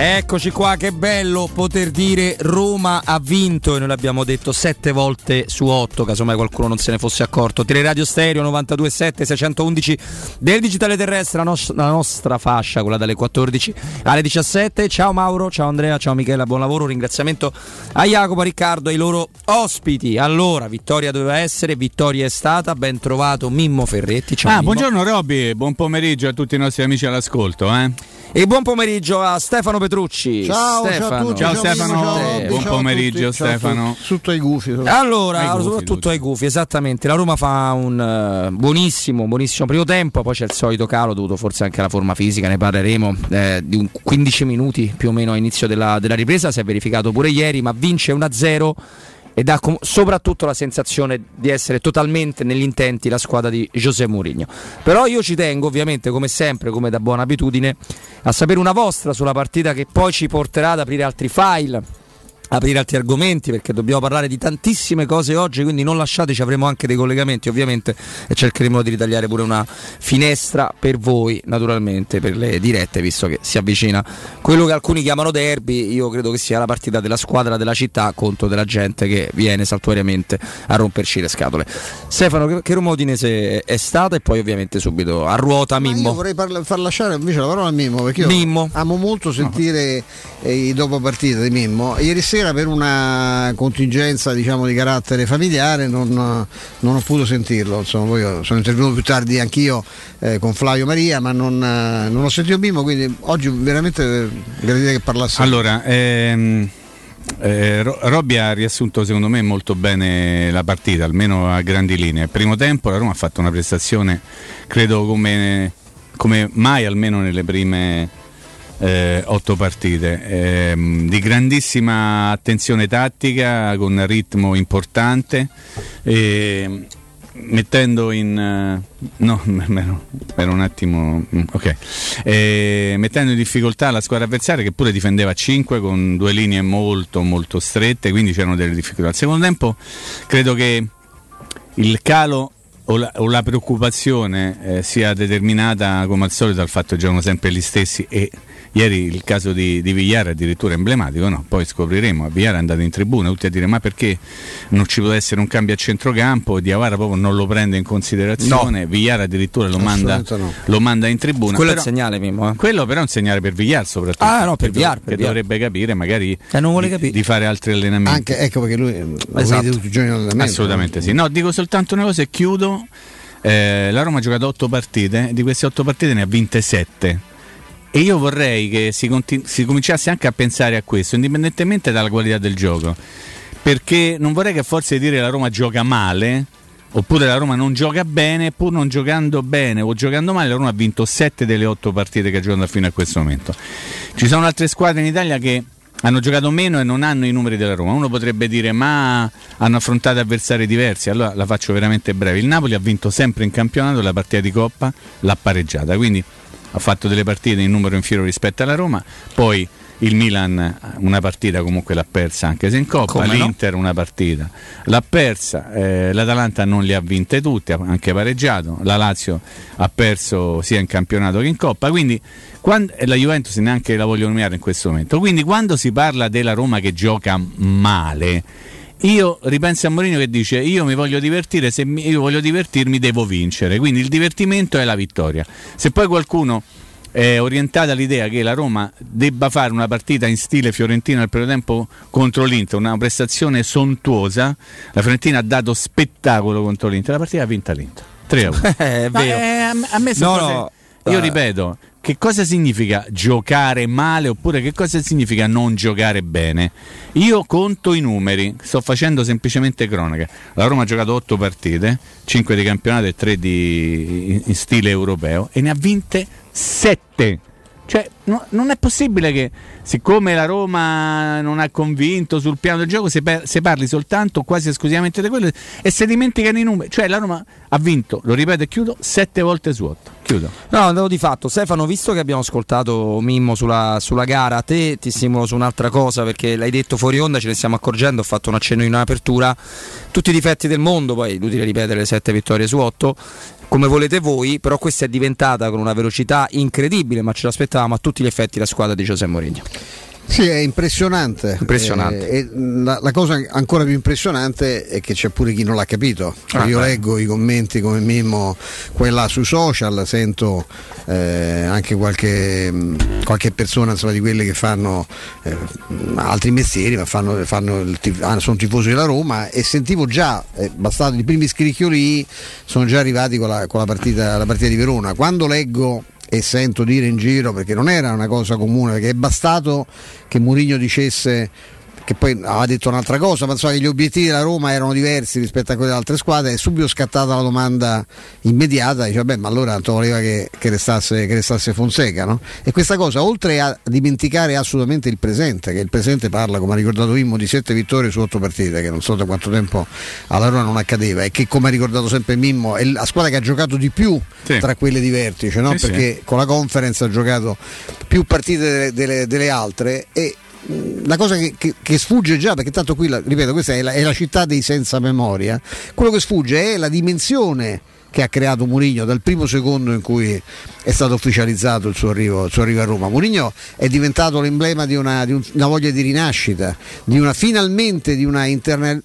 Eccoci qua, che bello poter dire Roma ha vinto, e noi l'abbiamo detto 7 volte su 8, casomai qualcuno non se ne fosse accorto. Teleradio Stereo 92.7 611 del digitale terrestre, la nostra fascia, quella dalle 14 alle 17. Ciao Mauro, ciao Andrea, ciao Michela, buon lavoro. Ringraziamento a Jacopo, a Riccardo e ai loro ospiti. Allora, vittoria doveva essere, vittoria è stata. Ben trovato Mimmo Ferretti. Ciao Mimmo. Buongiorno Robby, buon pomeriggio a tutti i nostri amici all'ascolto. E buon pomeriggio a Stefano Petrucci. Ciao, Stefano. Ciao a tutti. Ciao Stefano, ciao, buon pomeriggio ciao Stefano. Tutto ai gufi. Allora, gufi, soprattutto ai gufi, esattamente. La Roma fa un buonissimo primo tempo, poi c'è il solito calo dovuto forse anche alla forma fisica, ne parleremo, di un 15 minuti più o meno a inizio della ripresa, si è verificato pure ieri, ma vince 1-0 e dà soprattutto la sensazione di essere totalmente negli intenti la squadra di José Mourinho. Però io ci tengo, ovviamente, come sempre, come da buona abitudine, a sapere una vostra sulla partita, che poi ci porterà ad aprire altri file, aprire altri argomenti, perché dobbiamo parlare di tantissime cose oggi, quindi non lasciateci, avremo anche dei collegamenti ovviamente e cercheremo di ritagliare pure una finestra per voi, naturalmente, per le dirette, visto che si avvicina quello che alcuni chiamano derby. Io credo che sia la partita della squadra della città contro della gente che viene saltuariamente a romperci le scatole. Stefano, che Roma Udinese è stata? E poi ovviamente subito a ruota Mimmo. Io vorrei far lasciare invece la parola a Mimmo, perché io amo molto sentire i dopo partita di Mimmo. Ieri sera per una contingenza, diciamo, di carattere familiare non ho potuto sentirlo, insomma. Poi sono intervenuto più tardi anch'io con Flavio Maria, ma non ho sentito Mimmo, quindi oggi veramente gradirei che parlasse. Allora, Robby ha riassunto secondo me molto bene la partita, almeno a grandi linee. Primo tempo la Roma ha fatto una prestazione, credo come mai, almeno nelle prime 8 partite, di grandissima attenzione tattica, con ritmo importante, mettendo in mettendo in difficoltà la squadra avversaria, che pure difendeva a 5 con 2 linee molto molto strette, quindi c'erano delle difficoltà. Al secondo tempo credo che il calo o la preoccupazione sia determinata come al solito dal fatto che giocano sempre gli stessi, e ieri il caso di Villar addirittura emblematico, no? Poi scopriremo, Villar è andato in tribuna tutti a dire ma perché non ci può essere un cambio a centrocampo, Diawara proprio non lo prende in considerazione, Villar addirittura lo manda in tribuna. Quello è un segnale, Mimmo. Quello però è un segnale per Villar soprattutto, per Villar dovrebbe capire magari non vuole di fare altri allenamenti. Anche, ecco perché lui esatto. tutti i giorni di allenamento. Assolutamente sì. No, dico soltanto una cosa e chiudo. La Roma ha giocato 8 partite, di queste 8 partite ne ha vinte 7, e io vorrei che si cominciasse anche a pensare a questo, indipendentemente dalla qualità del gioco, perché non vorrei che forse dire la Roma gioca male oppure la Roma non gioca bene, pur non giocando bene o giocando male la Roma ha vinto 7 delle 8 partite che ha giocato fino a questo momento. Ci sono altre squadre in Italia che hanno giocato meno e non hanno i numeri della Roma. Uno potrebbe dire ma hanno affrontato avversari diversi, allora la faccio veramente breve. Il Napoli ha vinto sempre in campionato, la partita di Coppa l'ha pareggiata, quindi ha fatto delle partite in numero inferiore rispetto alla Roma. Poi il Milan una partita comunque l'ha persa anche se in Coppa, come l'Inter una partita l'ha persa, l'Atalanta non le ha vinte tutte, ha anche pareggiato, la Lazio ha perso sia in campionato che in Coppa, quindi e la Juventus neanche la voglio nominare in questo momento. Quindi quando si parla della Roma che gioca male, io ripenso a Mourinho che dice io mi voglio divertire, se io voglio divertirmi devo vincere, quindi il divertimento è la vittoria. Se poi qualcuno è orientata all'idea che la Roma debba fare una partita in stile Fiorentina al primo tempo contro l'Inter, una prestazione sontuosa, la Fiorentina ha dato spettacolo contro l'Inter, la partita ha vinta l'Inter 3-1. È vero. A me io ripeto, che cosa significa giocare male oppure che cosa significa non giocare bene? Io conto i numeri, sto facendo semplicemente cronaca. La Roma ha giocato 8 partite, 5 di campionato e 3 in stile europeo, e ne ha vinte 7. Cioè non è possibile che, siccome la Roma non ha convinto sul piano del gioco, se parli soltanto quasi esclusivamente di quello e si dimenticano i numeri. Cioè la Roma ha vinto, lo ripeto e chiudo, 7 volte su 8. Chiudo. No, andato di fatto. Stefano, visto che abbiamo ascoltato Mimmo sulla gara, a te ti stimola su un'altra cosa, perché l'hai detto fuori onda, ce ne stiamo accorgendo, ho fatto un accenno in apertura, tutti i difetti del mondo, poi inutile ripetere le 7 vittorie su 8, come volete voi, però questa è diventata con una velocità incredibile, ma ce l'aspettavamo a tutti gli effetti la squadra di José Mourinho. Sì, è impressionante. E la cosa ancora più impressionante è che c'è pure chi non l'ha capito. Io leggo i commenti come Mimmo qua sui social, sento anche qualche persona, insomma, di quelle che fanno altri mestieri, ma sono tifosi della Roma, e sentivo già, bastato i primi scricchioli, sono già arrivati con la partita di Verona. Quando leggo e sento dire in giro, perché non era una cosa comune, perché è bastato che Mourinho dicesse, che poi aveva detto un'altra cosa, ma insomma che gli obiettivi della Roma erano diversi rispetto a quelli delle altre squadre, è subito scattata la domanda immediata, dice vabbè, ma allora tanto voleva che restasse Fonseca, no? E questa cosa, oltre a dimenticare assolutamente il presente, che il presente parla, come ha ricordato Mimmo, di 7 vittorie su 8 partite, che non so da quanto tempo alla Roma non accadeva, e che, come ha ricordato sempre Mimmo, è la squadra che ha giocato di più tra quelle di vertice, no? Perché con la Conference ha giocato più partite delle altre. E la cosa che sfugge già, perché tanto qui, ripeto, questa è la città dei senza memoria, quello che sfugge è la dimensione che ha creato Mourinho dal primo secondo in cui è stato ufficializzato il suo arrivo a Roma. Mourinho è diventato l'emblema di una voglia di rinascita, finalmente di una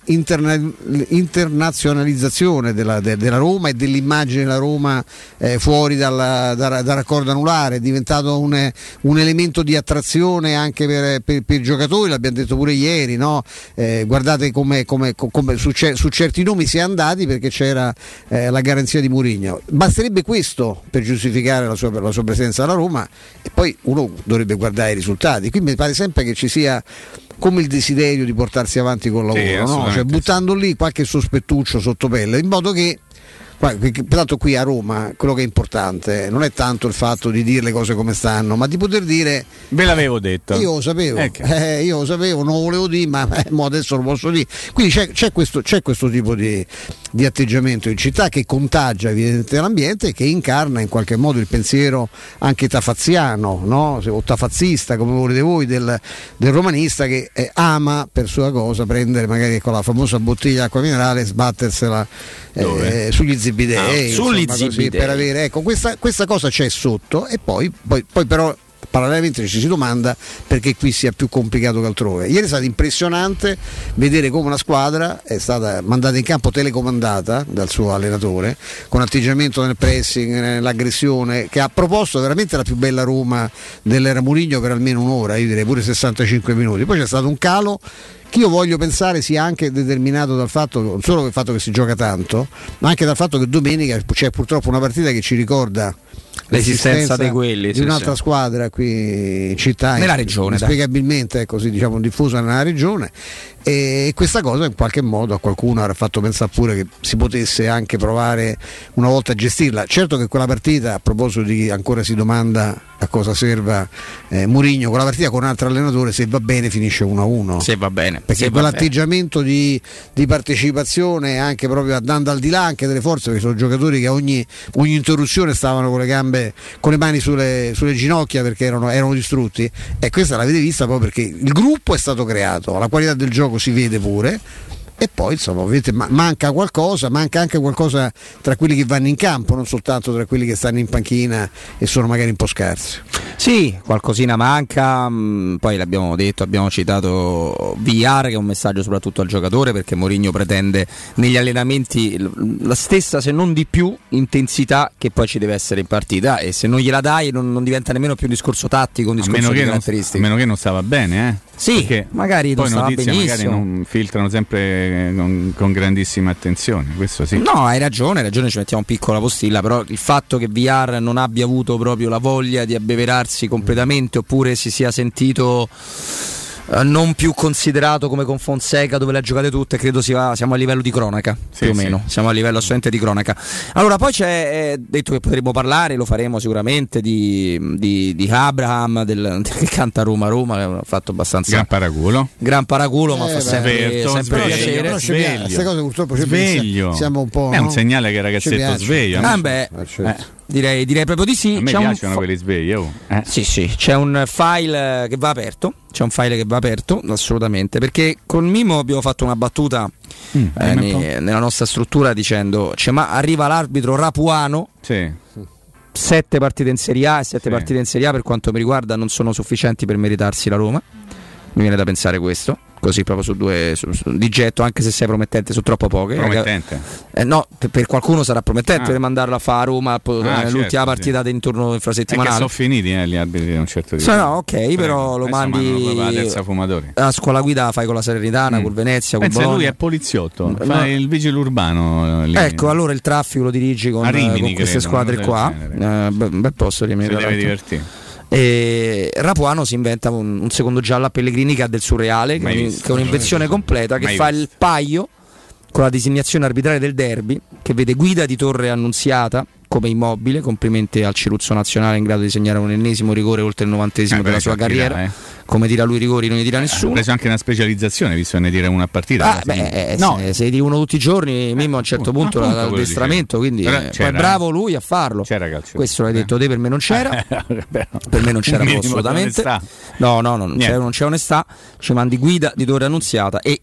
internazionalizzazione della Roma e dell'immagine della Roma fuori dal raccordo anulare. È diventato un elemento di attrazione anche per i giocatori, l'abbiamo detto pure ieri, no? Guardate come su certi nomi si è andati perché c'era la garanzia di Mourinho. Basterebbe questo per giustificare la sua presenza alla Roma, e poi uno dovrebbe guardare i risultati. Qui mi pare sempre che ci sia come il desiderio di portarsi avanti col lavoro, no? Cioè buttando lì qualche sospettuccio sotto pelle, in modo che peraltro qui a Roma quello che è importante non è tanto il fatto di dire le cose come stanno, ma di poter dire ve l'avevo detto, io lo sapevo, non lo volevo dire, ma adesso lo posso dire. Quindi c'è questo tipo di atteggiamento in città che contagia evidentemente l'ambiente e che incarna in qualche modo il pensiero anche tafaziano, no? O tafazzista, come volete voi, del romanista, che ama per sua cosa prendere magari con la famosa bottiglia d'acqua minerale e sbattersela sugli zibidei, per avere, questa cosa c'è sotto. E poi però parallelamente ci si domanda perché qui sia più complicato che altrove. Ieri è stato impressionante vedere come una squadra è stata mandata in campo telecomandata dal suo allenatore, con atteggiamento nel pressing, nell'aggressione, che ha proposto veramente la più bella Roma dell'era Mourinho per almeno un'ora, io direi pure 65 minuti. Poi c'è stato un calo che io voglio pensare sia anche determinato dal fatto, non solo dal fatto che si gioca tanto, ma anche dal fatto che domenica c'è purtroppo una partita che ci ricorda l'esistenza di quelli, di un'altra squadra qui in città, nella regione, inspiegabilmente così, diciamo, diffusa nella regione, e questa cosa in qualche modo a qualcuno avrà fatto pensare pure che si potesse anche provare una volta a gestirla. Certo che quella partita, a proposito di chi ancora si domanda a cosa serva Mourinho, quella partita con un altro allenatore, se va bene finisce 1-1, se va bene, perché quell'atteggiamento di partecipazione, anche proprio andando al di là anche delle forze, perché sono giocatori che ogni interruzione stavano con le gambe, con le mani sulle ginocchia perché erano distrutti, e questa l'avete vista proprio perché il gruppo è stato creato, la qualità del gioco si vede pure. E poi insomma ovviamente manca anche qualcosa tra quelli che vanno in campo, non soltanto tra quelli che stanno in panchina e sono magari un po' scarsi. Sì, qualcosina manca, poi l'abbiamo detto, abbiamo citato VR, che è un messaggio soprattutto al giocatore, perché Mourinho pretende negli allenamenti la stessa, se non di più, intensità che poi ci deve essere in partita, e se non gliela dai non diventa nemmeno più un discorso tattico, un discorso di caratteristiche. A meno che non stava bene, Sì, perché magari non stava benissimo. Magari non filtrano sempre con grandissima attenzione, questo sì. No, hai ragione, ci mettiamo un piccola postilla, però il fatto che VR non abbia avuto proprio la voglia di abbeverarsi completamente, oppure si sia sentito non più considerato come con Fonseca, dove le ha giocate tutte. Credo siamo a livello di cronaca, più o meno. Siamo a livello assolutamente di cronaca. Allora, poi c'è detto che potremmo parlare, lo faremo sicuramente, di Abraham, che canta Roma, ha fatto abbastanza gran paraculo, ma fa sempre piacere. Queste cose purtroppo siamo un po', è un segnale che il ragazzetto sveglio. Direi proprio di sì. A me piacciono quelli svegli. Sì, c'è un file che va aperto. Assolutamente, perché con Mimmo abbiamo fatto una battuta nella nostra struttura dicendo ma arriva l'arbitro Rapuano. 7 partite in Serie A e 7 partite in Serie A per quanto mi riguarda non sono sufficienti per meritarsi la Roma. Mi viene da pensare questo, così proprio su due di getto, anche se sei promettente su troppo poche. Promettente? No, per qualcuno sarà promettente per mandarlo a fare a Roma l'ultima partita d'intorno infrasettimanale. Sono finiti gli arbitri di un certo tipo. No, ok, però lo mandi la terza fumatori. A scuola guida fai con la Salernitana, col Venezia, con Bologna. Lui è poliziotto, fa il vigile urbano. Ecco, allora il traffico lo dirigi con queste squadre qua. Bel posto di si deve divertire. E Rapuano si inventa un secondo giallo a Pellegrini che ha del surreale, che è un'invenzione completa, che fa il paio con la designazione arbitrale del derby, che vede guida di Torre Annunziata come Immobile. Complimenti al Ciruzzo nazionale in grado di segnare un ennesimo rigore oltre il 90esimo della sua carriera. Come tira lui rigori non ne tira nessuno. Ha preso anche una specializzazione, visto che ne tira una partita. Se di uno tutti i giorni, Mimmo a un certo punto l'addestramento, quindi poi bravo lui a farlo. C'era calcio. Questo l'hai detto te, per me non c'era. Per me non c'era assolutamente. No, non c'è onestà. Ci mandi guida di Torre Annunziata e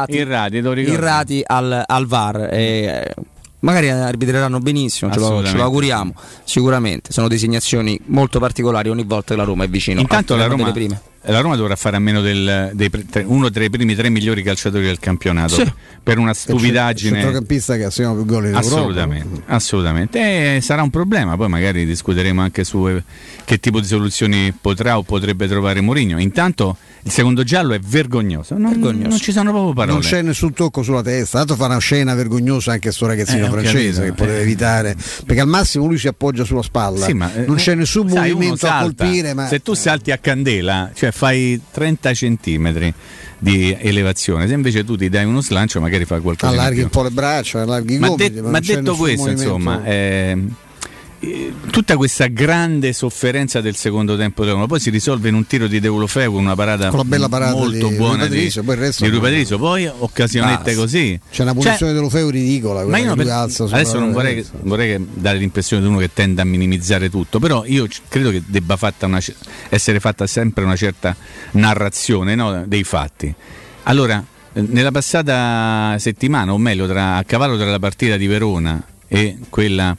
irrati al VAR. Magari arbitreranno benissimo, ce lo auguriamo. Sicuramente sono designazioni molto particolari ogni volta che la Roma è vicino. Intanto la Roma dovrà fare a meno uno dei primi 3 migliori calciatori del campionato, per una stupidaggine. Il centrocampista che assegna più gol in Europa. Assolutamente. Sarà un problema, poi magari discuteremo anche su che tipo di soluzioni potrà o potrebbe trovare Mourinho. Intanto il secondo giallo è vergognoso. Non ci sono proprio parole. Non c'è nessun tocco sulla testa. Tanto fa una scena vergognosa anche sto ragazzino francese che poteva evitare, perché al massimo lui si appoggia sulla spalla. Non c'è nessun movimento a colpire. Ma se tu salti a candela, cioè fai 30 centimetri di elevazione, se invece tu ti dai uno slancio magari fai qualcosa. Allarghi un po' le braccia, allarghi i gomiti. Ma detto questo, insomma, tutta questa grande sofferenza del secondo tempo della Roma poi si risolve in un tiro di Deulofeu, una parata, con la bella parata molto buona di Rui Patrizio, poi occasionette così. C'è una punizione di Deulofeu ridicola, ma io adesso non vorrei dare l'impressione di uno che tende a minimizzare tutto, però io credo che debba essere fatta sempre una certa narrazione, no, dei fatti. Allora, nella passata settimana, o meglio a cavallo tra la partita di Verona e quella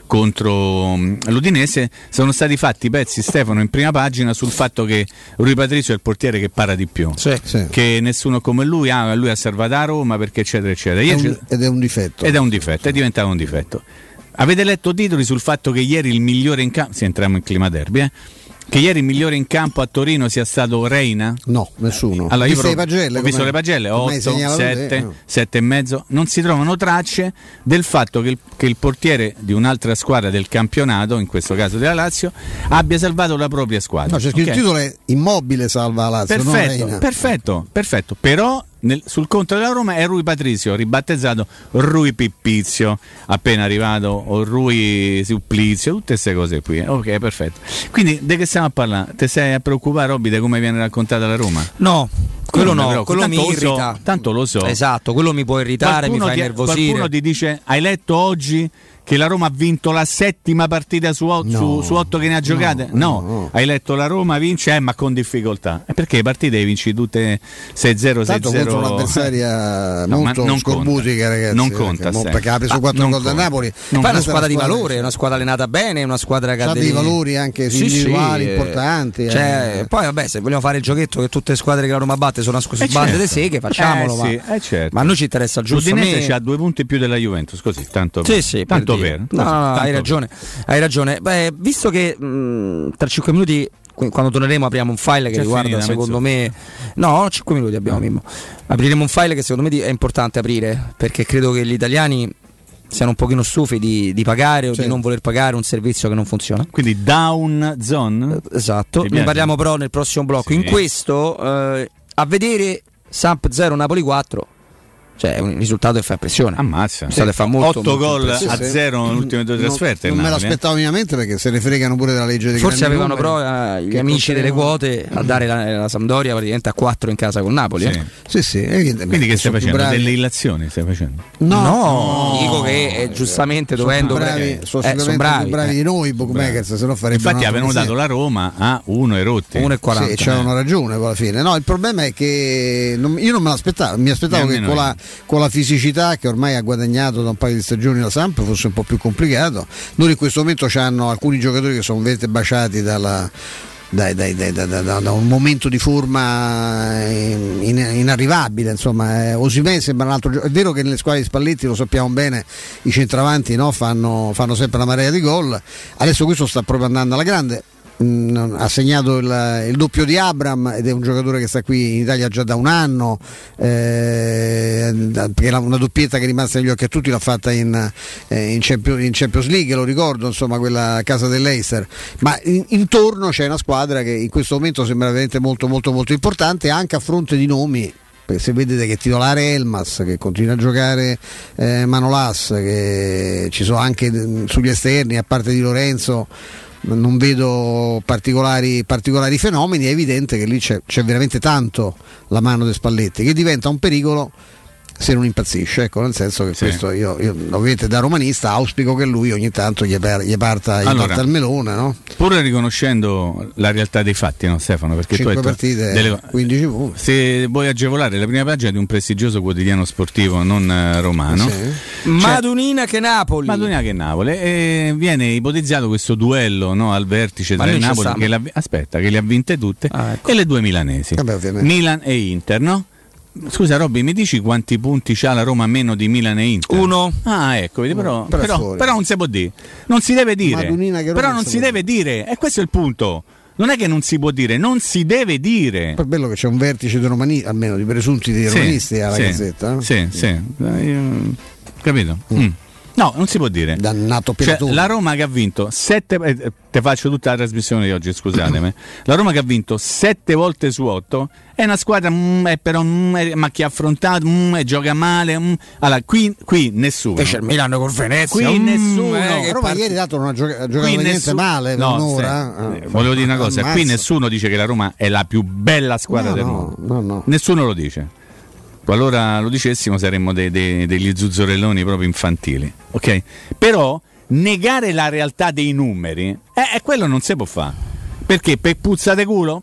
contro l'Udinese, sono stati fatti pezzi, Stefano, in prima pagina sul fatto che Rui Patrizio è il portiere che para di più, che nessuno come lui ha salvato a Roma, perché eccetera eccetera. Ed è un difetto, è diventato un difetto. Avete letto titoli sul fatto che ieri il migliore in campo, se entriamo in clima derby, che ieri il migliore in campo a Torino sia stato Reina? No, nessuno. Allora, io ho visto le pagelle, 8, 7, 7,5. Non si trovano tracce del fatto che il portiere di un'altra squadra del campionato, in questo caso della Lazio, abbia salvato la propria squadra. No, c'è scritto il titolo è Immobile salva la Lazio. Perfetto. Però sul conto della Roma è Rui Patrizio, ribattezzato Rui Pippizio, appena arrivato, o Rui Supplizio, tutte queste cose qui. Ok, perfetto. Quindi di che stiamo a parlare? Te sei a preoccupare, Robby, di come viene raccontata la Roma? No, quello no, quello mi irrita. Tanto lo so. Esatto, quello mi può irritare, mi fa innervosire. Qualcuno ti dice: hai letto oggi che la Roma ha vinto la 7ª partita su 8 che ne ha giocate? No. Hai letto la Roma vince, ma con difficoltà. E perché le partite le vinci tutte 6-0, 6-0? Tanto contro un'avversaria molto scorbutica, ragazzi. Non conta, perché ha preso 4 gol da Napoli. Poi è una squadra di valore, è una squadra allenata bene, è una squadra che ha dei valori anche individuali importanti. Poi vabbè, se vogliamo fare il giochetto che tutte le squadre che la Roma batte sono a bande di seghe, facciamolo. Certo. Ma a noi ci interessa il giusto. L'Udinese c'ha 2 punti più della Juventus, così tanto. Tanto vero. No, hai ragione. Beh, visto che tra 5 minuti, quando torneremo, apriamo un file che riguarda, secondo me. No, 5 minuti abbiamo, Mimmo. Apriremo un file che secondo me è importante aprire, perché credo che gli italiani siano un pochino stufi di pagare o di non voler pagare un servizio che non funziona. Quindi down zone? Esatto. Ne parliamo però nel prossimo blocco. In questo a vedere Samp 0 Napoli 4, cioè è un risultato che fa impressione. Ammazza. Che fa molto, 8 gol a 0 nelle ultime 2 trasferte. Non me l'aspettavo minimamente, perché se ne fregano pure della legge dei forse avevano però gli amici delle quote a dare la Sampdoria praticamente a 4 in casa con Napoli. Sì, evidentemente. Quindi che stai facendo? Delle illazioni stai facendo? No. Dico che giustamente dovendo sono bravi di noi bookmakers, se no farebbero. Infatti avevano dato la Roma a 1 e rotti. 1,40. Sì, c'avevano ragione alla fine. No, il problema è che io non me l'aspettavo, mi aspettavo che con la fisicità che ormai ha guadagnato da un paio di stagioni la Samp fosse un po' più complicato. Loro in questo momento hanno alcuni giocatori che sono veramente baciati da un momento di forma inarrivabile, insomma. Osimhen sembra un altro è vero che nelle squadre di Spalletti, lo sappiamo bene, i centravanti, no, fanno sempre una marea di gol. Adesso questo sta proprio andando alla grande. Ha segnato il doppio di Abraham ed è un giocatore che sta qui in Italia già da un anno, perché una doppietta che è rimasta negli occhi a tutti l'ha fatta in Champions League, lo ricordo, insomma, quella casa dell'Eister. Ma intorno c'è una squadra che in questo momento sembra veramente molto molto molto importante, anche a fronte di nomi. Perché se vedete che titolare Elmas, che continua a giocare Manolas, che ci sono anche sugli esterni, a parte di Lorenzo, non vedo particolari fenomeni. È evidente che lì c'è veramente tanto la mano di Spalletti, che diventa un pericolo se non impazzisce, ecco, nel senso che questo io ovviamente da romanista auspico che lui ogni tanto gli parta il melone, no? Pur riconoscendo la realtà dei fatti, no, Stefano? Perché 5 partite, 15 punti. Se vuoi agevolare la prima pagina di un prestigioso quotidiano sportivo non romano, Madunina che Napoli, e viene ipotizzato questo duello, no, al vertice tra il Napoli che le ha vinte tutte, ecco, e le due milanesi. Milan e Inter, no? Scusa Robby, mi dici quanti punti c'ha la Roma meno di Milan e Inter? 1. Ah, ecco, vedi, però non si può dire. Non si deve dire. Però non si deve dire. E questo è il punto. Non è che non si può dire, non si deve dire. È bello che c'è un vertice di romanisti, almeno di presunti di romanisti alla Gazzetta. No? Sì. Capito? No, non si può dire. Dannato la Roma che ha vinto 7, te faccio tutta la trasmissione di oggi, scusatemi. La Roma che ha vinto 7 volte su 8 è una squadra ma che ha affrontato, gioca male. Allora, qui nessuno. Invece il Milano col Venezia. Qui nessuno. La Roma ieri dato non ha giocato niente male. Volevo dire una cosa, qui nessuno dice che la Roma è la più bella squadra del mondo. No. Nessuno lo dice. Qualora lo dicessimo saremmo degli zuzzurelloni proprio infantili, ok? Però negare la realtà dei numeri quello non si può fare, perché per puzza de culo,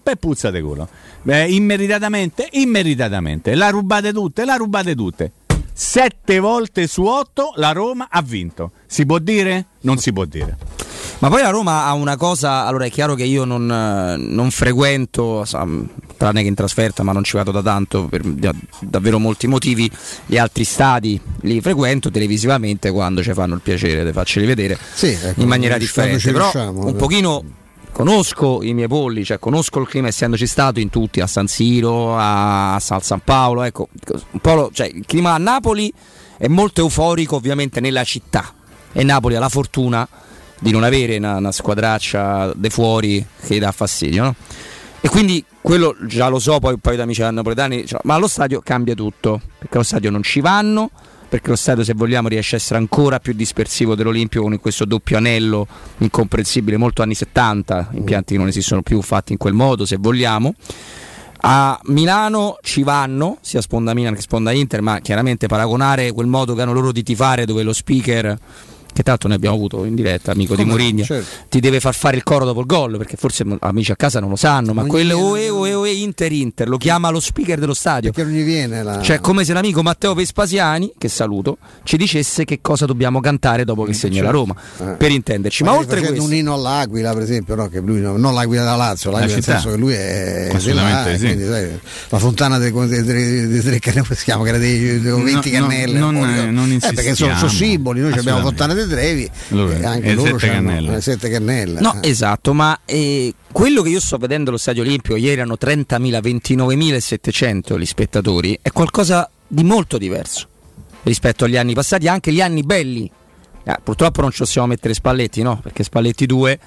immeritatamente, la rubate tutte. 7 volte su 8 la Roma ha vinto. Si può dire? Non si può dire. Ma poi la Roma ha una cosa, allora è chiaro che io non frequento, tranne che in trasferta, ma non ci vado da tanto per davvero molti motivi, gli altri stadi li frequento televisivamente quando ci fanno il piacere di farceli vedere, in maniera differente, però un pochino conosco i miei polli, cioè conosco il clima essendoci stato in tutti, a San Siro, a San Paolo, ecco, un po' cioè, il clima a Napoli è molto euforico ovviamente nella città, e Napoli ha la fortuna di non avere una squadraccia de fuori che dà fastidio, no? E quindi quello già lo so, poi un paio di amici napoletani, ma allo stadio cambia tutto, perché allo stadio non ci vanno, perché lo stadio, se vogliamo, riesce a essere ancora più dispersivo dell'Olimpico con questo doppio anello incomprensibile, molto anni 70, impianti che non esistono più fatti in quel modo, se vogliamo. A Milano ci vanno, sia sponda Milan che sponda Inter, ma chiaramente paragonare quel modo che hanno loro di tifare, dove lo speaker, che tanto ne abbiamo avuto in diretta, amico di Mourinho, ti deve far fare il coro dopo il gol, perché forse amici a casa non lo sanno, ma quello oe Inter lo chiama lo speaker dello stadio, perché non gli viene cioè come se l'amico Matteo Vespasiani, che saluto, ci dicesse che cosa dobbiamo cantare dopo che segna la Roma, per intenderci. Ma oltre questo, un inno all'Aquila, per esempio, no? Che lui non l'Aquila da Lazio, l'Aquila nel senso che lui è assolutamente quindi, sai, la fontana dei 3 cannelle, si chiama, che era dei 20 cannelle, non perché sono simboli. Noi abbiamo Fontana dei Trevi, e anche loro hanno 7 cannelle. No, esatto, ma quello che io sto vedendo allo Stadio Olimpico, ieri erano 30.000, 29.700 gli spettatori, è qualcosa di molto diverso rispetto agli anni passati, anche gli anni belli. Purtroppo non ci possiamo mettere Spalletti, no? Perché Spalletti 2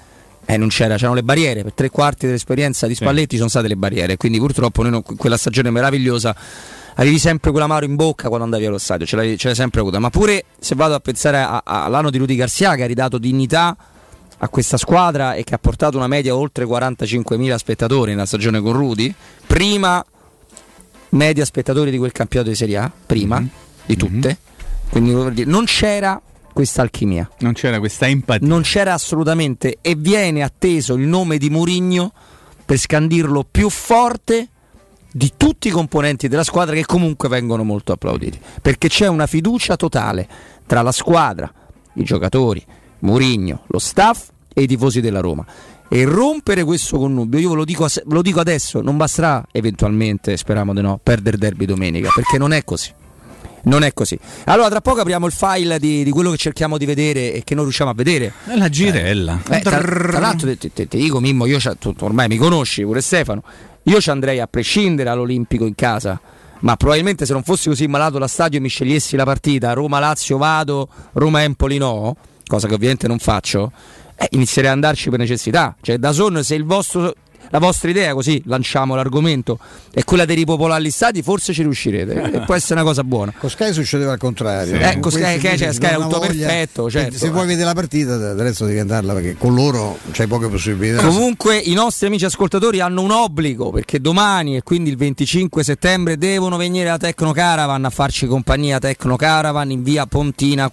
non c'erano le barriere, per 3/4 dell'esperienza di Spalletti sono state le barriere, quindi purtroppo noi quella stagione meravigliosa avevi sempre quell'amaro in bocca quando andavi allo stadio, ce l'hai sempre avuta. Ma pure se vado a pensare all'anno di Rudy Garcia, che ha ridato dignità a questa squadra e che ha portato una media oltre 45.000 spettatori nella stagione con Rudy, prima media spettatori di quel campionato di Serie A, prima di tutte, quindi non c'era questa alchimia, non c'era questa empatia, non c'era assolutamente, e viene atteso il nome di Mourinho per scandirlo più forte di tutti i componenti della squadra, che comunque vengono molto applauditi, perché c'è una fiducia totale tra la squadra, i giocatori, Mourinho, lo staff e i tifosi della Roma. E rompere questo connubio, io ve lo dico adesso, non basterà eventualmente, speriamo di no, perdere derby domenica, perché non è così. Non è così. Allora tra poco apriamo il file di quello che cerchiamo di vedere e che non riusciamo a vedere. È la girella. Tra l'altro ti dico, Mimmo, tu ormai mi conosci, pure Stefano, io ci andrei a prescindere all'Olimpico in casa, ma probabilmente se non fossi così malato da stadio e mi scegliessi la partita Roma-Lazio vado, Roma-Empoli no, cosa che ovviamente non faccio, inizierei ad andarci per necessità. Cioè da Son, se la vostra idea, così lanciamo l'argomento, è quella di ripopolare gli stadi, forse ci riuscirete e può essere una cosa buona. Con Sky succedeva al contrario, con Sky è tutto perfetto, certo. Se vuoi vedere la partita adesso devi andarla, perché con loro c'hai poche possibilità. Comunque i nostri amici ascoltatori hanno un obbligo, perché domani e quindi il 25 settembre devono venire a Tecno Caravan a farci compagnia. Tecno Caravan in via Pontina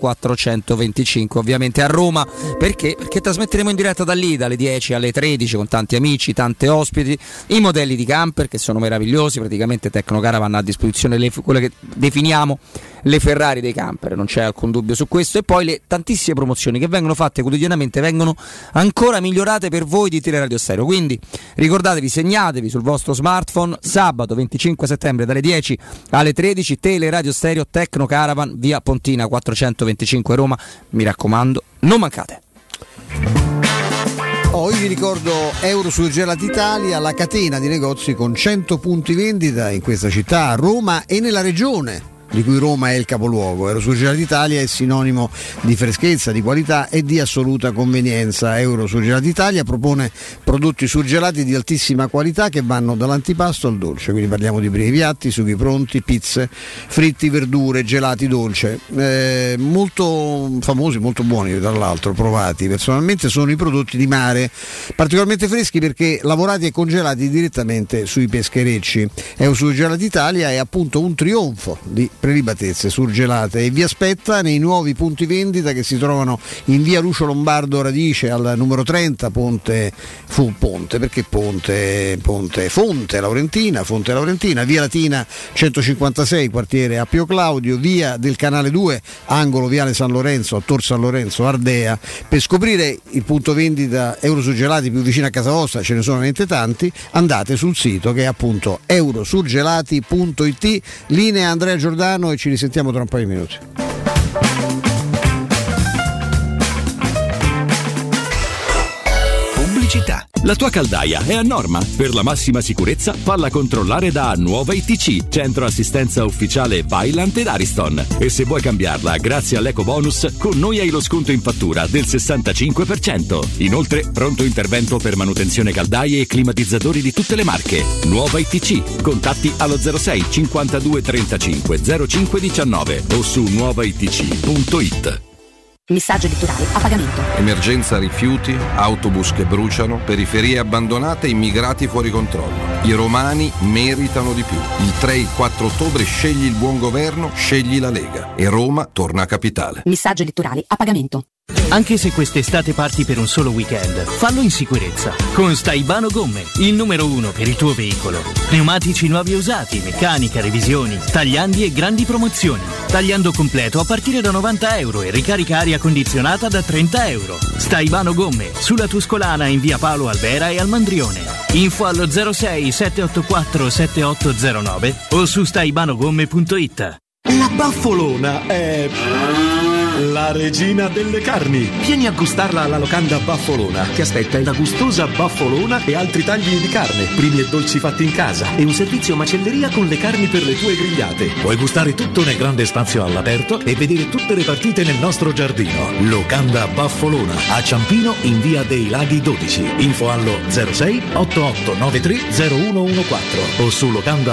425, ovviamente a Roma, perché trasmetteremo in diretta da lì dalle 10 alle 13 con tanti amici, tante ospiti, i modelli di camper che sono meravigliosi. Praticamente Tecno Caravan ha a disposizione quelle che definiamo le Ferrari dei camper, non c'è alcun dubbio su questo, e poi le tantissime promozioni che vengono fatte quotidianamente vengono ancora migliorate per voi di Teleradio Stereo. Quindi ricordatevi, segnatevi sul vostro smartphone, sabato 25 settembre dalle 10 alle 13 Teleradio Stereo, Tecno Caravan, via Pontina 425 Roma, mi raccomando, non mancate. Io vi ricordo Eurosurgelati Italia, la catena di negozi con 100 punti vendita in questa città, a Roma e nella regione di cui Roma è il capoluogo. Eurosurgelati Italia è sinonimo di freschezza, di qualità e di assoluta convenienza. Eurosurgelati Italia propone prodotti surgelati di altissima qualità che vanno dall'antipasto al dolce, quindi parliamo di primi piatti, sughi pronti, pizze, fritti, verdure, gelati dolce, molto famosi, molto buoni tra l'altro, provati personalmente. Sono i prodotti di mare, particolarmente freschi perché lavorati e congelati direttamente sui pescherecci. Eurosurgelati Italia è appunto un trionfo di prelibatezze surgelate e vi aspetta nei nuovi punti vendita che si trovano in via Lucio Lombardo Radice al numero 30, Fonte Laurentina, via Latina 156, quartiere Appio Claudio, via del Canale 2, angolo viale San Lorenzo, a Tor San Lorenzo, Ardea. Per scoprire il punto vendita Eurosurgelati più vicino a casa vostra, ce ne sono veramente tanti, andate sul sito che è appunto eurosurgelati.it. Linea Andrea Giordano e ci risentiamo tra un paio di minuti. Pubblicità. La tua caldaia è a norma? Per la massima sicurezza falla controllare da Nuova ITC, centro assistenza ufficiale Vaillant ed Ariston. E se vuoi cambiarla grazie all'eco bonus, con noi hai lo sconto in fattura del 65%. Inoltre pronto intervento per manutenzione caldaie e climatizzatori di tutte le marche. Nuova ITC, contatti allo 06 52 35 05 19 o su nuovaitc.it. Messaggio elettorale a pagamento. Emergenza rifiuti, autobus che bruciano, periferie abbandonate, immigrati fuori controllo. I romani meritano di più. Il 3 e il 4 ottobre scegli il buon governo, scegli la Lega e Roma torna capitale. Messaggio elettorale a pagamento. Anche se quest'estate parti per un solo weekend, fallo in sicurezza con Staibano Gomme, il numero 1 per il tuo veicolo. Pneumatici nuovi e usati, meccanica, revisioni, tagliandi e grandi promozioni. Tagliando completo a partire da €90 e ricarica aria condizionata da €30. Staibano Gomme, sulla Tuscolana in via Paolo Albera e al Mandrione. Info allo 06 784 7809 o su staibanogomme.it. La baffolona è... la la regina delle carni. Vieni a gustarla alla locanda Baffolona. Ti aspetta una gustosa baffolona e altri tagli di carne, primi e dolci fatti in casa e un servizio macelleria con le carni per le tue grigliate. Puoi gustare tutto nel grande spazio all'aperto e vedere tutte le partite nel nostro giardino. Locanda Baffolona a Ciampino in via dei Laghi 12. Info allo 06 8893 0114 o su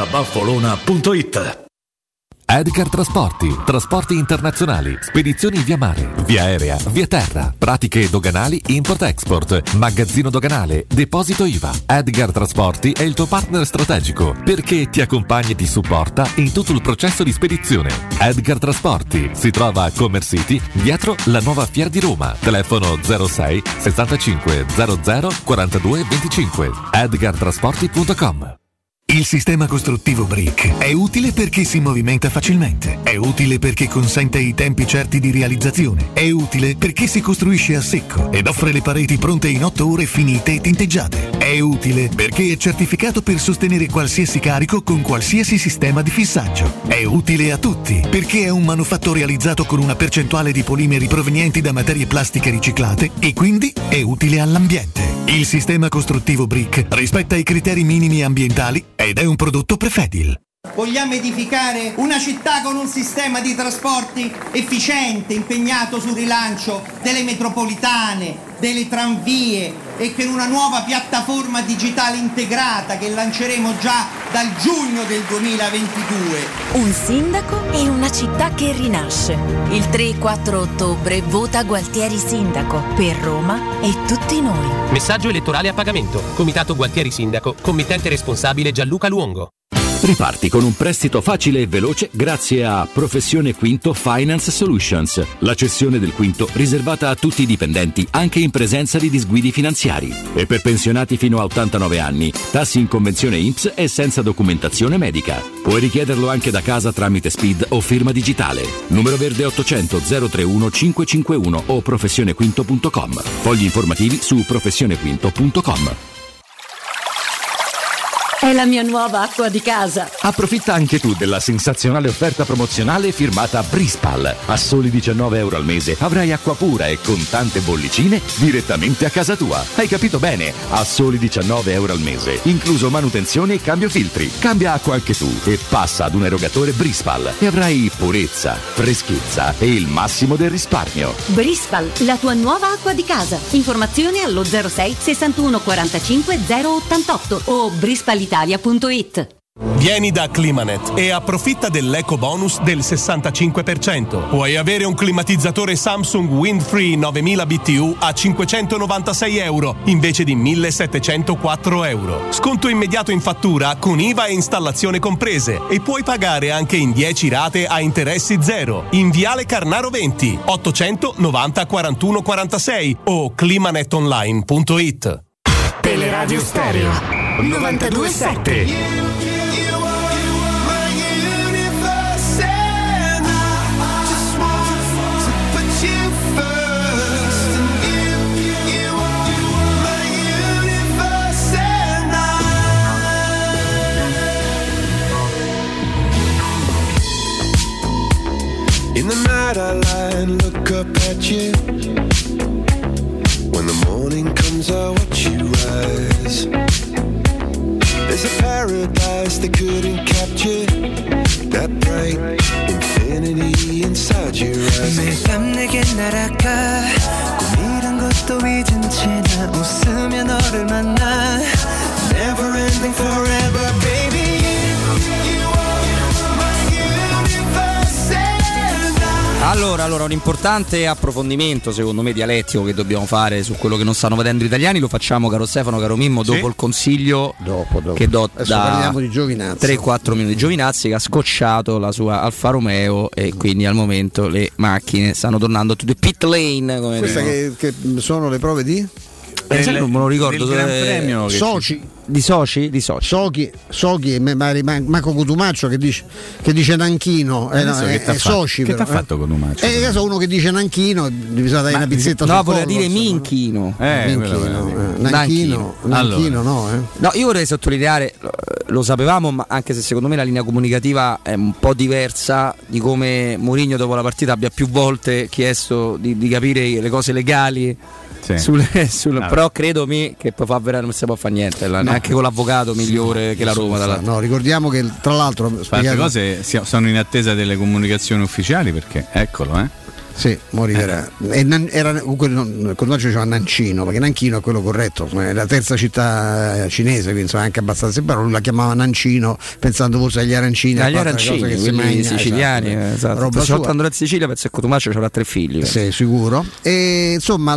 locandabaffolona.it. Edgar Trasporti internazionali, spedizioni via mare, via aerea, via terra, pratiche doganali, import-export, magazzino doganale, deposito IVA. Edgar Trasporti è il tuo partner strategico perché ti accompagna e ti supporta in tutto il processo di spedizione. Edgar Trasporti si trova a Commerce City, dietro la nuova Fiera di Roma. Telefono 06 65 00 42 25. edgartrasporti.com. Il sistema costruttivo Brick è utile perché si movimenta facilmente, è utile perché consente i tempi certi di realizzazione, è utile perché si costruisce a secco ed offre le pareti pronte in 8 ore finite e tinteggiate, è utile perché è certificato per sostenere qualsiasi carico con qualsiasi sistema di fissaggio, è utile a tutti perché è un manufatto realizzato con una percentuale di polimeri provenienti da materie plastiche riciclate e quindi è utile all'ambiente. Il sistema costruttivo Brick rispetta i criteri minimi ambientali ed è un prodotto Prefedil. Vogliamo edificare una città con un sistema di trasporti efficiente, impegnato sul rilancio delle metropolitane, delle tranvie e con una nuova piattaforma digitale integrata che lanceremo già dal giugno del 2022. Un sindaco e una città che rinasce. Il 3 e 4 ottobre vota Gualtieri sindaco per Roma e tutti noi. Messaggio elettorale a pagamento. Comitato Gualtieri Sindaco. Committente responsabile Gianluca Luongo. Riparti con un prestito facile e veloce grazie a Professione Quinto Finance Solutions, la cessione del quinto riservata a tutti i dipendenti anche in presenza di disguidi finanziari e per pensionati fino a 89 anni, tassi in convenzione INPS e senza documentazione medica. Puoi richiederlo anche da casa tramite SPID o firma digitale. Numero verde 800 031 551 o professionequinto.com. Fogli informativi su professionequinto.com. È la mia nuova acqua di casa. Approfitta anche tu della sensazionale offerta promozionale firmata Brispal. A soli €19 al mese avrai acqua pura e con tante bollicine direttamente a casa tua. Hai capito bene? A soli €19 al mese, incluso manutenzione e cambio filtri. Cambia acqua anche tu e passa ad un erogatore Brispal e avrai purezza, freschezza e il massimo del risparmio. Brispal, la tua nuova acqua di casa. Informazioni allo 06 61 45 088 o brispalitalia.it. Vieni da Climanet e approfitta dell'eco bonus del 65%. Puoi avere un climatizzatore Samsung Windfree 9000 BTU a €596 invece di €1.704. Sconto immediato in fattura con IVA e installazione comprese e puoi pagare anche in 10 rate a interessi zero. In Viale Carnaro 20 800 90 41 46 o climanetonline.it. Teleradio Stereo 92.7. In the night I lie and look up at you. When the morning comes I watch you rise. There's a paradise they couldn't capture. That bright infinity inside your eyes. 매일 밤 내게 날아가 꿈이란 것도 잊은 채 나 웃으며 너를 만나. Never ending forever baby. Allora, un importante approfondimento secondo me dialettico che dobbiamo fare su quello che non stanno vedendo gli italiani. Lo facciamo, caro Stefano, caro Mimmo, dopo il consiglio che do da di Giovinazzi. 3-4 minuti. Giovinazzi che ha scocciato la sua Alfa Romeo e quindi al momento le macchine stanno tornando to the pit lane. Come questa che sono le prove di? Non me lo ricordo. Gran premio Soci. Di soci? Sochi e Marco Cotumaccio che dice Nanchino. Soci. Che ti ha fatto Cotumaccio? Caso uno che dice Nanchino, bisogna dare una pizzetta sul collo. No, voleva dire Minchino. Nanchino, no. No, io vorrei sottolineare lo sapevamo, ma anche se secondo me la linea comunicativa è un po' diversa di come Mourinho dopo la partita abbia più volte chiesto di capire le cose legali. Però credo che poi fa veramente non si può fare niente, neanche con l'avvocato migliore che la Roma. No, ricordiamo che tra l'altro altre cose sono in attesa delle comunicazioni ufficiali, perché eccolo Sì, era comunque il contagio diceva Nancino, perché Nanchino è quello corretto, è la terza città cinese, quindi insomma anche abbastanza, però lui la chiamava Nancino pensando forse agli arancini, che quelli siciliani, esatto. Se 8 anni in Sicilia, penso che Cotumaccio avrà 3 figli. Sì, sicuro. E insomma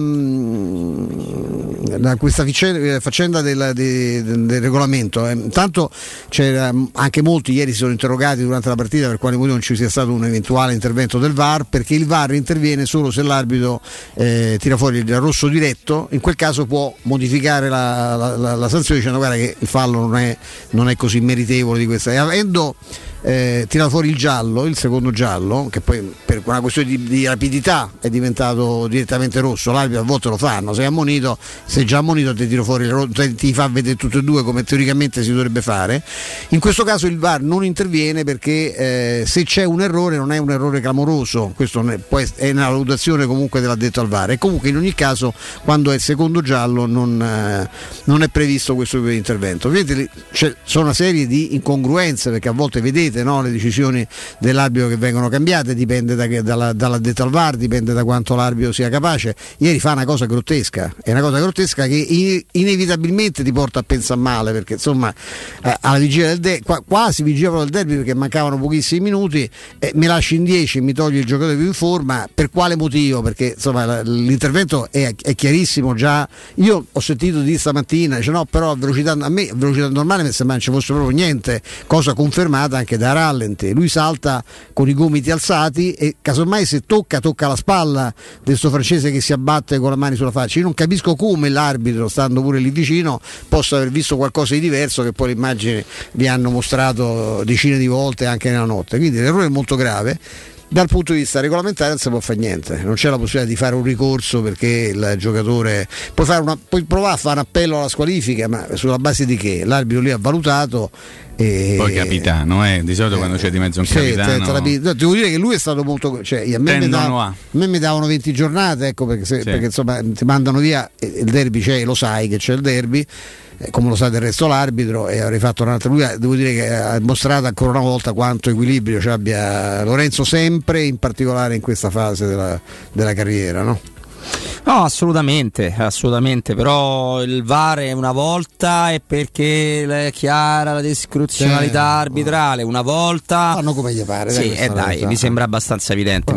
questa faccenda del regolamento, intanto c'era anche molti ieri si sono interrogati durante la partita per quale motivo non ci sia stato un eventuale intervento del VAR, perché il VAR interviene solo se l'arbitro tira fuori il rosso diretto. In quel caso può modificare la sanzione dicendo guarda che il fallo non è così meritevole di questa, e avendo tirato fuori il giallo, il secondo giallo, che poi per una questione di rapidità è diventato direttamente rosso. L'arbitro a volte lo fanno, sei già ammonito ti tiro fuori ti fa vedere tutte e due come teoricamente si dovrebbe fare. In questo caso il VAR non interviene perché se c'è un errore non è un errore clamoroso, questo è una valutazione comunque dell'addetto al VAR, e comunque in ogni caso quando è il secondo giallo non è previsto questo tipo di intervento. Ovviamente sono una serie di incongruenze, perché a volte vedete le decisioni dell'arbitro che vengono cambiate, dipende dall'addetto al VAR, dipende da quanto l'arbitro sia capace. Ieri fa una cosa grottesca, che inevitabilmente ti porta a pensare male, perché insomma alla vigilia quasi vigilia del derby, perché mancavano pochissimi minuti, mi lasci in 10 e mi togli il giocatore più in forma. Per quale motivo? Perché insomma l'intervento è chiarissimo. Già io ho sentito di stamattina, dice no, però a velocità normale mi sembra non ci fosse proprio niente, cosa confermata anche da rallenti. Lui salta con i gomiti alzati e casomai se tocca la spalla di sto francese che si abbatte con le mani sulla faccia. Io non capisco come l'arbitro, stando pure lì vicino, possa aver visto qualcosa di diverso che poi le immagini vi hanno mostrato decine di volte anche nella notte. Quindi l'errore è molto grave. Dal punto di vista regolamentare non si può fare niente, non c'è la possibilità di fare un ricorso, perché il giocatore puoi provare a fare un appello alla squalifica, ma sulla base di che? L'arbitro lì ha valutato poi capitano, di solito quando c'è di mezzo un capitano. Devo dire che lui è stato molto, a me mi davano 20 giornate, ecco, perché insomma ti mandano via, il derby lo sai che c'è il derby, come lo sa del resto l'arbitro, e avrei fatto un'altra. Lui devo dire che ha mostrato ancora una volta quanto equilibrio abbia Lorenzo sempre, in particolare in questa fase della carriera, no? No, assolutamente, però il VAR è una volta è perché è chiara la discrezionalità arbitrale, una volta fanno come gli pare. Sì, mi sembra abbastanza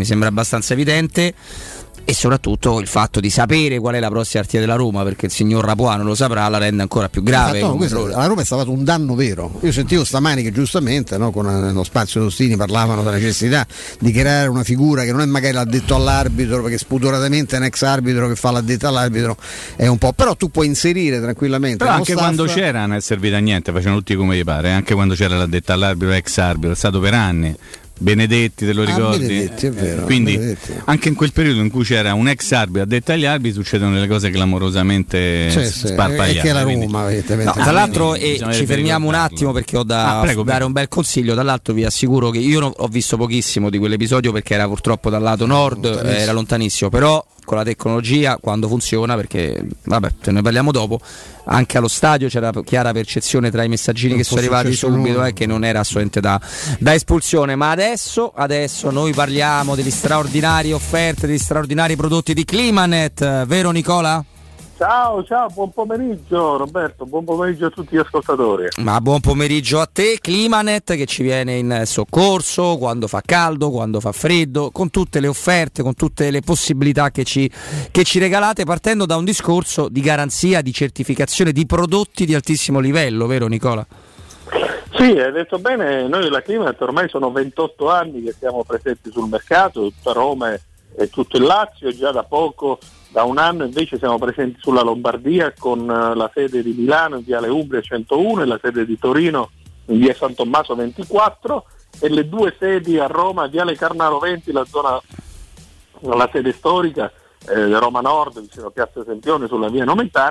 evidente. E soprattutto il fatto di sapere qual è la prossima partita della Roma, perché il signor Rapuà non lo saprà, la rende ancora più grave. La Roma è stato un danno vero. Io sentivo stamani che giustamente con lo spazio Tostini parlavano della necessità di creare una figura che non è magari l'addetto all'arbitro, perché spudoratamente è un ex arbitro che fa l'addetto all'arbitro è un po', però tu puoi inserire tranquillamente. Però anche quando c'era non è servita a niente, facevano tutti come gli pare, anche quando c'era l'addetto all'arbitro ex arbitro, è stato per anni. Benedetti, te lo ricordi? Benedetti, è vero, quindi Benedetti. Anche in quel periodo in cui c'era un ex arbitro addetto agli arbitri succedono delle cose clamorosamente sparpagliate. È che la Roma tra l'altro ci fermiamo un attimo, perché ho da dare un bel consiglio. Dall'altro vi assicuro che io ho visto pochissimo di quell'episodio, perché era purtroppo dal lato nord, era lontanissimo, però con la tecnologia, quando funziona, perché te ne parliamo dopo, anche allo stadio c'era chiara percezione tra i messaggini che sono arrivati subito, che non era assolutamente da espulsione. Ma adesso noi parliamo degli straordinari offerte, degli straordinari prodotti di Climanet, vero Nicola? Ciao, buon pomeriggio Roberto, buon pomeriggio a tutti gli ascoltatori. Ma buon pomeriggio a te. Climanet che ci viene in soccorso quando fa caldo, quando fa freddo, con tutte le offerte, con tutte le possibilità che ci regalate, partendo da un discorso di garanzia, di certificazione di prodotti di altissimo livello, vero Nicola? Sì, hai detto bene, noi della Climanet ormai sono 28 anni che siamo presenti sul mercato, tutta Roma e tutto il Lazio, già da poco. Da un anno invece siamo presenti sulla Lombardia con la sede di Milano in Viale Umbria 101 e la sede di Torino in Via San Tommaso 24 e le due sedi a Roma, Viale Carnaro 20, la sede storica Roma Nord vicino a Piazza Sempione sulla Via Nomentana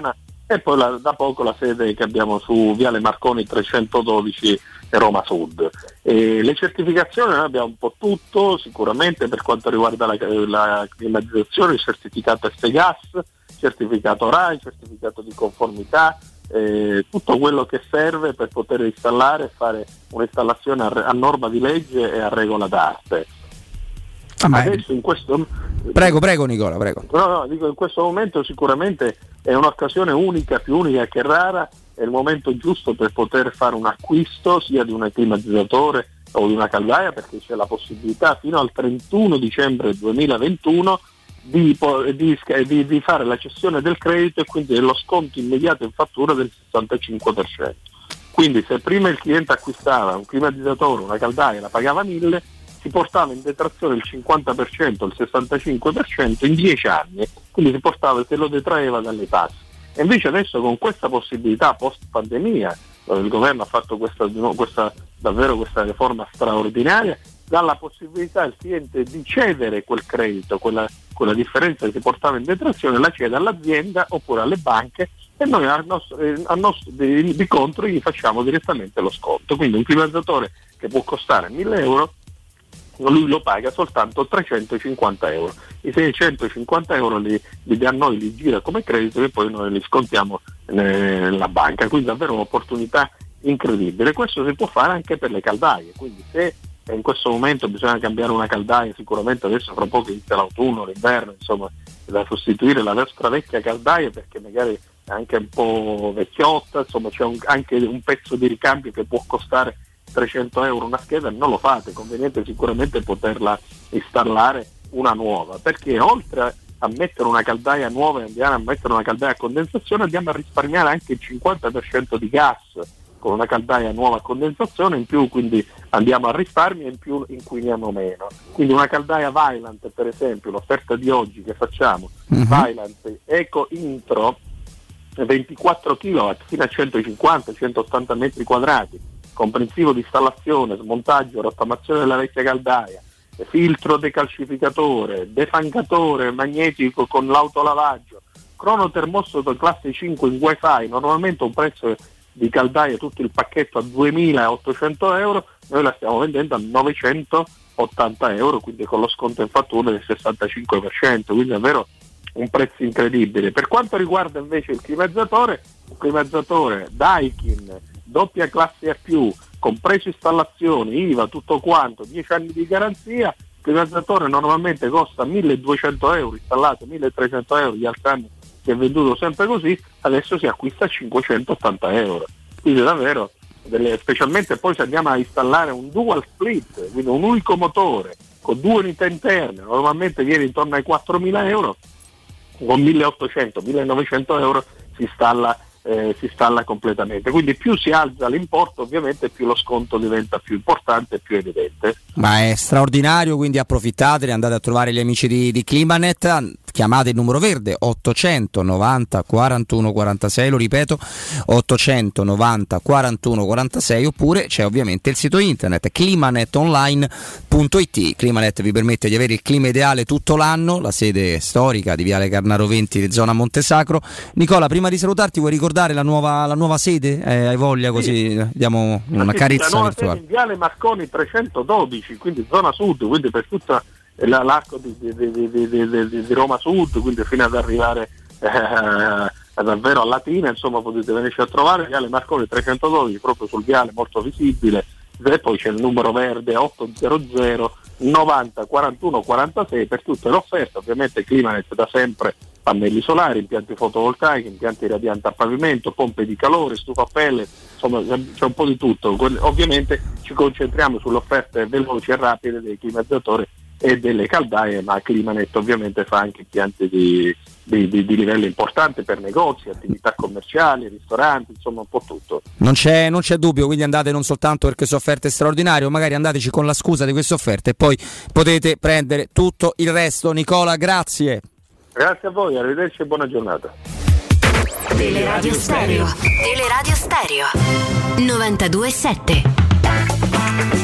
e poi da poco la sede che abbiamo su Viale Marconi 312 Roma Sud. Le certificazioni noi abbiamo un po' tutto, sicuramente per quanto riguarda la climatizzazione, il certificato F-Gas, certificato RAI, certificato di conformità, tutto quello che serve per poter installare e fare un'installazione a norma di legge e a regola d'arte. Adesso in questo... Prego Nicola, prego. No, dico, in questo momento sicuramente è un'occasione unica, più unica che rara, è il momento giusto per poter fare un acquisto sia di un climatizzatore o di una caldaia, perché c'è la possibilità fino al 31 dicembre 2021 di fare la cessione del credito e quindi dello sconto immediato in fattura del 65%. Quindi se prima il cliente acquistava un climatizzatore, una caldaia, la pagava 1.000, si portava in detrazione il 50%, il 65% in 10 anni, quindi si portava, se lo detraeva dalle tasse. E invece adesso con questa possibilità post pandemia, dove il governo ha fatto questa riforma straordinaria, dà la possibilità al cliente di cedere quel credito, quella differenza che si portava in detrazione, la cede all'azienda oppure alle banche, e noi di contro gli facciamo direttamente lo sconto. Quindi un climatizzatore che può costare 1.000 euro, lui lo paga soltanto 350 euro. I 650 euro a noi li gira come credito e poi noi li scontiamo nella banca, quindi davvero un'opportunità incredibile. Questo si può fare anche per le caldaie, quindi se in questo momento bisogna cambiare una caldaia, sicuramente adesso fra poco inizia l'autunno, l'inverno, insomma, da sostituire la nostra vecchia caldaia perché magari è anche un po' vecchiotta, insomma c'è anche un pezzo di ricambio che può costare 300 euro una scheda, non lo fate, è conveniente sicuramente poterla installare una nuova, perché oltre a mettere una caldaia nuova e andiamo a mettere una caldaia a condensazione andiamo a risparmiare anche il 50% di gas con una caldaia nuova a condensazione, in più quindi andiamo a risparmio e in più inquiniamo meno. Quindi una caldaia Vaillant, per esempio, l'offerta di oggi che facciamo, Vaillant Eco Intro 24 kW fino a 150-180 metri quadrati, comprensivo di installazione, smontaggio, rottamazione della vecchia caldaia, filtro decalcificatore, defangatore magnetico con l'autolavaggio, cronotermostato classe 5 in wifi, normalmente un prezzo di caldaia tutto il pacchetto a 2.800 euro, noi la stiamo vendendo a 980 euro, quindi con lo sconto in fattura del 65%, quindi davvero un prezzo incredibile. Per quanto riguarda invece il climatizzatore, un climatizzatore Daikin doppia classe A+, compreso installazione, IVA, tutto quanto, 10 anni di garanzia, il climatizzatore normalmente costa 1.200 euro installato, 1.300 euro, gli altri anni si è venduto sempre così, adesso si acquista a 580 euro. Quindi davvero, specialmente poi se andiamo a installare un dual split, quindi un unico motore con 2 unità interne, normalmente viene intorno ai 4.000 euro, con 1.800-1.900 euro si installa completamente. Quindi più si alza l'importo, ovviamente più lo sconto diventa più importante e più evidente. Ma è straordinario, quindi approfittatene, andate a trovare gli amici di Climanet, chiamate il numero verde 890 41 46, lo ripeto 890 41 46, oppure c'è ovviamente il sito internet climanetonline.it. Climanet vi permette di avere il clima ideale tutto l'anno, la sede storica di Viale Carnaro 20 zona Montesacro. Nicola, prima di salutarti vuoi ricordare la nuova sede? Hai voglia, così diamo una carezza la nuova virtuale. Sede in Viale Marconi 312, quindi zona sud, quindi per tutta l'arco di Roma Sud, quindi fino ad arrivare davvero a Latina, insomma potete venirci a trovare, Viale Marconi 312, proprio sul viale molto visibile, e poi c'è il numero verde 800 90 41 46 per tutte le offerte. Ovviamente Climanet da sempre pannelli solari, impianti fotovoltaici, impianti radianti a pavimento, pompe di calore, stufa a pelle, insomma c'è un po' di tutto. Ovviamente ci concentriamo sulle offerte veloci e rapide dei climatizzatori e delle caldaie, ma Climanet ovviamente fa anche impianti di livello importante per negozi, attività commerciali, ristoranti, insomma un po' tutto. Non c'è dubbio, quindi andate non soltanto per queste offerte straordinarie, magari andateci con la scusa di queste offerte e poi potete prendere tutto il resto. Nicola, grazie. Grazie a voi, arrivederci e buona giornata. Teleradio Stereo. Teleradio Stereo 92.7.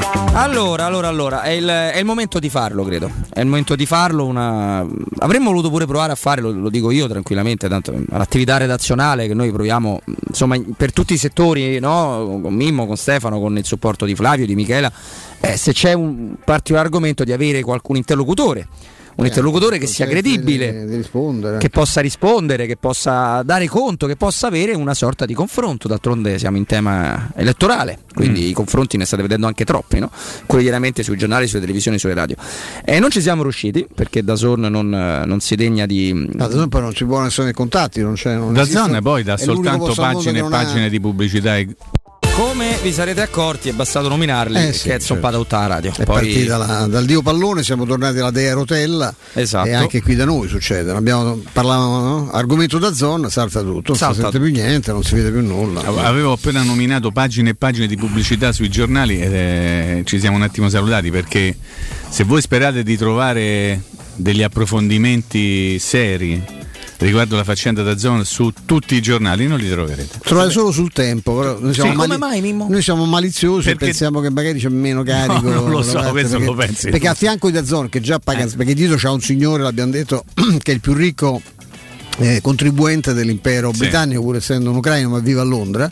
Allora, è il momento di farlo, credo. È il momento di farlo. Avremmo voluto pure provare a fare, lo dico io tranquillamente, tanto l'attività redazionale che noi proviamo, insomma, per tutti i settori, no? Con Mimmo, con Stefano, con il supporto di Flavio, di Michela. Se c'è un particolare argomento, di avere qualcun interlocutore. Un interlocutore che sia credibile, che possa rispondere, che possa dare conto, che possa avere una sorta di confronto. D'altronde siamo in tema elettorale, quindi i confronti ne state vedendo anche troppi, no? Quotidianamente sui giornali, sulle televisioni, sulle radio. Non ci siamo riusciti perché DAZN non si degna di. DAZN poi non ci può essere contatti, DAZN poi dà soltanto pagine e pagine di pubblicità. Come vi sarete accorti, è bastato nominarli, che è zompata tutta la radio. È partita dal Dio Pallone, siamo tornati alla Dea Rotella. Esatto. E anche qui da noi succede. Parlavamo, no? Argomento da zona, salta tutto, non si sente più niente, non si vede più nulla. Avevo appena nominato pagine e pagine di pubblicità sui giornali e ci siamo un attimo salutati, perché se voi sperate di trovare degli approfondimenti seri riguardo la faccenda DAZN su tutti i giornali non li troverete. Trovate solo sul Tempo, però noi siamo come mai, Mimmo? Noi siamo maliziosi e pensiamo che magari c'è meno carico. No, non lo so, questo lo pensi. Perché a fianco di DAZN, che già paga, perché dietro c'è un signore, l'abbiamo detto, che è il più ricco contribuente dell'impero britannico, pur essendo un ucraino ma vive a Londra,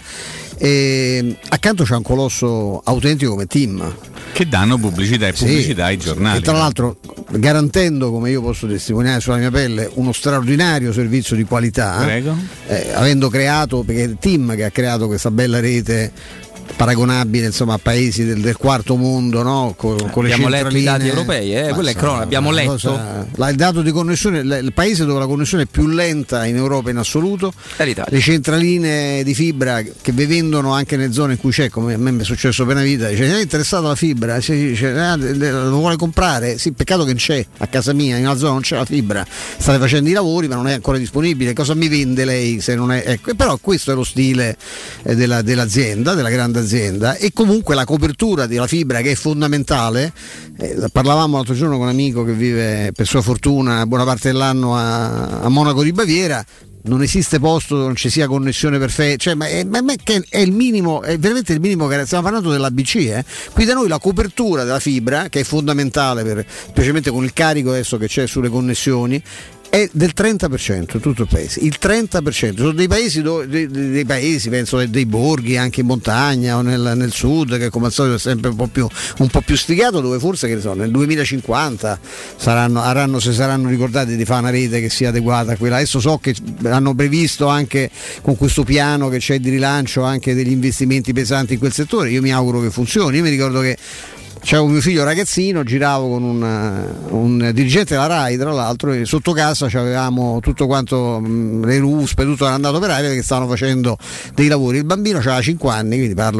e accanto c'è un colosso autentico come Tim, che danno pubblicità e pubblicità ai giornali, e tra l'altro garantendo, come io posso testimoniare sulla mia pelle, uno straordinario servizio di qualità. Prego. Avendo creato, perché è Tim che ha creato questa bella rete paragonabile, insomma, a paesi del quarto mondo, no? Con le abbiamo centraline. letto i dati europei, quella è cronaca, abbiamo letto. Il dato di connessione, il paese dove la connessione è più lenta in Europa in assoluto è l'Italia. Le centraline di fibra che vi vendono anche nelle zone in cui c'è, come a me mi è successo appena vita, dice: è interessato alla fibra? Lo vuole comprare? Sì, peccato che non c'è a casa mia, in una zona non c'è la fibra, state facendo i lavori ma non è ancora disponibile, cosa mi vende lei se non è? Ecco, però questo è lo stile dell'azienda, della grande azienda, e comunque la copertura della fibra, che è fondamentale. Parlavamo l'altro giorno con un amico che vive per sua fortuna buona parte dell'anno a Monaco di Baviera. Non esiste posto dove non ci sia connessione perfetta, cioè, ma è il minimo, è veramente il minimo che stiamo parlando dell'ABC. Qui da noi la copertura della fibra, che è fondamentale specialmente con il carico adesso che c'è sulle connessioni, è del 30% in tutto il paese. Il 30%. Sono dei paesi dei paesi, penso dei borghi anche in montagna o nel sud, che come al solito è sempre un po' più stigato, dove forse, che ne so, nel 2050 si saranno ricordati di fare una rete che sia adeguata a quella. Adesso so che hanno previsto anche con questo piano che c'è di rilancio anche degli investimenti pesanti in quel settore. Io mi auguro che funzioni. Io mi ricordo che c'avevo mio figlio ragazzino, giravo con un dirigente della RAI, tra l'altro, e sotto casa avevamo tutto quanto, le ruspe, tutto era andato per aria perché stavano facendo dei lavori. Il bambino aveva 5 anni, quindi parlo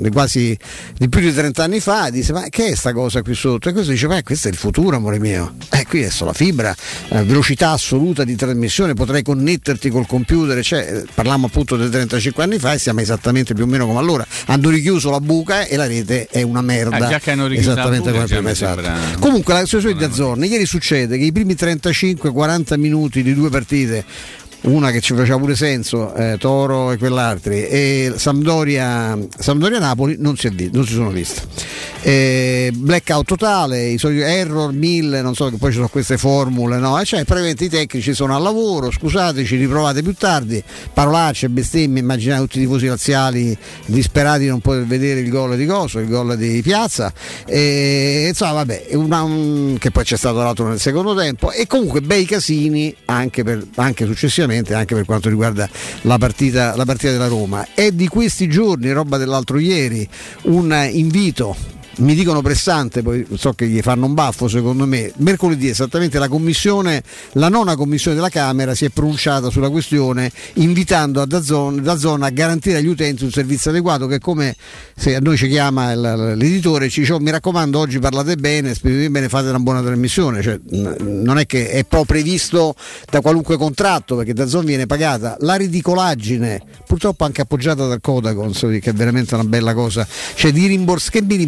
di più di 30 anni fa, e disse: ma che è sta cosa qui sotto? E questo dice: ma questo è il futuro, amore mio. Qui adesso la fibra, velocità assoluta di trasmissione, potrai connetterti col computer, cioè, parliamo appunto di 35 anni fa e siamo esattamente più o meno come allora. Hanno richiuso la buca e la rete è una merda. Esattamente come prima, esatto. Comunque la situazione di DAZN, ieri succede che i primi 35-40 minuti di due partite, una che ci faceva pure senso, Toro e quell'altri, e Sampdoria-Napoli, non si sono viste. Blackout totale, i soliti error 1000, non so, che poi ci sono queste formule, no? Cioè praticamente i tecnici sono al lavoro, scusateci, riprovate più tardi, parolacce, bestemmie, immaginate tutti i tifosi laziali disperati di non poter vedere il gol di Coso, il gol di Piazza, e insomma vabbè, che poi c'è stato l'altro nel secondo tempo, e comunque bei casini anche successivamente, anche per quanto riguarda la partita della Roma. È di questi giorni, roba dell'altro ieri, un invito, mi dicono pressante, poi so che gli fanno un baffo secondo me. Mercoledì esattamente la nona commissione della Camera si è pronunciata sulla questione, invitando a DAZN a garantire agli utenti un servizio adeguato, che, come se a noi ci chiama l'editore, ci dice: mi raccomando, oggi parlate bene, spedite bene, fate una buona trasmissione. Cioè, non è che è proprio previsto da qualunque contratto, perché DAZN viene pagata. La ridicolaggine, purtroppo anche appoggiata dal Codacons, che è veramente una bella cosa, cioè di rimborsi. Che mi rimborsi?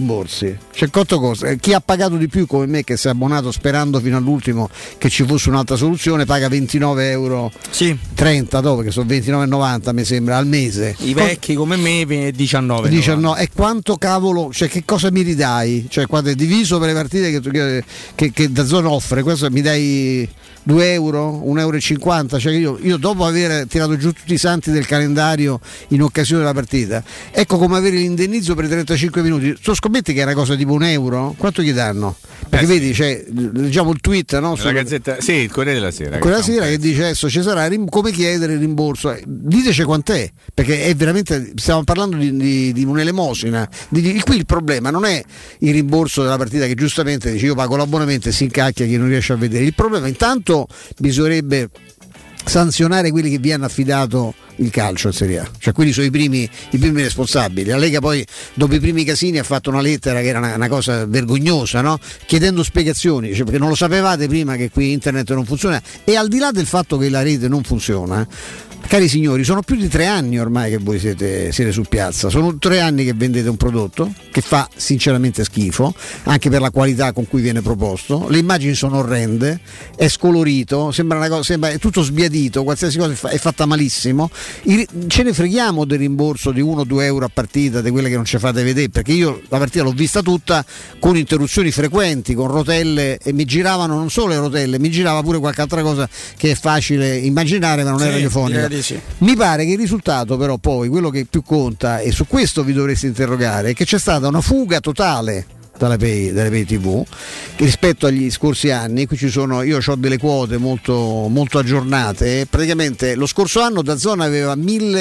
costi. C'è quanto costa. Chi ha pagato di più come me, che si è abbonato sperando fino all'ultimo che ci fosse un'altra soluzione, paga 29 euro, sì, 30 dopo, che sono 29,90 mi sembra al mese. I vecchi come me 19. E quanto cavolo, cioè che cosa mi ridai? Cioè quando è diviso per le partite che DAZN offre, questo mi dai 2 euro, 1,50 euro, cioè io dopo aver tirato giù tutti i santi del calendario in occasione della partita, ecco come avere l'indennizzo per 35 minuti. Tu scommetti che è una cosa tipo 1 euro? Quanto gli danno? Perché vedi, cioè, leggiamo il tweet, no? La Gazzetta, sì, il Corriere della Sera. Quella sera che dice adesso ci sarà come chiedere il rimborso. Diteci quant'è, perché è veramente, stiamo parlando di un'elemosina. Qui il problema non è il rimborso della partita, che giustamente dice io pago l'abbonamento e si incacchia chi non riesce a vedere. Il problema intanto bisognerebbe sanzionare quelli che vi hanno affidato il calcio in Serie A, cioè quelli sono i primi responsabili. La Lega poi dopo i primi casini ha fatto una lettera che era una cosa vergognosa, no? Chiedendo spiegazioni, cioè, perché non lo sapevate prima che qui internet non funziona, e al di là del fatto che la rete non funziona, cari signori, sono più di 3 anni ormai che voi siete su piazza, sono 3 anni che vendete un prodotto che fa sinceramente schifo, anche per la qualità con cui viene proposto, le immagini sono orrende, è scolorito, sembra una cosa, è tutto sbiadito, qualsiasi cosa è fatta malissimo. Ce ne freghiamo del rimborso di 1-2 euro a partita, di quelle che non ci fate vedere, perché io la partita l'ho vista tutta con interruzioni frequenti, con rotelle, e mi giravano non solo le rotelle, mi girava pure qualche altra cosa che è facile immaginare ma non è radiofonica. Sì. Mi pare che il risultato però poi, quello che più conta, e su questo vi dovreste interrogare, è che c'è stata una fuga totale dalle pay TV rispetto agli scorsi anni. Qui io ho delle quote molto, molto aggiornate. Praticamente lo scorso anno DAZN aveva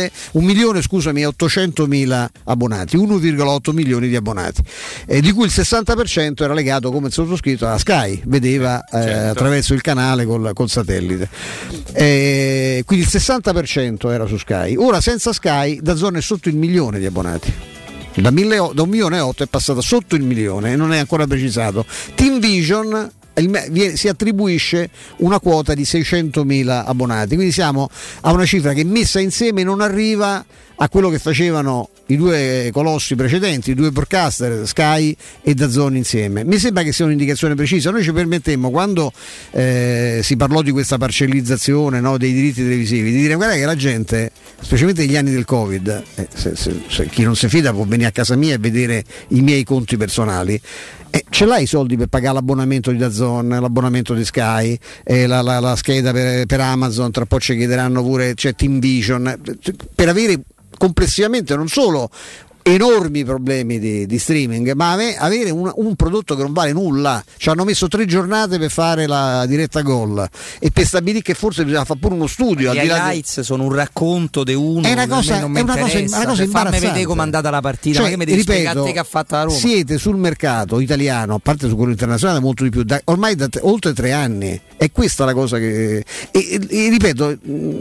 1.800.000 abbonati, 1,8 milioni di abbonati, di cui il 60% era legato, come il sottoscritto, alla Sky, vedeva attraverso il canale col satellite, quindi il 60% era su Sky. Ora senza Sky DAZN è sotto il 1 milione di abbonati. Da 1,8 milioni è passata sotto il 1 milione e non è ancora precisato. TeamVision si attribuisce una quota di 600.000 abbonati, quindi siamo a una cifra che messa insieme non arriva a quello che facevano i due colossi precedenti, i due broadcaster, Sky e DAZN insieme. Mi sembra che sia un'indicazione precisa. Noi ci permettemmo, quando si parlò di questa parcellizzazione, no, dei diritti televisivi, di dire guarda che la gente, specialmente negli anni del Covid, se chi non si fida può venire a casa mia e vedere i miei conti personali. Ce l'hai i soldi per pagare l'abbonamento di DAZN, l'abbonamento di Sky, la scheda per Amazon, tra poco ci chiederanno pure, c'è TeamVision, per avere complessivamente non solo enormi problemi di streaming, ma avere un prodotto che non vale nulla. Ci hanno messo 3 giornate per fare la diretta gol e per stabilire che forse bisogna fare pure uno studio. Gli highlights sono un racconto di uno, è una cosa imbarazzante. Fammi vedere com'è andata la partita, cioè, ma che mi devi spiegare te che ha fatto la Roma? Siete sul mercato italiano, a parte su quello internazionale, molto di più, ormai da oltre 3 anni. È questa la cosa che e ripeto,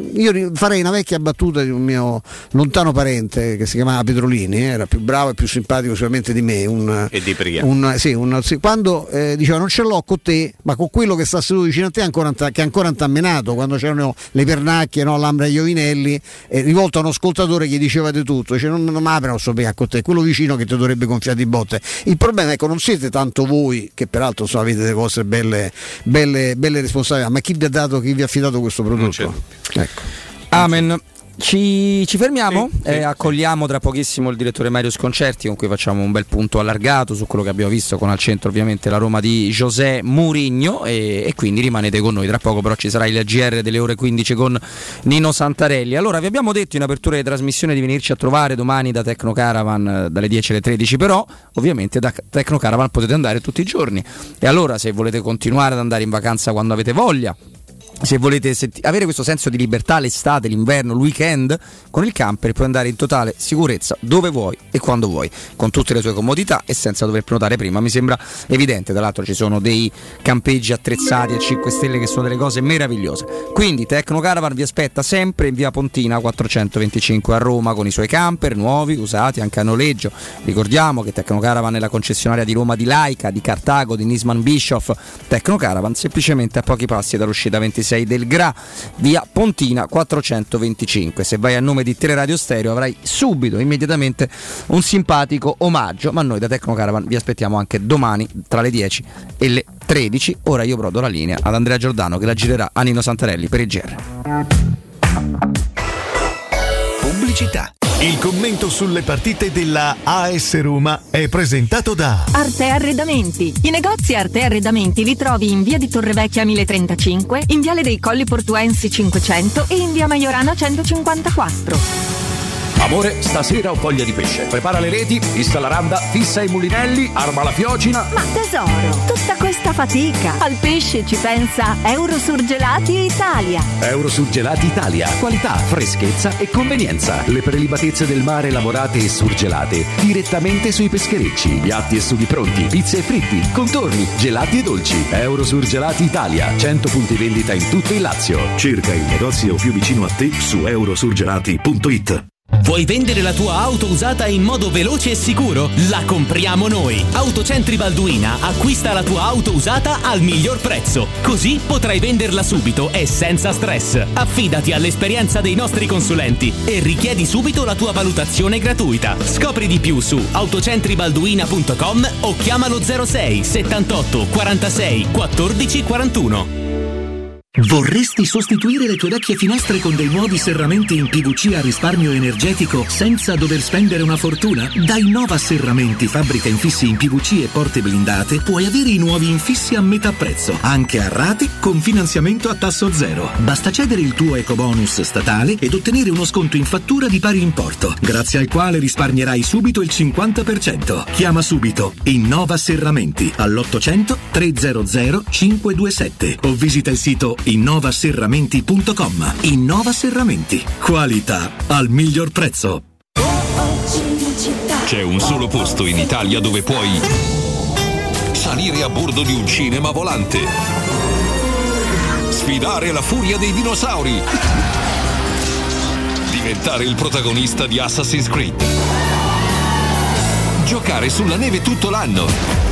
io farei una vecchia battuta di un mio lontano parente che si chiamava Petrolini, era più bravo e più simpatico sicuramente di me, e di Pria. Quando diceva non ce l'ho con te, ma con quello che sta seduto vicino a te che ancora non t'ha menato, quando c'erano le pernacchie, no, Lambra e Iovinelli, rivolto a un ascoltatore che gli diceva di tutto, dice non mi apre so con te, quello vicino che ti dovrebbe gonfiare di botte. Il problema è che non siete tanto voi, che peraltro avete delle vostre belle responsabilità, ma chi vi ha affidato questo prodotto? Ecco. Amen. Ci fermiamo, accogliamo tra pochissimo il direttore Mario Sconcerti, con cui facciamo un bel punto allargato su quello che abbiamo visto, con al centro ovviamente la Roma di José Mourinho, e quindi rimanete con noi. Tra poco però ci sarà il GR delle ore 15 con Nino Santarelli. Allora, vi abbiamo detto in apertura di trasmissione di venirci a trovare domani da Tecno Caravan dalle 10 alle 13, però ovviamente da Tecno Caravan potete andare tutti i giorni, e allora se volete continuare ad andare in vacanza quando avete voglia, se volete avere questo senso di libertà l'estate, l'inverno, il weekend, con il camper puoi andare in totale sicurezza dove vuoi e quando vuoi, con tutte le sue comodità e senza dover prenotare prima. Mi sembra evidente. Tra l'altro ci sono dei campeggi attrezzati a 5 stelle che sono delle cose meravigliose. Quindi Tecno Caravan vi aspetta sempre in via Pontina 425 a Roma, con i suoi camper nuovi, usati, anche a noleggio. Ricordiamo che Tecno Caravan è la concessionaria di Roma di Laika, di Cartago, di Nisman Bischoff. Tecno Caravan semplicemente a pochi passi dall'uscita 26 26 del Gra, via Pontina 425. Se vai a nome di Teleradio Stereo avrai subito, immediatamente, un simpatico omaggio, ma noi da Tecnocaravan vi aspettiamo anche domani tra le 10 e le 13. Ora io però do la linea ad Andrea Giordano che la girerà a Nino Santarelli per il GR. Pubblicità. Il commento sulle partite della AS Roma è presentato da Arte Arredamenti. I negozi Arte Arredamenti li trovi in via di Torrevecchia 1035, in viale dei Colli Portuensi 500 e in via Maiorana 154. Amore, stasera ho voglia di pesce. Prepara le reti, fissa la randa, fissa i mulinelli, arma la fiocina. Ma tesoro, tutta questa fatica. Al pesce ci pensa Eurosurgelati Italia. Eurosurgelati Italia. Qualità, freschezza e convenienza. Le prelibatezze del mare lavorate e surgelate direttamente sui pescherecci. Piatti e sughi pronti, pizze e fritti, contorni, gelati e dolci. Eurosurgelati Italia. 100 punti vendita in tutto il Lazio. Cerca il negozio più vicino a te su eurosurgelati.it. Vuoi vendere la tua auto usata in modo veloce e sicuro? La compriamo noi! Autocentri Balduina acquista la tua auto usata al miglior prezzo. Così potrai venderla subito e senza stress. Affidati all'esperienza dei nostri consulenti e richiedi subito la tua valutazione gratuita. Scopri di più su autocentribalduina.com o chiamalo 06 78 46 14 41. Vorresti sostituire le tue vecchie finestre con dei nuovi serramenti in PVC a risparmio energetico senza dover spendere una fortuna? Da Innova Serramenti, fabbrica infissi in PVC e porte blindate, puoi avere i nuovi infissi a metà prezzo, anche a rate con finanziamento a tasso zero. Basta cedere il tuo ecobonus statale ed ottenere uno sconto in fattura di pari importo, grazie al quale risparmierai subito il 50%. Chiama subito Innova Serramenti all'800 300 527 o visita il sito innovaserramenti.com. Innova Serramenti, qualità al miglior prezzo. C'è un solo posto in Italia dove puoi salire a bordo di un cinema volante, sfidare la furia dei dinosauri, diventare il protagonista di Assassin's Creed, giocare sulla neve tutto l'anno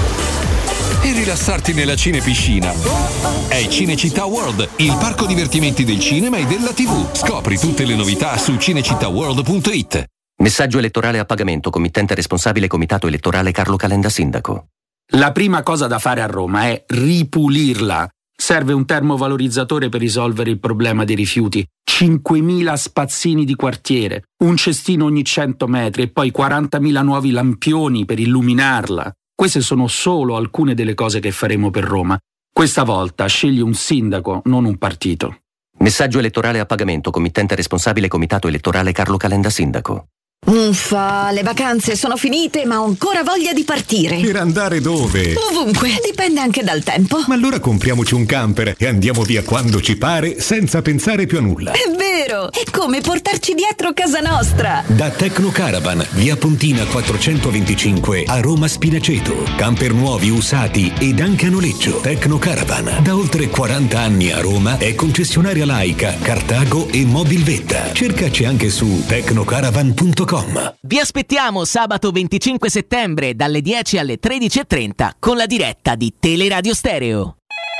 e rilassarti nella cinepiscina. È Cinecittà World, il parco divertimenti del cinema e della TV. Scopri tutte le novità su cinecittàworld.it. Messaggio elettorale a pagamento. Committente responsabile Comitato Elettorale Carlo Calenda Sindaco. La prima cosa da fare a Roma è ripulirla. Serve un termovalorizzatore per risolvere il problema dei rifiuti. 5.000 spazzini di quartiere, un cestino ogni 100 metri e poi 40.000 nuovi lampioni per illuminarla. Queste sono solo alcune delle cose che faremo per Roma. Questa volta scegli un sindaco, non un partito. Messaggio elettorale a pagamento. Committente responsabile Comitato Elettorale Carlo Calenda Sindaco. Uffa, le vacanze sono finite, ma ho ancora voglia di partire. Per andare dove? Ovunque, dipende anche dal tempo. Ma allora compriamoci un camper e andiamo via quando ci pare, senza pensare più a nulla. È vero, è come portarci dietro casa nostra. Da Tecnocaravan, via Pontina 425 a Roma Spinaceto. Camper nuovi, usati ed anche a noleggio. Tecnocaravan, da oltre 40 anni a Roma, è concessionaria Laica, Cartago e Mobilvetta. Cercaci anche su tecnocaravan.com. Vi aspettiamo sabato 25 settembre dalle 10 alle 13:30 con la diretta di Teleradio Stereo.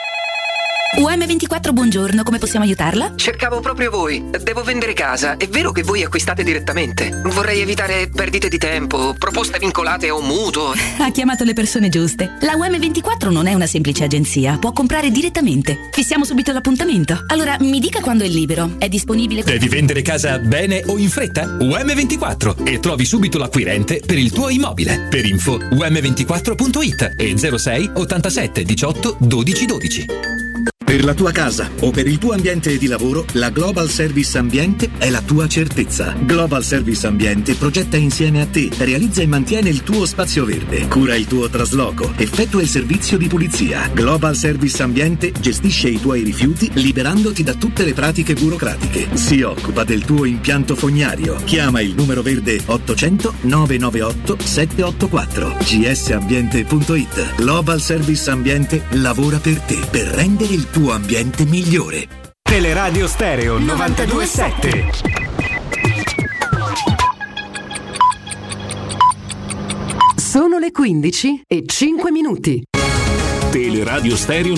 UM24, buongiorno, come possiamo aiutarla? Cercavo proprio voi. Devo vendere casa. È vero che voi acquistate direttamente? Vorrei evitare perdite di tempo, proposte vincolate a un mutuo. Ha chiamato le persone giuste. La UM24 non è una semplice agenzia, può comprare direttamente. Fissiamo subito l'appuntamento. Allora, mi dica quando è libero. È disponibile? Devi vendere casa bene o in fretta? UM24 e trovi subito l'acquirente per il tuo immobile. Per info um24.it e 06 87 18 12 12. Per la tua casa o per il tuo ambiente di lavoro, la Global Service Ambiente è la tua certezza. Global Service Ambiente progetta insieme a te, realizza e mantiene il tuo spazio verde, cura il tuo trasloco, effettua il servizio di pulizia. Global Service Ambiente gestisce i tuoi rifiuti liberandoti da tutte le pratiche burocratiche. Si occupa del tuo impianto fognario. Chiama il numero verde 800 998 784. gsambiente.it. Global Service Ambiente lavora per te, per rendere il tuo ambiente migliore. Teleradio Stereo 92.7. Sono le 15:05. Teleradio Stereo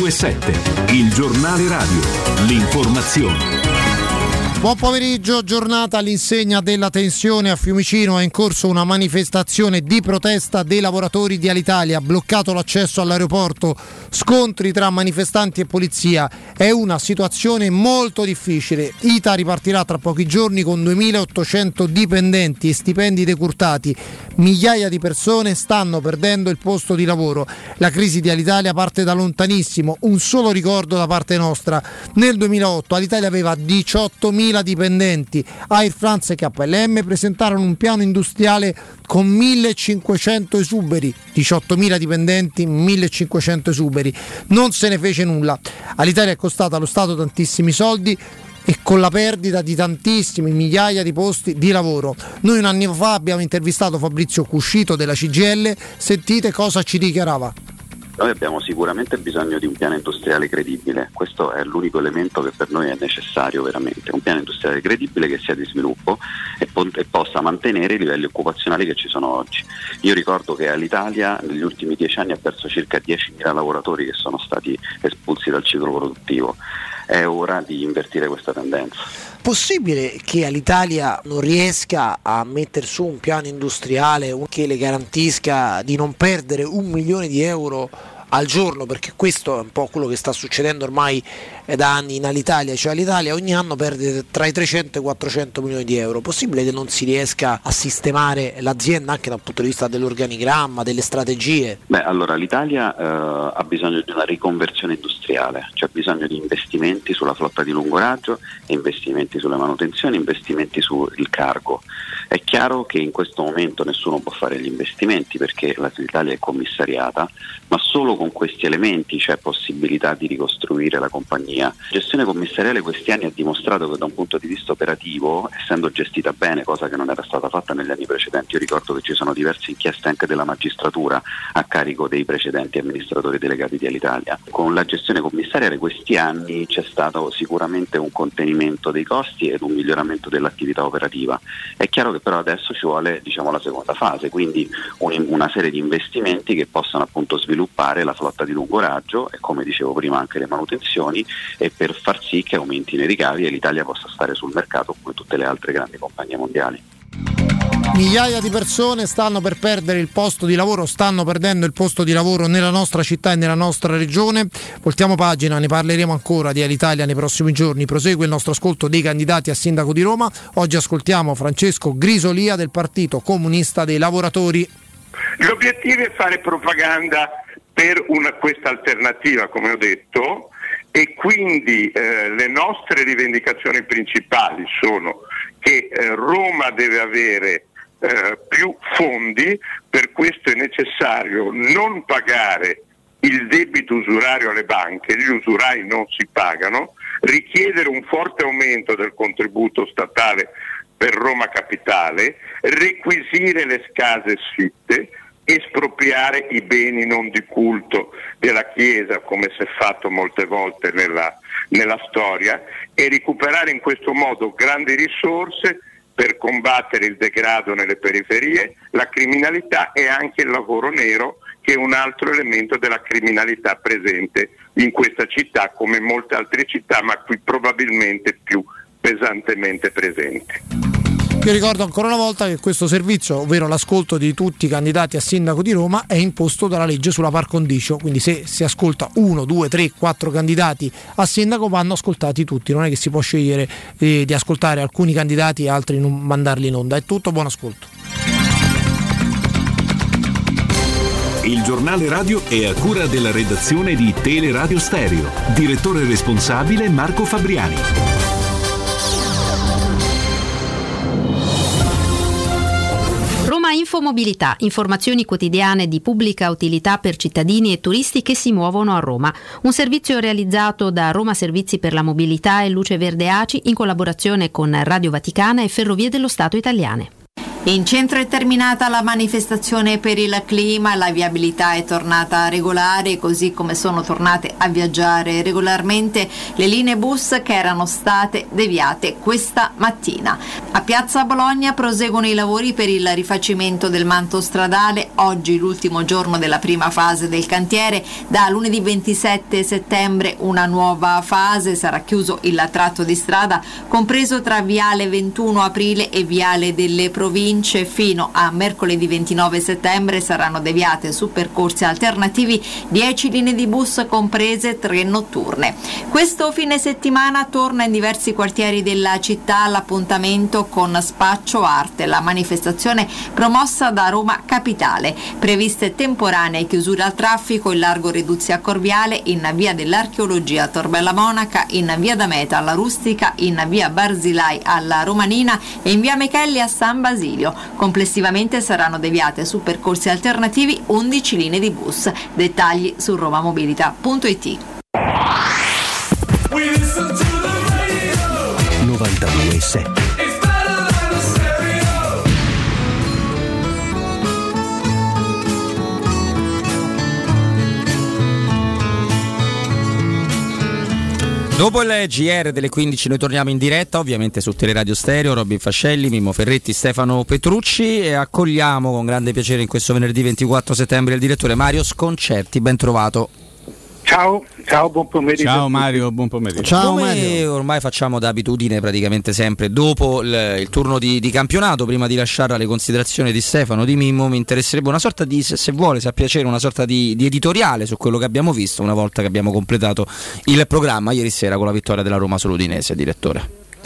92.7, il giornale radio, l'informazione. Buon pomeriggio, giornata all'insegna della tensione a Fiumicino. È in corso una manifestazione di protesta dei lavoratori di Alitalia, bloccato l'accesso all'aeroporto, scontri tra manifestanti e polizia. È una situazione molto difficile. ITA ripartirà tra pochi giorni con 2.800 dipendenti e stipendi decurtati. Migliaia di persone stanno perdendo il posto di lavoro. La crisi di Alitalia parte da lontanissimo. Un solo ricordo da parte nostra: nel 2008 Alitalia aveva 18.000 dipendenti. Air France e KLM presentarono un piano industriale con 1.500 esuberi. 18.000 dipendenti, 1.500 esuberi. Non se ne fece nulla. All'Italia è costata allo Stato tantissimi soldi e con la perdita di tantissimi migliaia di posti di lavoro. Noi un anno fa abbiamo intervistato Fabrizio Cuscito della CGIL. Sentite cosa ci dichiarava. Noi abbiamo sicuramente bisogno di un piano industriale credibile, questo è l'unico elemento che per noi è necessario veramente, un piano industriale credibile che sia di sviluppo e possa mantenere i livelli occupazionali che ci sono oggi. Io ricordo che Alitalia negli ultimi 10 anni ha perso circa 10.000 lavoratori che sono stati espulsi dal ciclo produttivo. È ora di invertire questa tendenza. Possibile che Alitalia non riesca a mettere su un piano industriale che le garantisca di non perdere 1 milione di euro al giorno, perché questo è un po' quello che sta succedendo ormai da anni in Alitalia, cioè l'Italia ogni anno perde tra i 300 e i 400 milioni di euro. Possibile che non si riesca a sistemare l'azienda anche dal punto di vista dell'organigramma, delle strategie? Beh, allora l'Italia ha bisogno di una riconversione industriale, cioè ha bisogno di investimenti sulla flotta di lungo raggio, investimenti sulle manutenzioni, investimenti sul cargo. È chiaro che in questo momento nessuno può fare gli investimenti perché l'Italia è commissariata, ma solo con questi elementi c'è possibilità di ricostruire la compagnia. La gestione commissariale questi anni ha dimostrato che da un punto di vista operativo, essendo gestita bene, cosa che non era stata fatta negli anni precedenti, io ricordo che ci sono diverse inchieste anche della magistratura a carico dei precedenti amministratori delegati di Alitalia. Con la gestione commissariale questi anni c'è stato sicuramente un contenimento dei costi ed un miglioramento dell'attività operativa. È chiaro che però adesso ci vuole la seconda fase, quindi una serie di investimenti che possano appunto sviluppare la flotta di lungo raggio e, come dicevo prima, anche le manutenzioni, e per far sì che aumentino i ricavi e l'Italia possa stare sul mercato come tutte le altre grandi compagnie mondiali. Migliaia di persone stanno per perdere il posto di lavoro, stanno perdendo il posto di lavoro nella nostra città e nella nostra regione. Voltiamo pagina, ne parleremo ancora di Alitalia nei prossimi giorni. Prosegue il nostro ascolto dei candidati a sindaco di Roma. Oggi ascoltiamo Francesco Grisolia del Partito Comunista dei Lavoratori. L'obiettivo è fare propaganda per questa alternativa, come ho detto, e quindi le nostre rivendicazioni principali sono che Roma deve avere più fondi. Per questo è necessario non pagare il debito usurario alle banche, gli usurai non si pagano, richiedere un forte aumento del contributo statale per Roma Capitale, requisire le case sfitte, espropriare i beni non di culto della Chiesa, come si è fatto molte volte nella storia, e recuperare in questo modo grandi risorse per combattere il degrado nelle periferie, la criminalità e anche il lavoro nero, che è un altro elemento della criminalità presente in questa città come in molte altre città, ma qui probabilmente più pesantemente presente. Io ricordo ancora una volta che questo servizio, ovvero l'ascolto di tutti i candidati a sindaco di Roma, è imposto dalla legge sulla par condicio, quindi se si ascolta 1, 2, 3, 4 candidati a sindaco vanno ascoltati tutti, non è che si può scegliere di ascoltare alcuni candidati e altri non mandarli in onda. È tutto, buon ascolto. Il giornale radio è a cura della redazione di Teleradio Stereo. Direttore responsabile Marco Fabriani. Roma Infomobilità, informazioni quotidiane di pubblica utilità per cittadini e turisti che si muovono a Roma. Un servizio realizzato da Roma Servizi per la Mobilità e Luce Verde ACI in collaborazione con Radio Vaticana e Ferrovie dello Stato italiane. In centro è terminata la manifestazione per il clima, la viabilità è tornata regolare, così come sono tornate a viaggiare regolarmente le linee bus che erano state deviate questa mattina. A Piazza Bologna proseguono i lavori per il rifacimento del manto stradale oggi l'ultimo giorno della prima fase del cantiere. Da lunedì 27 settembre una nuova fase, sarà chiuso il tratto di strada compreso tra Viale 21 Aprile e Viale delle Province. Fino a mercoledì 29 settembre saranno deviate su percorsi alternativi 10 linee di bus, comprese 3 notturne. Questo fine settimana torna in diversi quartieri della città l'appuntamento con Spaccio Arte, la manifestazione promossa da Roma Capitale. Previste temporanee chiusure al traffico in largo Reduzia Corviale, in via dell'Archeologia a Tor Bella Monaca, in via D'Ameta alla Rustica, in via Barzilai alla Romanina e in via Mechelli a San Basilio. Complessivamente saranno deviate su percorsi alternativi 11 linee di bus. Dettagli su romamobilità.it. 92.7. Dopo il GR delle 15 noi torniamo in diretta, ovviamente su Teleradio Stereo, Robin Fascelli, Mimmo Ferretti, Stefano Petrucci, e accogliamo con grande piacere in questo venerdì 24 settembre il direttore Mario Sconcerti. Ben trovato. Ciao, buon pomeriggio. Ciao Mario, buon pomeriggio. Ciao Mario. Ormai facciamo da abitudine praticamente sempre dopo il turno di campionato, prima di lasciare alle considerazioni di Stefano, di Mimmo, mi interesserebbe una sorta di, se vuole, se ha piacere, una sorta di editoriale su quello che abbiamo visto una volta che abbiamo completato il programma ieri sera con la vittoria della Roma sull'Udinese, direttore.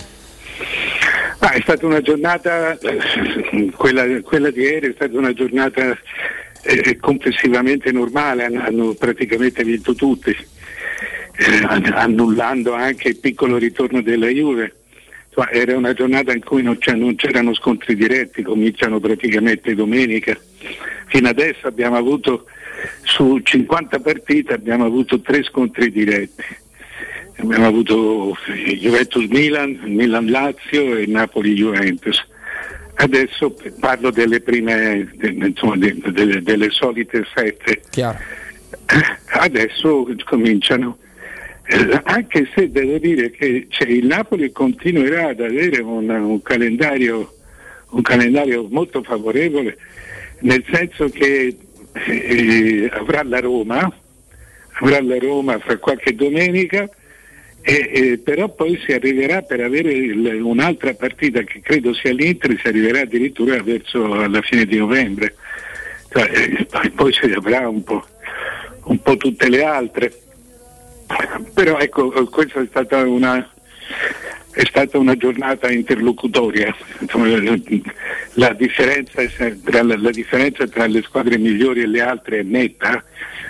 È stata una giornata, quella di ieri è stata una giornata complessivamente normale, hanno praticamente vinto tutti, annullando anche il piccolo ritorno della Juve. Era una giornata in cui non c'erano scontri diretti, cominciano praticamente domenica. Fino adesso abbiamo avuto, su 50 partite, abbiamo avuto 3 scontri diretti. Abbiamo avuto Juventus-Milan, Milan-Lazio e Napoli-Juventus. Adesso parlo delle prime, delle solite 7. Chiaro. Adesso cominciano, anche se devo dire che il Napoli continuerà ad avere un calendario molto favorevole, nel senso che avrà la Roma fra qualche domenica. Però poi si arriverà, per avere un'altra partita che credo sia l'Inter, si arriverà addirittura verso alla fine di novembre, poi si avrà un po' tutte le altre. Però ecco, questa è stata una giornata interlocutoria. La differenza tra le squadre migliori e le altre è netta,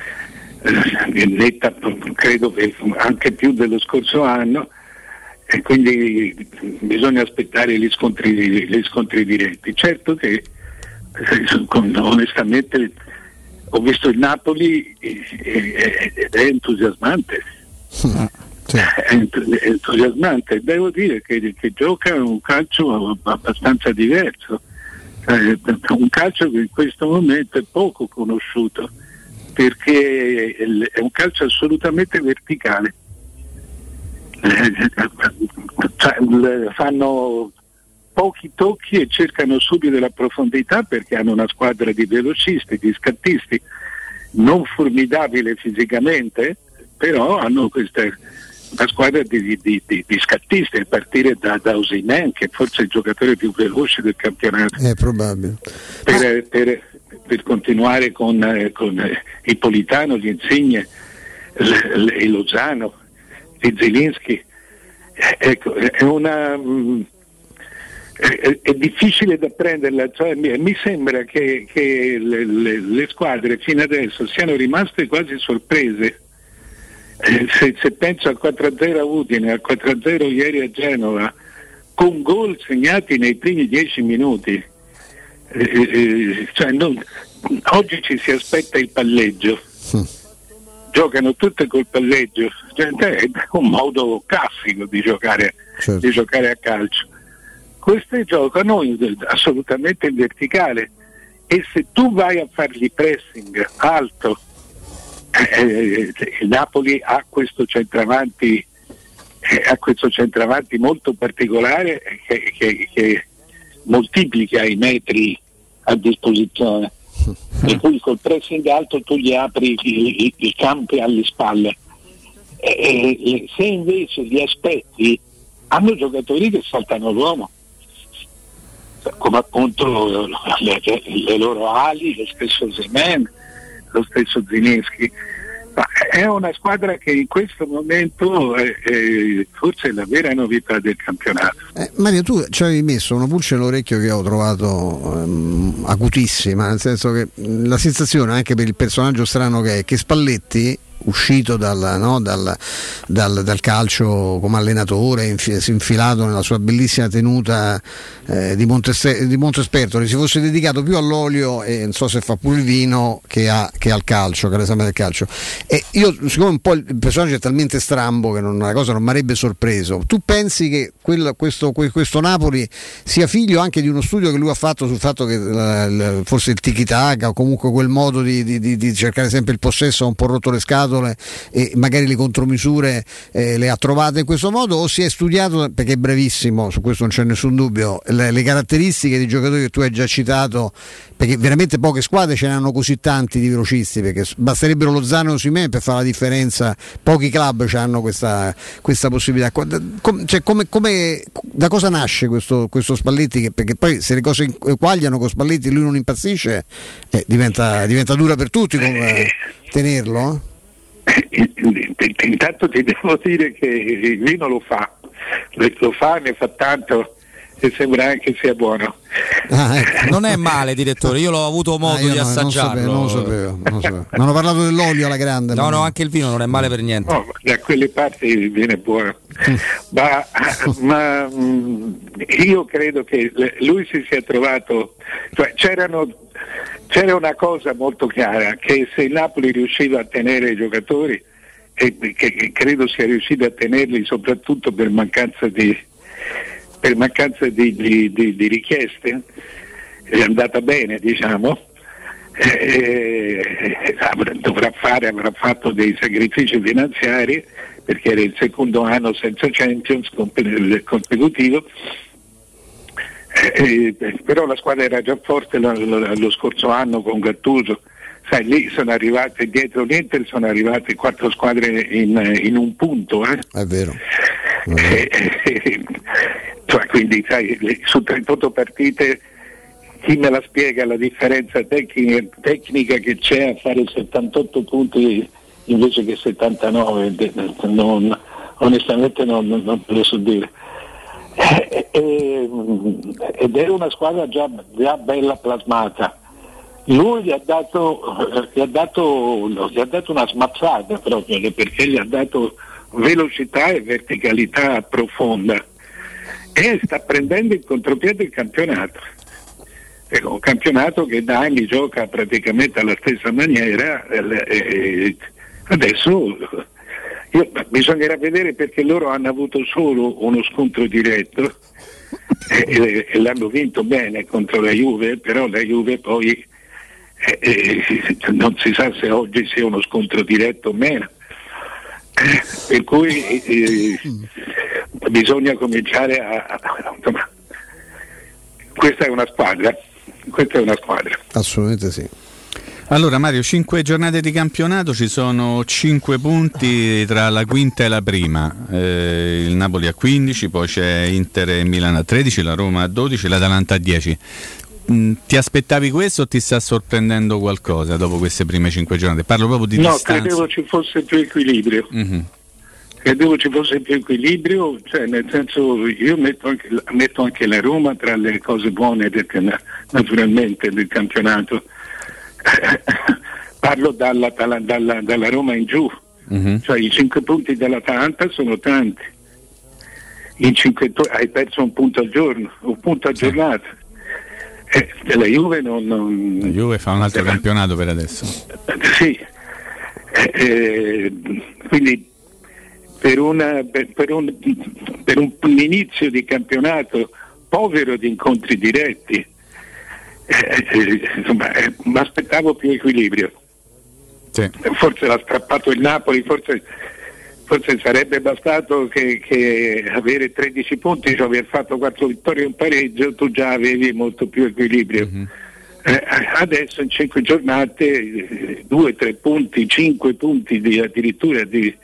credo che anche più dello scorso anno, e quindi bisogna aspettare gli scontri diretti. Certo che onestamente ho visto il Napoli ed è entusiasmante. È entusiasmante. Devo dire che gioca un calcio abbastanza diverso, un calcio che in questo momento è poco conosciuto, perché è un calcio assolutamente verticale. Fanno pochi tocchi e cercano subito la profondità, perché hanno una squadra di velocisti, di scattisti, non formidabile fisicamente, però hanno una squadra di scattisti, a partire da Osimhen, che forse è il giocatore più veloce del campionato. È probabile. Per continuare con Ipolitano, gli Insigne, e Lozano, e Zielinski. Ecco, è difficile da prenderla, cioè, mi sembra che le squadre fino adesso siano rimaste quasi sorprese. Se penso al 4-0 a Udine, al 4-0 ieri a Genova, con gol segnati nei primi 10 minuti, oggi ci si aspetta il palleggio, giocano tutte col palleggio, è un modo classico di giocare, certo, di giocare a calcio. Queste giocano assolutamente in verticale, e se tu vai a fargli pressing alto, il Napoli ha questo centravanti molto particolare che moltiplica i metri a disposizione. per cui col pressing alto tu gli apri i campi alle spalle. Se invece li aspetti, hanno giocatori che saltano l'uomo, come appunto le loro ali, lo stesso Semen, lo stesso Zineschi. Ma è una squadra che in questo momento forse è la vera novità del campionato. Mario, tu ci avevi messo una pulce nell'orecchio che ho trovato acutissima, nel senso che la sensazione, anche per il personaggio strano che è, che Spalletti, uscito dal calcio come allenatore, si è infilato nella sua bellissima tenuta di Montespertolo, si fosse dedicato più all'olio e non so se fa pure il vino che al calcio, che all'esame del calcio. E io, siccome un po' il personaggio è talmente strambo che la cosa non mi avrebbe sorpreso, tu pensi che questo Napoli sia figlio anche di uno studio che lui ha fatto sul fatto che forse il tiki-taka o comunque quel modo di cercare sempre il possesso ha un po' rotto le scatole e magari le contromisure le ha trovate in questo modo, o si è studiato, perché è brevissimo, su questo non c'è nessun dubbio, le caratteristiche di giocatori che tu hai già citato, perché veramente poche squadre ce ne hanno così tanti di velocisti, perché basterebbero Lozano e Osimhen per fare la differenza, pochi club hanno questa possibilità. Da cosa nasce questo Spalletti? Perché poi se le cose eguagliano con Spalletti lui non impazzisce, diventa dura per tutti tenerlo? Intanto ti devo dire che il vino lo fa, ne fa tanto e sembra anche sia buono. Ecco. Non è male, direttore, io l'ho avuto modo di assaggiarlo. Non lo sapevo. Hanno parlato dell'olio alla grande. No, anche il vino non è male per niente. No, da quelle parti il vino è buono. ma io credo che lui si sia trovato, cioè c'era una cosa molto chiara, che se il Napoli riusciva a tenere i giocatori, e che credo sia riuscito a tenerli soprattutto per mancanza di richieste, è andata bene, diciamo, avrà fatto dei sacrifici finanziari perché era il secondo anno senza Champions consecutivo. Però la squadra era già forte lo scorso anno con Gattuso, sai, lì sono arrivate dietro l'Inter, sono arrivate 4 squadre in un punto, È vero. Cioè, quindi sai, su 38 partite chi me la spiega la differenza tecnica che c'è a fare 78 punti invece che 79? Onestamente non te lo so dire. Ed era una squadra già bella plasmata. Lui gli ha dato una smazzata proprio, perché gli ha dato velocità e verticalità profonda e sta prendendo in contropiede il campionato. Un campionato che da anni gioca praticamente alla stessa maniera, adesso bisognerà vedere, perché loro hanno avuto solo uno scontro diretto e l'hanno vinto bene contro la Juve, però la Juve poi non si sa se oggi sia uno scontro diretto o meno, per cui bisogna cominciare insomma, questa è una squadra. Assolutamente sì. Allora Mario, 5 giornate di campionato, ci sono 5 punti tra la quinta e la prima, il Napoli a 15, poi c'è Inter e Milano a 13, la Roma a 12, l'Atalanta a 10. Ti aspettavi questo o ti sta sorprendendo qualcosa dopo queste prime 5 giornate? Parlo proprio di distanza. No, credevo ci fosse più equilibrio. Mm-hmm. Cioè nel senso, io metto anche la Roma tra le cose buone naturalmente del campionato. Parlo dalla Roma in giù, cioè i 5 punti dell'Atalanta sono tanti, hai perso un punto al giorno, un punto a giornata. La Juve la Juve fa un altro campionato per adesso. Sì, quindi per un inizio di campionato povero di incontri diretti, mi aspettavo più equilibrio. Sì. Forse l'ha strappato il Napoli, forse sarebbe bastato che avere 13 punti, cioè aver fatto 4 vittorie e un pareggio, tu già avevi molto più equilibrio. adesso in 5 giornate 2-3 punti, 5 punti addirittura di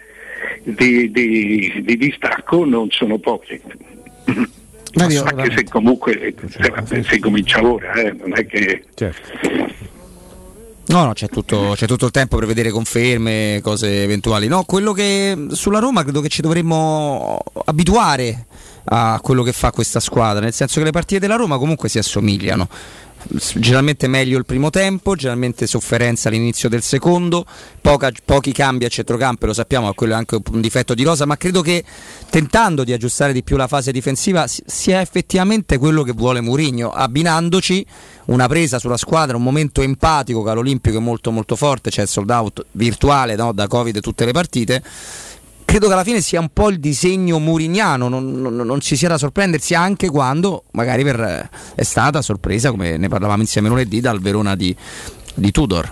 distacco non sono pochi. Anche se comunque si comincia ora, non è che... Certo. No, c'è tutto il tempo per vedere conferme, cose eventuali. No, quello che sulla Roma credo che ci dovremmo abituare a quello che fa questa squadra, nel senso che le partite della Roma comunque si assomigliano. Generalmente meglio il primo tempo, generalmente sofferenza all'inizio del secondo, pochi cambi a centrocampo, lo sappiamo, quello è anche un difetto di rosa, ma credo che tentando di aggiustare di più la fase difensiva sia effettivamente quello che vuole Mourinho, abbinandoci una presa sulla squadra, un momento empatico che all'Olimpico è molto molto forte, c'è il sold out virtuale, no, da Covid tutte le partite. Credo che alla fine sia un po' il disegno mouriniano, non ci sia da sorprendersi, anche quando magari è stata sorpresa, come ne parlavamo insieme lunedì, dal Verona di Tudor.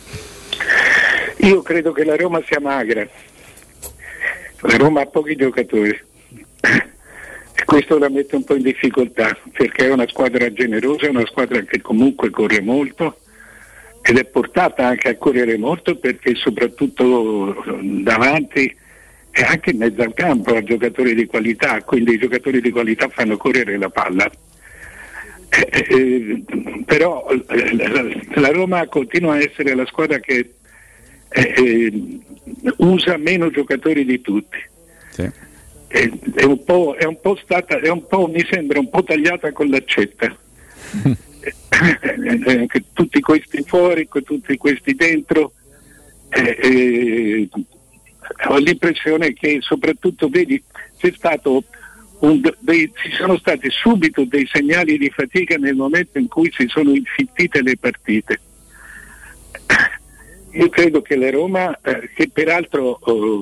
Io credo che la Roma sia magra, la Roma ha pochi giocatori e questo la mette un po' in difficoltà, perché è una squadra generosa, è una squadra che comunque corre molto ed è portata anche a correre molto, perché soprattutto davanti e anche in mezzo al campo ha giocatori di qualità, quindi i giocatori di qualità fanno correre la palla. Però la Roma continua a essere la squadra che usa meno giocatori di tutti. Sì. È un po' mi sembra un po' tagliata con l'accetta. Tutti questi fuori, tutti questi dentro. Ho l'impressione che soprattutto ci sono stati subito dei segnali di fatica nel momento in cui si sono infittite le partite. Io credo che la Roma, che peraltro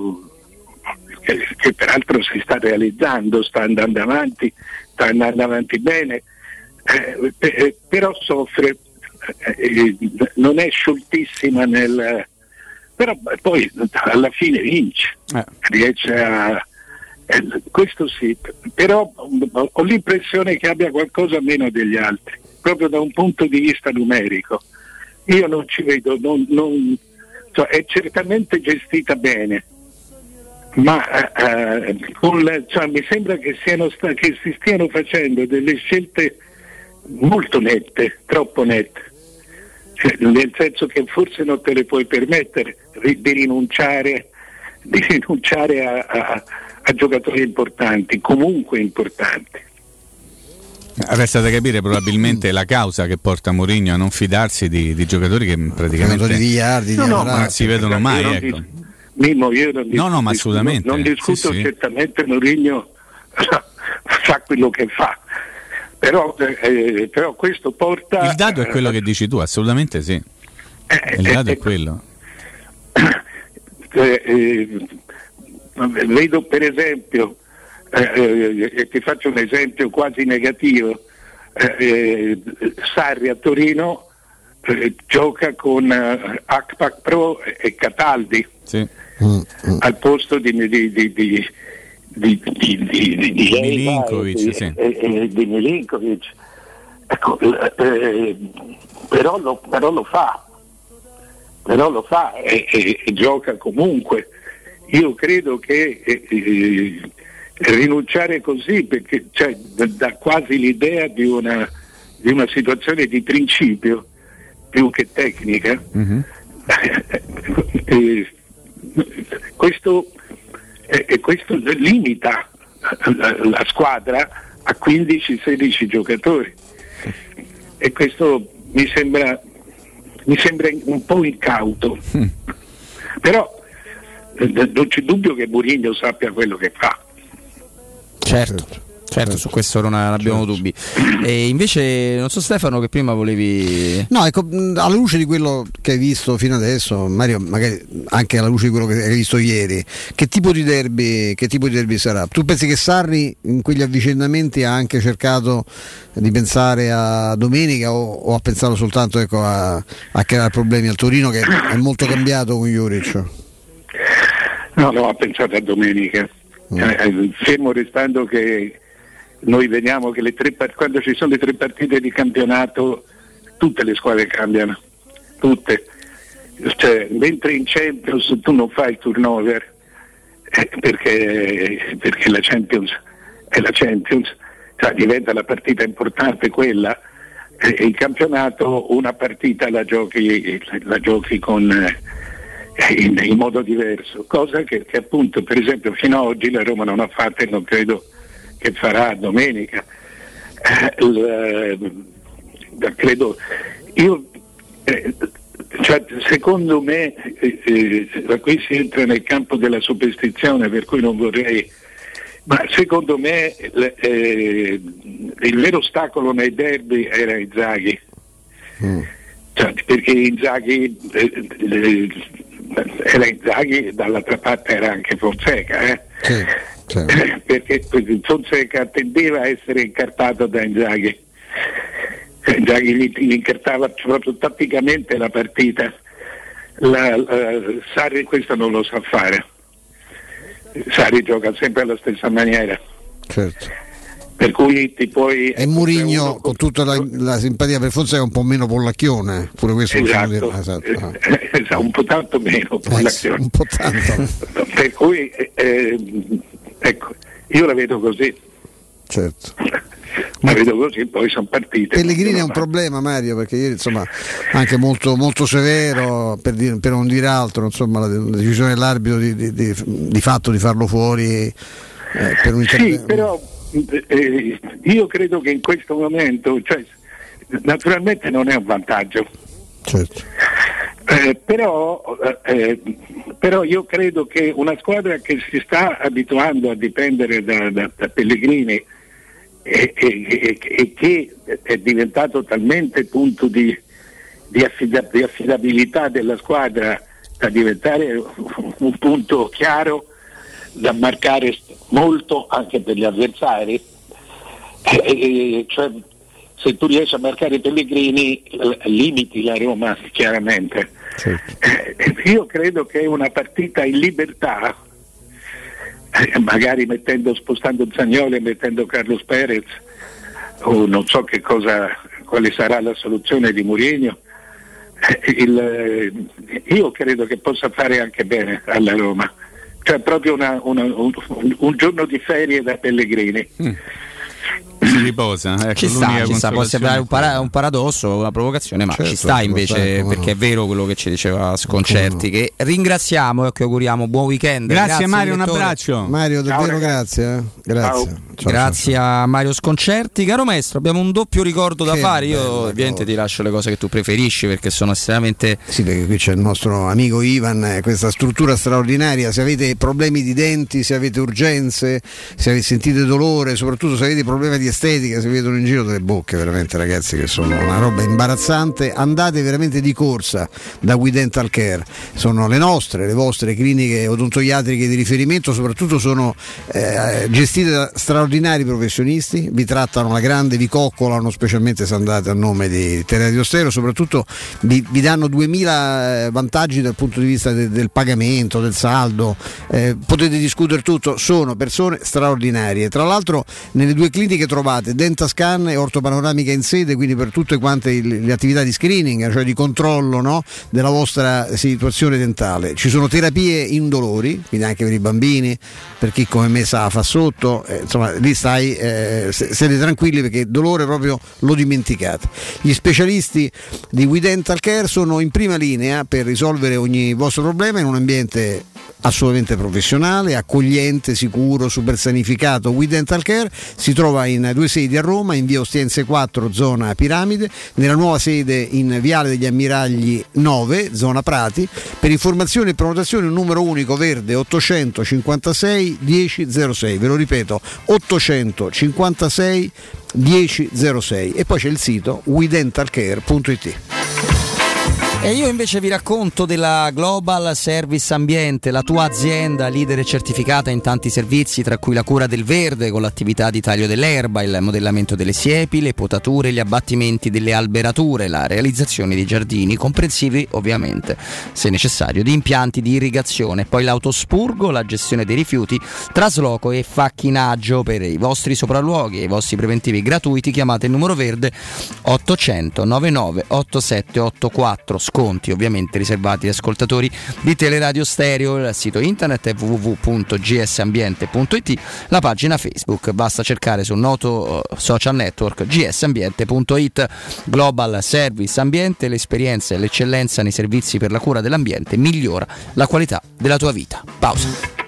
si sta realizzando, sta andando avanti bene, però soffre, non è scioltissima però poi alla fine vince, riesce a... questo sì, però ho l'impressione che abbia qualcosa meno degli altri, proprio da un punto di vista numerico. Io non ci vedo, è certamente gestita bene, ma mi sembra che si stiano facendo delle scelte molto nette, troppo nette. Nel senso che forse non te le puoi permettere di rinunciare a giocatori importanti, comunque importanti. Resta da capire probabilmente la causa che porta Mourinho a non fidarsi di giocatori che praticamente non si vedono mai. Ecco. Mimmo, io non ma assolutamente. Non discuto, sì. Certamente Mourinho sa quello che fa. Però questo porta... Il dato è quello che dici tu, assolutamente sì. Il dato è quello. Vedo per esempio, ti faccio un esempio quasi negativo, Sarri a Torino gioca con Akpak Pro e Cataldi, sì. Al posto di Milinkovic, sì. Di Milinkovic. Ecco, però lo fa e gioca comunque. Io credo che rinunciare così, perché dà quasi l'idea di una situazione di principio più che tecnica. Mm-hmm. Questo limita la squadra a 15-16 giocatori e questo mi sembra un po' incauto, però non c'è dubbio che Mourinho sappia quello che fa. Certo, su questo non abbiamo dubbi. E invece, non so Stefano, che prima volevi... No, ecco, alla luce di quello che hai visto fino adesso, Mario, magari anche alla luce di quello che hai visto ieri, che tipo di derby sarà? Tu pensi che Sarri in quegli avvicendamenti ha anche cercato di pensare a domenica o ha pensato soltanto a creare problemi al Torino, che è molto cambiato con Juric? No, ha pensato a domenica. Fermo restando che noi vediamo che quando ci sono le 3 partite di campionato tutte le squadre cambiano, tutte. Cioè, mentre in Champions tu non fai il turnover perché la Champions è la Champions, cioè diventa la partita importante quella, e in campionato una partita la giochi con in modo diverso, cosa che appunto per esempio fino ad oggi la Roma non ha fatto e non credo che farà domenica. Credo io cioè, secondo me qui si entra nel campo della superstizione, per cui non vorrei, ma secondo me il vero ostacolo nei derby era Inzaghi, cioè, perché Inzaghi era Inzaghi, dall'altra parte era anche Fonseca, perché Fonseca tendeva a essere incartato da Inzaghi. Inzaghi gli incartava proprio tatticamente la partita. Sarri questo non lo sa fare. Sarri gioca sempre alla stessa maniera. Certo. Per cui ti puoi. E Mourinho, con tutta la simpatia per Fonseca, è un po' meno pollacchione, pure questo esatto. Esatto, un po' tanto meno pollacchione. Un po' tanto. Per cui ecco, io la vedo così. Certo. Ma vedo così, poi sono partite. Pellegrini è un problema, Mario, perché ieri insomma anche molto, molto severo, per non dire altro, insomma la decisione dell'arbitro di fatto di farlo fuori per un intervento. Sì, però io credo che in questo momento, cioè, naturalmente non è un vantaggio. Certo. Però io credo che una squadra che si sta abituando a dipendere da Pellegrini e che è diventato talmente punto di affidabilità della squadra da diventare un punto chiaro da marcare molto anche per gli avversari, cioè, se tu riesci a marcare Pellegrini limiti la Roma chiaramente. Certo. Io credo che una partita in libertà, magari spostando Zaniolo e mettendo Carlos Perez, o non so quale sarà la soluzione di Mourinho, io credo che possa fare anche bene alla Roma, cioè proprio un giorno di ferie da Pellegrini. Si riposa, ecco, ci sta, può sembrare un paradosso, una provocazione, ma certo, ci sta invece, perché è vero quello che ci diceva Sconcerti, che ringraziamo e che auguriamo buon weekend. Grazie Mario, direttore. Un abbraccio. Mario, davvero grazie. Grazie a Mario Sconcerti. Caro maestro, abbiamo un doppio ricordo da fare. Io ovviamente ti lascio le cose che tu preferisci, perché sono estremamente... Sì, perché qui c'è il nostro amico Ivan, questa struttura straordinaria. Se avete problemi di denti, se avete urgenze, se sentite dolore, soprattutto se avete problemi di estetica, si vedono in giro delle bocche veramente, ragazzi, che sono una roba imbarazzante, andate veramente di corsa da We Dental Care. Sono le vostre cliniche odontoiatriche di riferimento, soprattutto sono gestite da straordinari professionisti, vi trattano alla grande, vi coccolano, specialmente se andate a nome di Teleradio Stereo, soprattutto vi danno 2000 vantaggi dal punto di vista del pagamento, del saldo, potete discutere tutto, sono persone straordinarie. Tra l'altro nelle due cliniche trovate Dentascan e ortopanoramica in sede, quindi per tutte quante le attività di screening, cioè di controllo, no, della vostra situazione dentale. Ci sono terapie indolori, quindi anche per i bambini, per chi come me fa sotto, insomma lì stai, siete tranquilli perché dolore proprio lo dimenticate. Gli specialisti di We Dental Care sono in prima linea per risolvere ogni vostro problema in un ambiente assolutamente professionale, accogliente, sicuro, super sanificato. We Dental Care si trova in due sedi a Roma, in via Ostiense 4 zona Piramide, nella nuova sede in viale degli Ammiragli 9 zona Prati. Per informazioni e prenotazioni un numero unico verde 856 1006, ve lo ripeto 856 1006, e poi c'è il sito wedentalcare.it. E io invece vi racconto della Global Service Ambiente, la tua azienda leader e certificata in tanti servizi, tra cui la cura del verde con l'attività di taglio dell'erba, il modellamento delle siepi, le potature, gli abbattimenti delle alberature, la realizzazione di giardini comprensivi, ovviamente, se necessario, di impianti di irrigazione, poi l'autospurgo, la gestione dei rifiuti, trasloco e facchinaggio. Per i vostri sopralluoghi e i vostri preventivi gratuiti chiamate il numero verde 800 99 8784, sconti ovviamente riservati agli ascoltatori di Teleradio Stereo. Il sito internet è www.gsambiente.it, la pagina Facebook basta cercare sul noto social network gsambiente.it. Global Service Ambiente, l'esperienza e l'eccellenza nei servizi per la cura dell'ambiente migliora la qualità della tua vita. Pausa.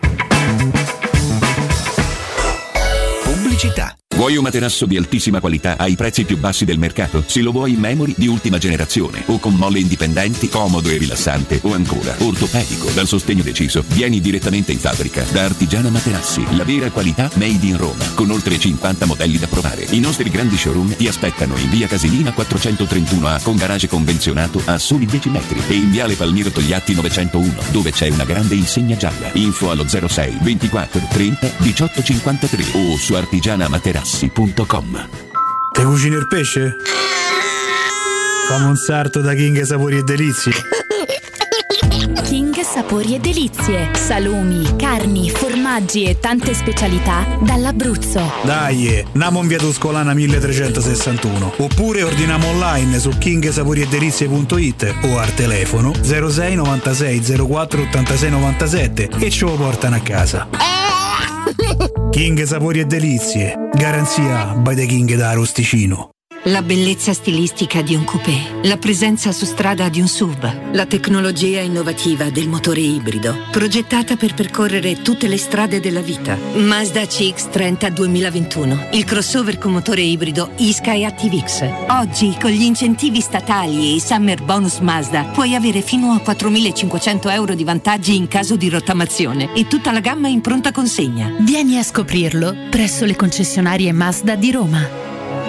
Pubblicità. Vuoi un materasso di altissima qualità ai prezzi più bassi del mercato? Se lo vuoi in memory di ultima generazione o con molle indipendenti, comodo e rilassante, o ancora ortopedico dal sostegno deciso, vieni direttamente in fabbrica da Artigiana Materassi, la vera qualità made in Roma, con oltre 50 modelli da provare. I nostri grandi showroom ti aspettano in via Casilina 431A con garage convenzionato a soli 10 metri e in viale Palmiro Togliatti 901, dove c'è una grande insegna gialla. Info allo 06 24 30 18 53 o su artigianamaterassi.com. Te cucini il pesce? Fammi un sarto da King Sapori e Delizie. King Sapori e Delizie, salumi, carni, formaggi e tante specialità dall'Abruzzo. Dai, namo in via Tuscolana 1361 oppure ordiniamo online su kingsaporiedelizie.it o al telefono 06 96 04 86 97 e ce lo portano a casa. King Sapori e Delizie, garanzia by the King da Arosticino. La bellezza stilistica di un coupé, la presenza su strada di un SUV, la tecnologia innovativa del motore ibrido, progettata per percorrere tutte le strade della vita. Mazda CX-30 2021, il crossover con motore ibrido eSky ActiveX. Oggi, con gli incentivi statali e i Summer Bonus Mazda, puoi avere fino a 4.500 euro di vantaggi in caso di rottamazione e tutta la gamma in pronta consegna. Vieni a scoprirlo presso le concessionarie Mazda di Roma.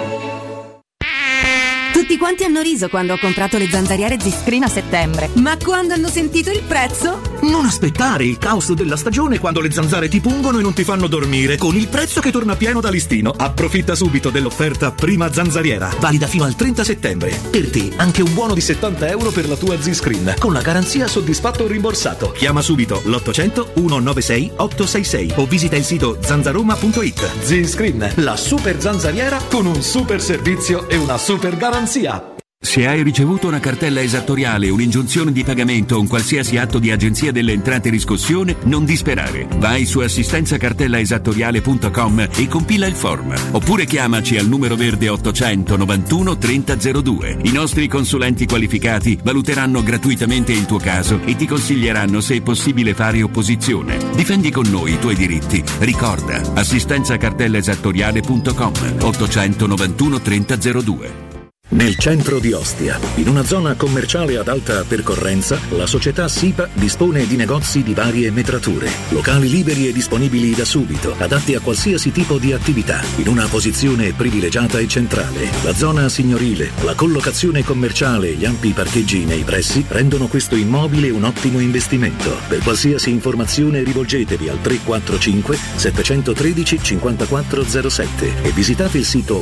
Tutti quanti hanno riso quando ho comprato le zanzariere Z-Screen a settembre, ma quando hanno sentito il prezzo? Non aspettare il caos della stagione quando le zanzare ti pungono e non ti fanno dormire, con il prezzo che torna pieno da listino. Approfitta subito dell'offerta Prima Zanzariera, valida fino al 30 settembre. Per te anche un buono di 70 euro per la tua Z-Screen, con la garanzia soddisfatto o rimborsato. Chiama subito l'800 196 866 o visita il sito zanzaroma.it. Z-Screen, la super zanzariera con un super servizio e una super garanzia. Se hai ricevuto una cartella esattoriale, un'ingiunzione di pagamento o un qualsiasi atto di Agenzia delle Entrate riscossione, non disperare. Vai su assistenzacartellaesattoriale.com e compila il form. Oppure chiamaci al numero verde 800 91 3002. I nostri consulenti qualificati valuteranno gratuitamente il tuo caso e ti consiglieranno se è possibile fare opposizione. Difendi con noi i tuoi diritti. Ricorda, assistenzacartellaesattoriale.com 800 91 3002. Nel centro di Ostia, in una zona commerciale ad alta percorrenza, la società SIPA dispone di negozi di varie metrature, locali liberi e disponibili da subito, adatti a qualsiasi tipo di attività, in una posizione privilegiata e centrale. La zona signorile, la collocazione commerciale e gli ampi parcheggi nei pressi rendono questo immobile un ottimo investimento. Per qualsiasi informazione rivolgetevi al 345 713 5407 e visitate il sito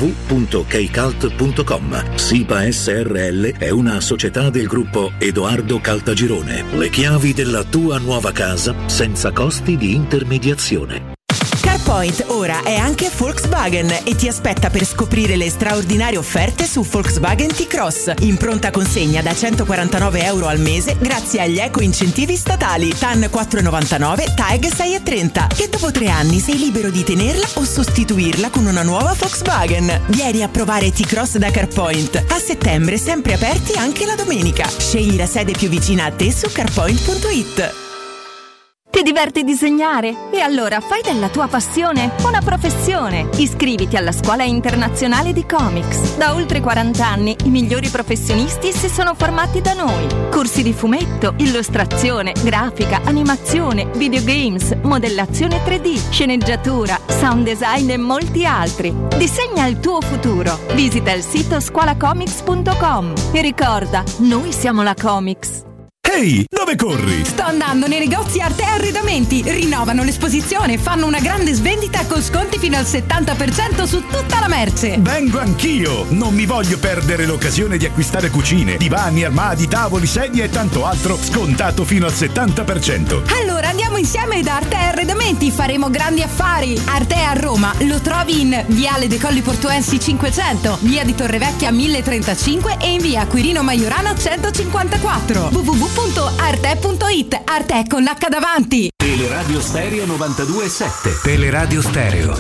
www.kcalt.com. SIPA SRL è una società del gruppo Edoardo Caltagirone. Le chiavi della tua nuova casa senza costi di intermediazione. CarPoint ora è anche Volkswagen e ti aspetta per scoprire le straordinarie offerte su Volkswagen T-Cross in pronta consegna da 149 euro al mese grazie agli eco-incentivi statali TAN 4,99, TAG 6,30 e dopo 3 anni sei libero di tenerla o sostituirla con una nuova Volkswagen. Vieni a provare T-Cross da CarPoint. A settembre sempre aperti anche la domenica. Scegli la sede più vicina a te su carpoint.it. Ti Ti diverti disegnare? E allora fai della tua passione una professione. Iscriviti alla Scuola Internazionale di Comics. Da oltre 40 anni i migliori professionisti si sono formati da noi. Corsi di fumetto, illustrazione, grafica, animazione, videogames, modellazione 3D, sceneggiatura, sound design e molti altri. Disegna il tuo futuro. Visita il sito scuolacomics.com e ricorda, noi siamo la Comics. Ehi, dove corri? Sto andando nei negozi Arte Arredamenti. Rinnovano l'esposizione e fanno una grande svendita con sconti fino al 70% su tutta la merce. Vengo anch'io. Non mi voglio perdere l'occasione di acquistare cucine, divani, armadi, tavoli, sedie e tanto altro scontato fino al 70%. Allora andiamo insieme da Arte Arredamenti, faremo grandi affari. Arte a Roma lo trovi in Viale dei Colli Portuensi 500, Via di Torrevecchia 1035 e in Via Quirino Maiorana 154. www.arte.it. Arte con l'H davanti. Teleradio Stereo 92.7. Teleradio Stereo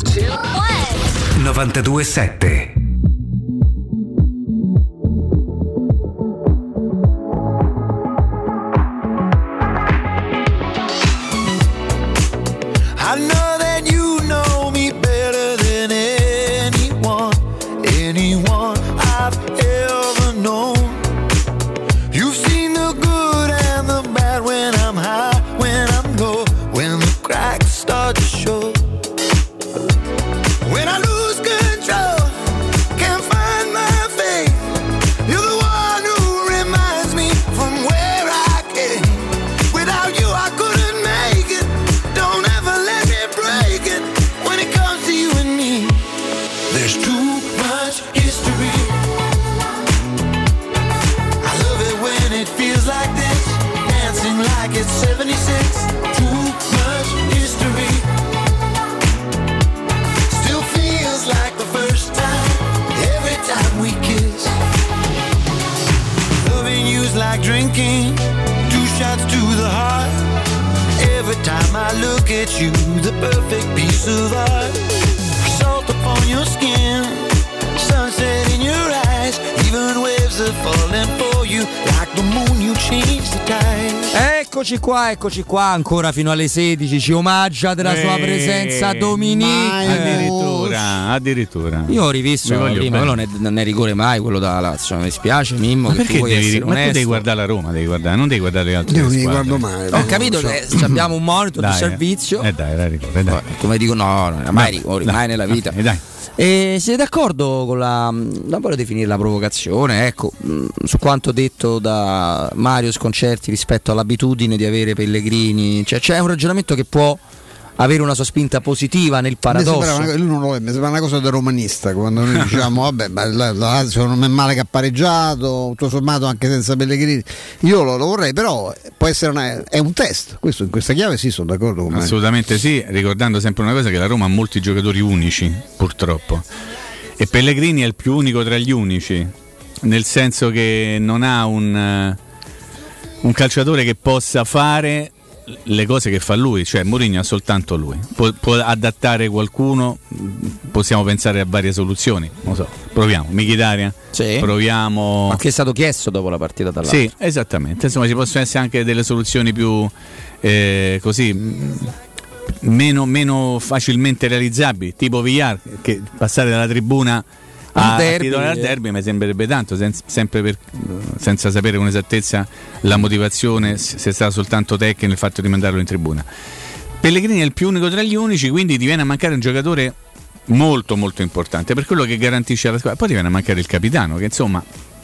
92.7. I know that you know me better than anyone I've ever known. You've seen the good and the bad when I'm high, when I'm low, when the cracks start to show. When I lose control, can't find my faith. You're the one who reminds me from where I came. Without you I couldn't make it. Don't ever let me break it. When it comes to you and me, there's too much history. I love it when it feels like this, dancing like it's 76. Too much history. Still feels like the first time, every time we kiss. Loving you's like drinking 2 shots to the heart. Every time I look at you, the perfect piece of art. Salt upon your skin, sunset in your eyes. Even waves are falling for you, like the moon you change the tide. Eccoci qua, ancora fino alle 16 ci omaggia della sua presenza Dominique. Addirittura. Io ho rivisto prima, quello non è rigore mai, quello da Lazio, mi dispiace Mimmo. Ma perché tu devi guardare la Roma, non devi guardare le altre squadre. Io non li guardo mai. Ho capito che abbiamo un monitor di servizio. Dai, rigore, dai. Come dico, no, non è mai rigore, mai nella vita. Dai. E siete d'accordo con non voglio definire la provocazione, ecco, su quanto detto da Mario Sconcerti rispetto all'abitudine di avere Pellegrini? Cioè, c'è un ragionamento che può avere una sua spinta positiva nel paradosso. Lui non lo è, mi sembra una cosa da romanista, quando noi diciamo vabbè, la Lazio non è male che ha pareggiato, tutto sommato anche senza Pellegrini. Io lo vorrei, però può essere è un test, questo in questa chiave sì, sono d'accordo con me. Assolutamente sì, ricordando sempre una cosa, che la Roma ha molti giocatori unici, purtroppo, e Pellegrini è il più unico tra gli unici, nel senso che non ha un calciatore che possa fare le cose che fa lui, cioè Mourinho ha soltanto lui, può adattare qualcuno, possiamo pensare a varie soluzioni, non so, proviamo Mkhitaryan, sì. Proviamo, ma che è stato chiesto dopo la partita dall'altro. Sì, esattamente, insomma ci possono essere anche delle soluzioni più così meno facilmente realizzabili, tipo Villar, che passare dalla tribuna a titolare al derby mi sembrerebbe tanto, senza sapere con esattezza la motivazione, se è stata soltanto tecnica il fatto di mandarlo in tribuna. Pellegrini è il più unico tra gli unici, quindi ti viene a mancare un giocatore molto molto importante per quello che garantisce la squadra. Poi ti viene a mancare il capitano, che insomma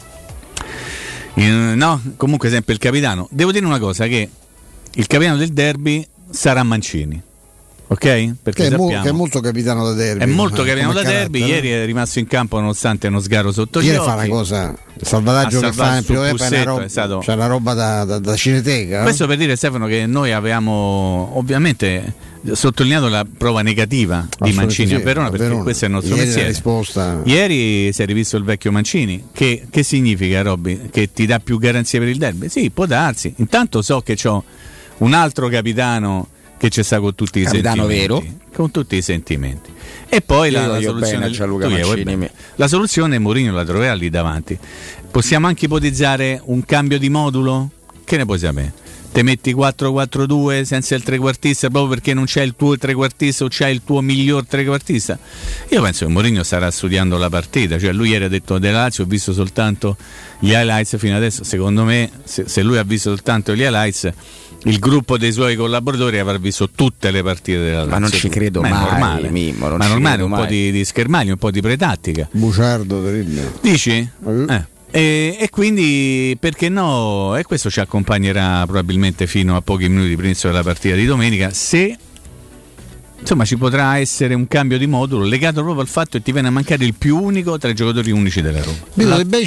comunque sempre il capitano. Devo dire una cosa, che il capitano del derby sarà Mancini. Ok? Perché che è molto capitano da derby. È molto capitano da derby. Ieri è rimasto in campo nonostante uno sgaro sotto gli occhi. Ieri fa una cosa, il salvataggio che fa nel primo tempo c'è una roba da cineteca. Questo per dire, Stefano, che noi avevamo ovviamente sottolineato la prova negativa di Mancini a Verona, perché questo è il nostro mestiere. Ieri si è rivisto il vecchio Mancini. Che significa, Robby? Che ti dà più garanzie per il derby? Sì, può darsi. Intanto so che c'ho un altro capitano che c'è sta con tutti i sentimenti, vero, con tutti i sentimenti, e poi la soluzione Mourinho la troverà lì davanti. Possiamo anche ipotizzare un cambio di modulo, che ne puoi sapere? te metti 4-4-2 senza il trequartista proprio perché non c'è il tuo trequartista o c'è il tuo miglior trequartista. Io penso che Mourinho starà studiando la partita, cioè lui ieri ha detto della Lazio ho visto soltanto gli highlights fino adesso. Secondo me se lui ha visto soltanto gli highlights, il gruppo dei suoi collaboratori avrà visto tutte le partite della Lazio. Ma non ci credo mai, è normale. Mimmo, ma normale, un po' di schermagli, un po' di pretattica. Bugiardo terribile. Dici? E quindi perché no? E questo ci accompagnerà probabilmente fino a pochi minuti prima della partita di domenica, se insomma ci potrà essere un cambio di modulo legato proprio al fatto che ti viene a mancare il più unico tra i giocatori unici della Roma. Vedo dei bei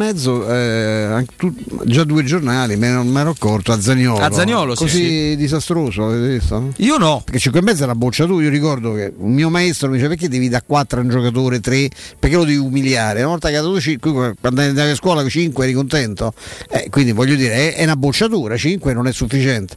5,5, già 2 giornali, non mi ero accorto, a Zaniolo sì, così disastroso, avete visto? Io no, perché 5,5 è una bocciatura. Io ricordo che un mio maestro mi dice perché devi da 4 a un giocatore 3, perché lo devi umiliare, una volta che hai dato 5, quando andavi a scuola 5 eri contento, quindi voglio dire è una bocciatura, 5 non è sufficiente,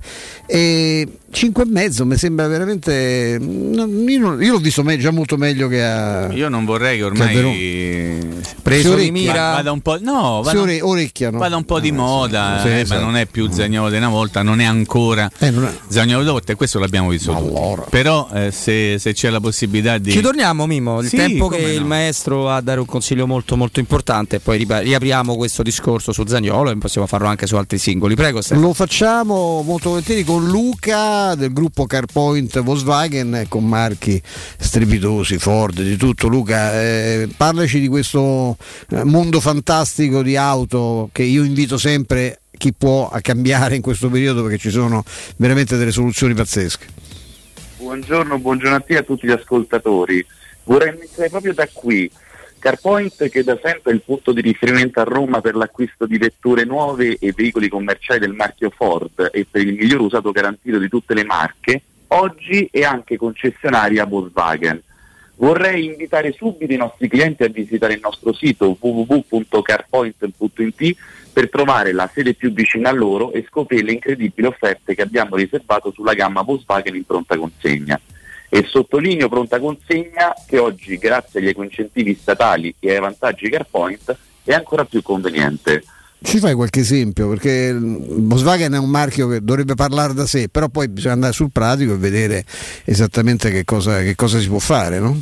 e 5,5 mi sembra veramente, io l'ho visto già molto meglio che a... Io non vorrei che ormai preso di mira vada un po', no, orecchiano, vada un po' di moda, sì, ma esatto. Non è più Zaniolo di una volta, non è ancora Zaniolo dotta, e questo l'abbiamo visto tutti. Però se c'è la possibilità di... Ci torniamo, Mimmo, il tempo che il maestro ha a dare un consiglio molto molto importante, e poi riapriamo questo discorso su Zaniolo e possiamo farlo anche su altri singoli. Prego Stefano. Lo facciamo molto volentieri con Luca del gruppo CarPoint Volkswagen, con marchi strepitosi, Ford, di tutto. Luca, parlaci di questo mondo fantastico di auto che io invito sempre chi può a cambiare in questo periodo, perché ci sono veramente delle soluzioni pazzesche. Buongiorno a te e a tutti gli ascoltatori. Vorrei iniziare proprio da qui. CarPoint, che da sempre è il punto di riferimento a Roma per l'acquisto di vetture nuove e veicoli commerciali del marchio Ford e per il miglior usato garantito di tutte le marche, oggi è anche concessionaria Volkswagen. Vorrei invitare subito i nostri clienti a visitare il nostro sito www.carpoint.it per trovare la sede più vicina a loro e scoprire le incredibili offerte che abbiamo riservato sulla gamma Volkswagen in pronta consegna. E sottolineo pronta consegna che oggi, grazie agli ecoincentivi statali e ai vantaggi CarPoint, è ancora più conveniente. Ci fai qualche esempio? Perché Volkswagen è un marchio che dovrebbe parlare da sé, però poi bisogna andare sul pratico e vedere esattamente che cosa si può fare, no?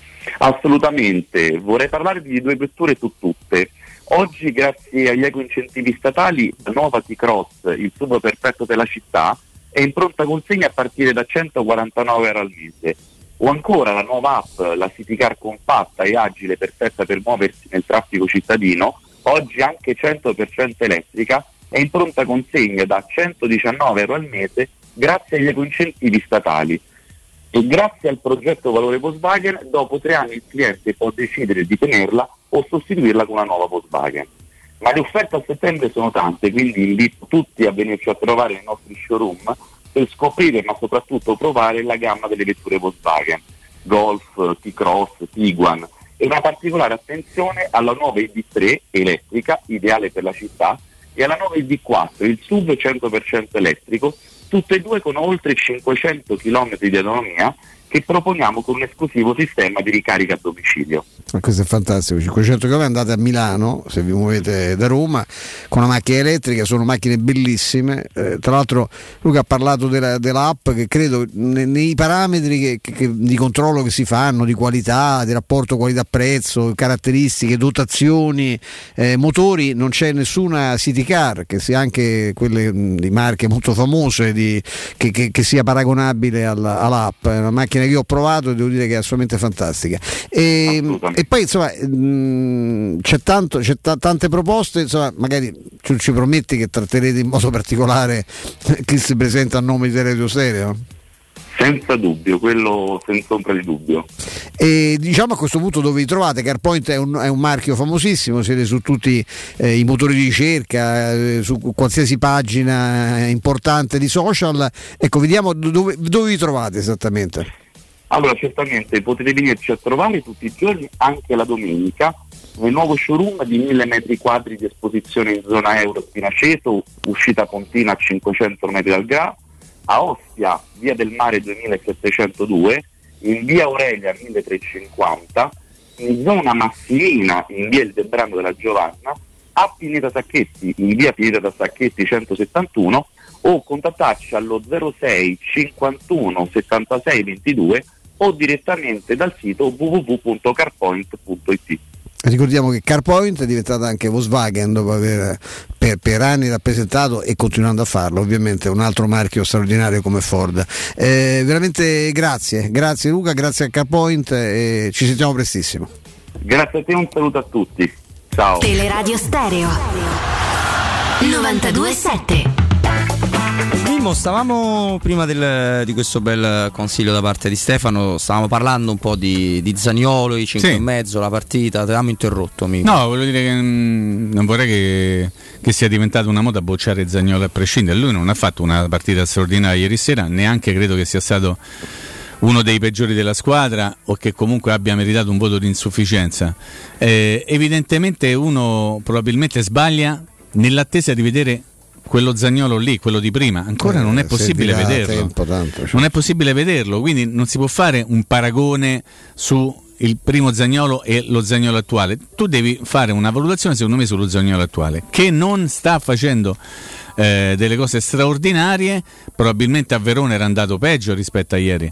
Assolutamente, vorrei parlare di 2 vetture su tutte. Oggi, grazie agli ecoincentivi statali, la nuova T-Cross, il SUV perfetto della città, è in pronta consegna a partire da €149 al mese. O ancora la nuova app, la Citycar compatta e agile, perfetta per muoversi nel traffico cittadino, oggi anche 100% elettrica, è in pronta consegna da €119 al mese grazie agli ecoincentivi statali. E grazie al progetto Valore Volkswagen, dopo 3 anni il cliente può decidere di tenerla o sostituirla con una nuova Volkswagen. Ma le offerte a settembre sono tante, quindi invito tutti a venirci a trovare nei nostri showroom per scoprire, ma soprattutto provare la gamma delle vetture Volkswagen, Golf, T-Cross, Tiguan, e una particolare attenzione alla nuova ID3 elettrica, ideale per la città, e alla nuova ID4, il SUV 100% elettrico, tutte e 2 con oltre 500 km di autonomia, che proponiamo con un esclusivo sistema di ricarica a domicilio. Questo è fantastico, 500 km andate a Milano, se vi muovete da Roma, con una macchina elettrica, sono macchine bellissime. Tra l'altro Luca ha parlato dell'app, che credo nei parametri di controllo che si fanno, di qualità, di rapporto qualità-prezzo, caratteristiche, dotazioni, motori, non c'è nessuna Citycar, che sia anche quelle di marche molto famose, che sia paragonabile all'app. È una macchina che io ho provato e devo dire che è assolutamente fantastica. E poi insomma c'è tante proposte, insomma, magari ci prometti che tratterete in modo particolare chi si presenta a nome di Teleradio Stereo? Senza dubbio, quello senza ombra di dubbio. E diciamo a questo punto dove vi trovate? CarPoint è un marchio famosissimo, siete su tutti i motori di ricerca, su qualsiasi pagina importante di social. Ecco, vediamo dove vi trovate esattamente. Allora, certamente potete venirci a trovare tutti i giorni, anche la domenica, nel nuovo showroom di 1000 metri quadri di esposizione in zona Euro Spinaceto, uscita Pontina a 500 metri dal GRA, a Ostia, via del Mare 2702, in via Aurelia 1350, in zona Massimina, in via Il Debrando della Giovanna, a Pineta Sacchetti, in via Pineta Sacchetti 171, o contattarci allo 06 51 76 22 o direttamente dal sito www.carpoint.it. Ricordiamo che CarPoint è diventata anche Volkswagen dopo aver per anni rappresentato e continuando a farlo, ovviamente un altro marchio straordinario come Ford. Veramente grazie Luca, grazie a CarPoint e ci sentiamo prestissimo. Grazie a te, un saluto a tutti, ciao. Teleradio Stereo 92.7. Mimmo, stavamo prima di questo bel consiglio da parte di Stefano, stavamo parlando un po' di Zaniolo, i 5,5, la partita, ti avevamo interrotto, Mimmo. No, voglio dire che non vorrei che sia diventata una moda bocciare Zaniolo a prescindere. Lui non ha fatto una partita straordinaria ieri sera, neanche credo che sia stato uno dei peggiori della squadra o che comunque abbia meritato un voto di insufficienza. Evidentemente uno probabilmente sbaglia nell'attesa di vedere quello Zaniolo lì, quello di prima, ancora non è possibile vederlo. Non è possibile vederlo, quindi non si può fare un paragone su il primo Zaniolo e lo Zaniolo attuale. Tu devi fare una valutazione secondo me sullo Zaniolo attuale, che non sta facendo delle cose straordinarie. Probabilmente a Verona era andato peggio rispetto a ieri.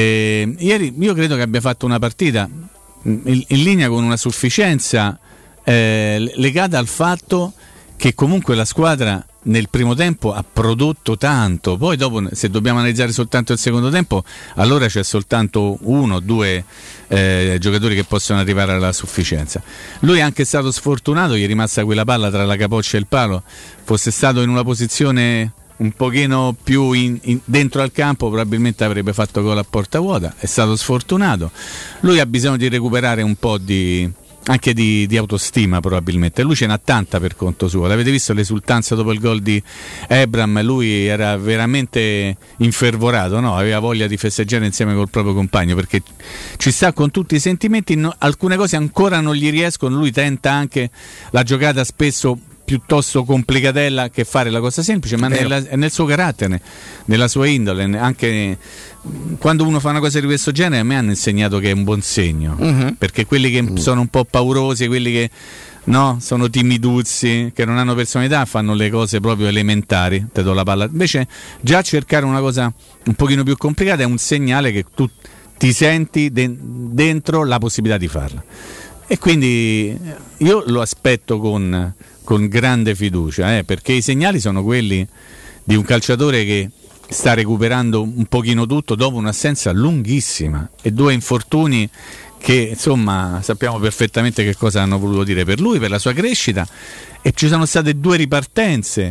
Ieri io credo che abbia fatto una partita in linea con una sufficienza legata al fatto che comunque la squadra nel primo tempo ha prodotto tanto, poi dopo se dobbiamo analizzare soltanto il secondo tempo allora c'è soltanto uno o due giocatori che possono arrivare alla sufficienza. Lui è anche stato sfortunato, gli è rimasta quella palla tra la capoccia e il palo, fosse stato in una posizione un pochino più dentro al campo probabilmente avrebbe fatto gol a porta vuota, è stato sfortunato. Lui ha bisogno di recuperare un po' anche di autostima probabilmente, lui ce n'ha tanta per conto suo. L'avete visto l'esultanza dopo il gol di Ebram? Lui era veramente infervorato, no? Aveva voglia di festeggiare insieme col proprio compagno, perché ci sta con tutti i sentimenti, alcune cose ancora non gli riescono, lui tenta anche la giocata spesso piuttosto complicatella che fare la cosa semplice, ma è nel suo carattere, nella sua indole. Anche quando uno fa una cosa di questo genere a me hanno insegnato che è un buon segno, perché quelli che sono un po' paurosi, quelli che sono timiduzzi, che non hanno personalità, fanno le cose proprio elementari, te do la palla. Invece già cercare una cosa un pochino più complicata è un segnale che tu ti senti dentro la possibilità di farla, e quindi io lo aspetto con grande fiducia, perché i segnali sono quelli di un calciatore che sta recuperando un pochino tutto dopo un'assenza lunghissima e due infortuni che insomma sappiamo perfettamente che cosa hanno voluto dire per lui, per la sua crescita, e ci sono state due ripartenze.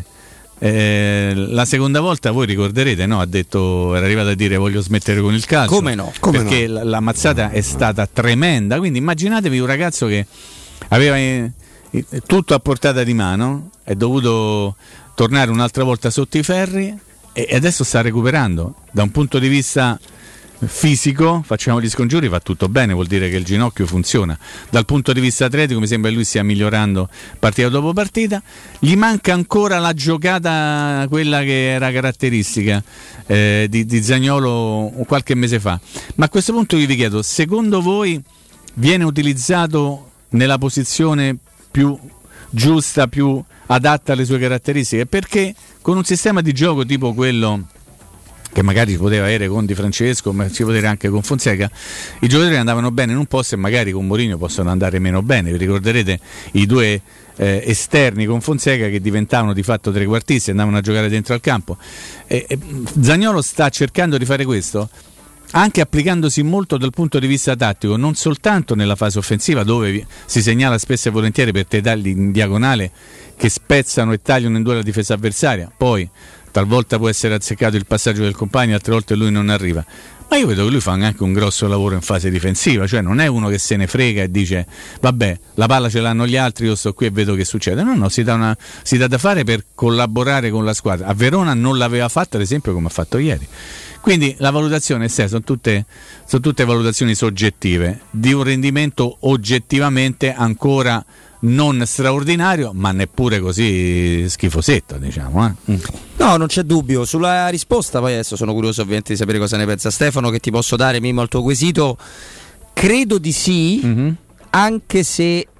La seconda volta voi ricorderete, ha detto, era arrivato a dire voglio smettere con il calcio. Come no? Perché la mazzata è stata tremenda, quindi immaginatevi un ragazzo che aveva tutto a portata di mano, è dovuto tornare un'altra volta sotto i ferri e adesso sta recuperando. Da un punto di vista fisico, facciamo gli scongiuri, va tutto bene, vuol dire che il ginocchio funziona. Dal punto di vista atletico mi sembra che lui stia migliorando partita dopo partita. Gli manca ancora la giocata, quella che era caratteristica di Zaniolo qualche mese fa. Ma a questo punto io vi chiedo, secondo voi viene utilizzato nella posizione più giusta, più adatta alle sue caratteristiche? Perché con un sistema di gioco tipo quello che magari si poteva avere con Di Francesco, ma si poteva anche con Fonseca, i giocatori andavano bene in un posto e magari con Mourinho possono andare meno bene. Vi ricorderete i due esterni con Fonseca che diventavano di fatto trequartisti, andavano a giocare dentro al campo. Zaniolo sta cercando di fare questo anche applicandosi molto dal punto di vista tattico, non soltanto nella fase offensiva dove si segnala spesso e volentieri per dei tagli in diagonale che spezzano e tagliano in due la difesa avversaria, poi talvolta può essere azzeccato il passaggio del compagno, altre volte lui non arriva, ma io vedo che lui fa anche un grosso lavoro in fase difensiva, cioè non è uno che se ne frega e dice vabbè la palla ce l'hanno gli altri, io sto qui e vedo che succede. No, si dà da fare per collaborare con la squadra. A Verona non l'aveva fatta ad esempio come ha fatto ieri. Quindi la valutazione sono tutte valutazioni soggettive di un rendimento oggettivamente ancora non straordinario, ma neppure così schifosetto, diciamo. No, non c'è dubbio. Sulla risposta poi adesso sono curioso ovviamente di sapere cosa ne pensa Stefano, che ti posso dare Mimmo al tuo quesito. Credo di sì, anche se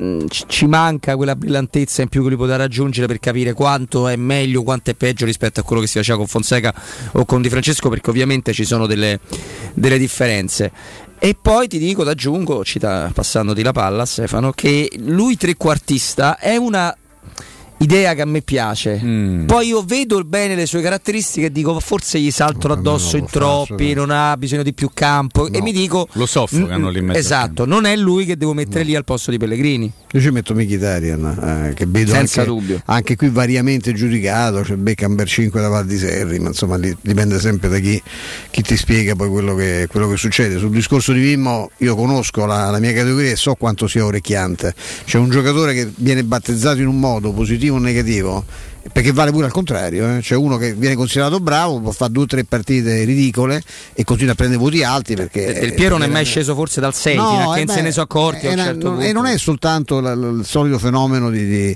ci manca quella brillantezza in più che lui poteva raggiungere per capire quanto è meglio, quanto è peggio rispetto a quello che si faceva con Fonseca o con Di Francesco, perché ovviamente ci sono delle differenze. E poi ti dico, aggiungo, passandoti la palla Stefano, che lui trequartista è una idea che a me piace. Poi io vedo bene le sue caratteristiche e dico forse gli saltano addosso in troppi, non ha bisogno di più campo, e mi dico lo soffocano lì in mezzo. Esatto, non è lui che devo mettere lì al posto di Pellegrini. Io ci metto Mkhitaryan, che vedo senza dubbio anche qui variamente giudicato, cioè Beckenbauer 5 da Val di Serri, ma insomma dipende sempre da chi ti spiega poi quello che succede. Sul discorso di Mimmo io conosco la mia categoria e so quanto sia orecchiante. C'è un giocatore che viene battezzato in un modo positivo o negativo, perché vale pure al contrario, c'è uno che viene considerato bravo, può fare 2 o 3 partite ridicole e continua a prendere voti alti, perché Del Piero non è mai sceso forse dal 6 fino a che se ne sono accorti a un certo punto. E non è soltanto il solito fenomeno di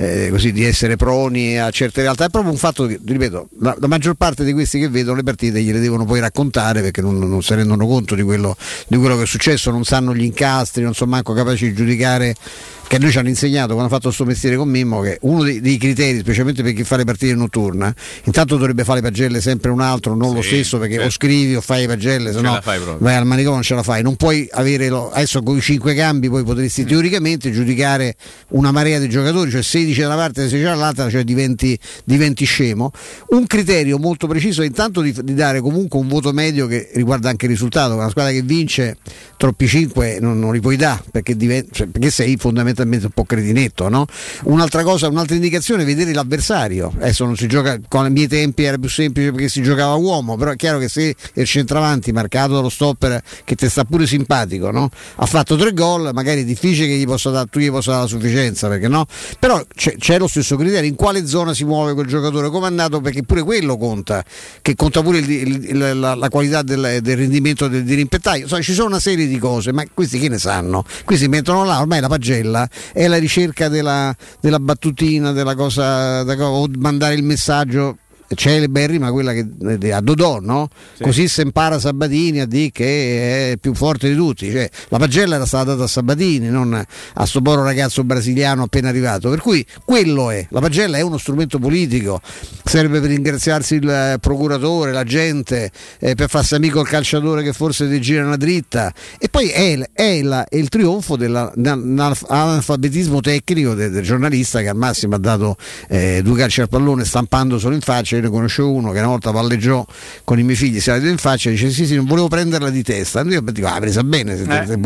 essere proni a certe realtà, è proprio un fatto che, ripeto, la maggior parte di questi che vedono le partite gliele devono poi raccontare, perché non si rendono conto di quello che è successo, non sanno gli incastri, non sono manco capaci di giudicare, che noi ci hanno insegnato quando ha fatto questo mestiere con Mimmo, che uno dei criteri, specialmente per chi fa le partite notturne, intanto dovrebbe fare le pagelle sempre un altro, non lo stesso, perché o scrivi o fai le pagelle, se no vai al manicomio, non ce la fai. Non puoi avere adesso con i 5 cambi poi potresti teoricamente giudicare una marea di giocatori, cioè 16 da una parte e 16 dall'altra, cioè diventi scemo. Un criterio molto preciso è intanto di dare comunque un voto medio che riguarda anche il risultato. Una squadra che vince troppi 5 non li puoi dare, perché sei fondamentalmente un po' credinetto, no? Un'altra indicazione è vedere l'avversario. Adesso non si gioca, con i miei tempi era più semplice perché si giocava a uomo, però è chiaro che se il centravanti marcato dallo stopper che ti sta pure simpatico, no? Ha fatto 3 gol, magari è difficile che tu gli possa dare la sufficienza, perché no? Però c'è lo stesso criterio, in quale zona si muove quel giocatore, come è andato, perché pure quello conta, che conta pure la qualità del rendimento del dirimpettaio. Ci sono una serie di cose, ma questi che ne sanno? Questi mettono là, ormai la pagella è la ricerca della battutina, della cosa, o mandare il messaggio celeberrima, quella che a Dodò, no? Sì. Così si impara Sabatini a dire che è più forte di tutti, cioè la pagella era stata data a Sabatini, non a sto povero ragazzo brasiliano appena arrivato, per cui quello è, la pagella è uno strumento politico, serve per ringraziarsi il procuratore, la gente, per farsi amico il calciatore che forse ti gira una dritta, e poi è il trionfo dell'analfabetismo tecnico del giornalista, che al massimo ha dato 2 calci al pallone stampando solo in faccia. Io ne conoscevo uno che una volta palleggiò con i miei figli, si era in faccia e dice sì, non volevo prenderla di testa. Io dico, presa bene,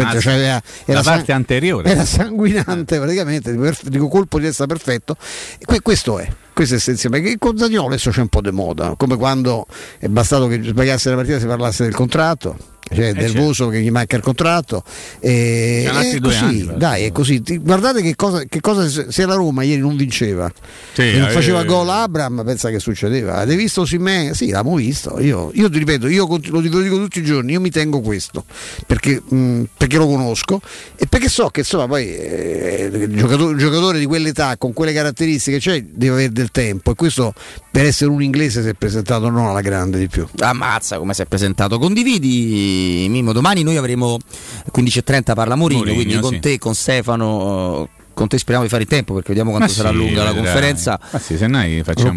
era la parte anteriore era sanguinante praticamente, dico colpo di testa perfetto. Questo è essenzialmente, perché con Zaniolo adesso c'è un po' di moda, come quando è bastato che sbagliasse la partita e si parlasse del contratto, cioè nervoso, certo, che gli manca il contratto, e così, dai, è così. Guardate che cosa se la Roma ieri non vinceva, e non faceva gol Abraham, pensa che succedeva. Avete visto Osimhen? Sì, l'abbiamo visto. Io ti ripeto, lo dico tutti i giorni, io mi tengo questo perché lo conosco e perché so che insomma poi un giocatore di quell'età con quelle caratteristiche, cioè, deve avere del tempo, e questo per essere un inglese si è presentato non alla grande di più. Ammazza come si è presentato. Condividi, Mimmo, domani noi avremo 15:30 parla Mourinho, quindi con te, con Stefano, con te speriamo di fare il tempo, perché vediamo quanto sarà lunga la conferenza. Ma sì, se noi facciamo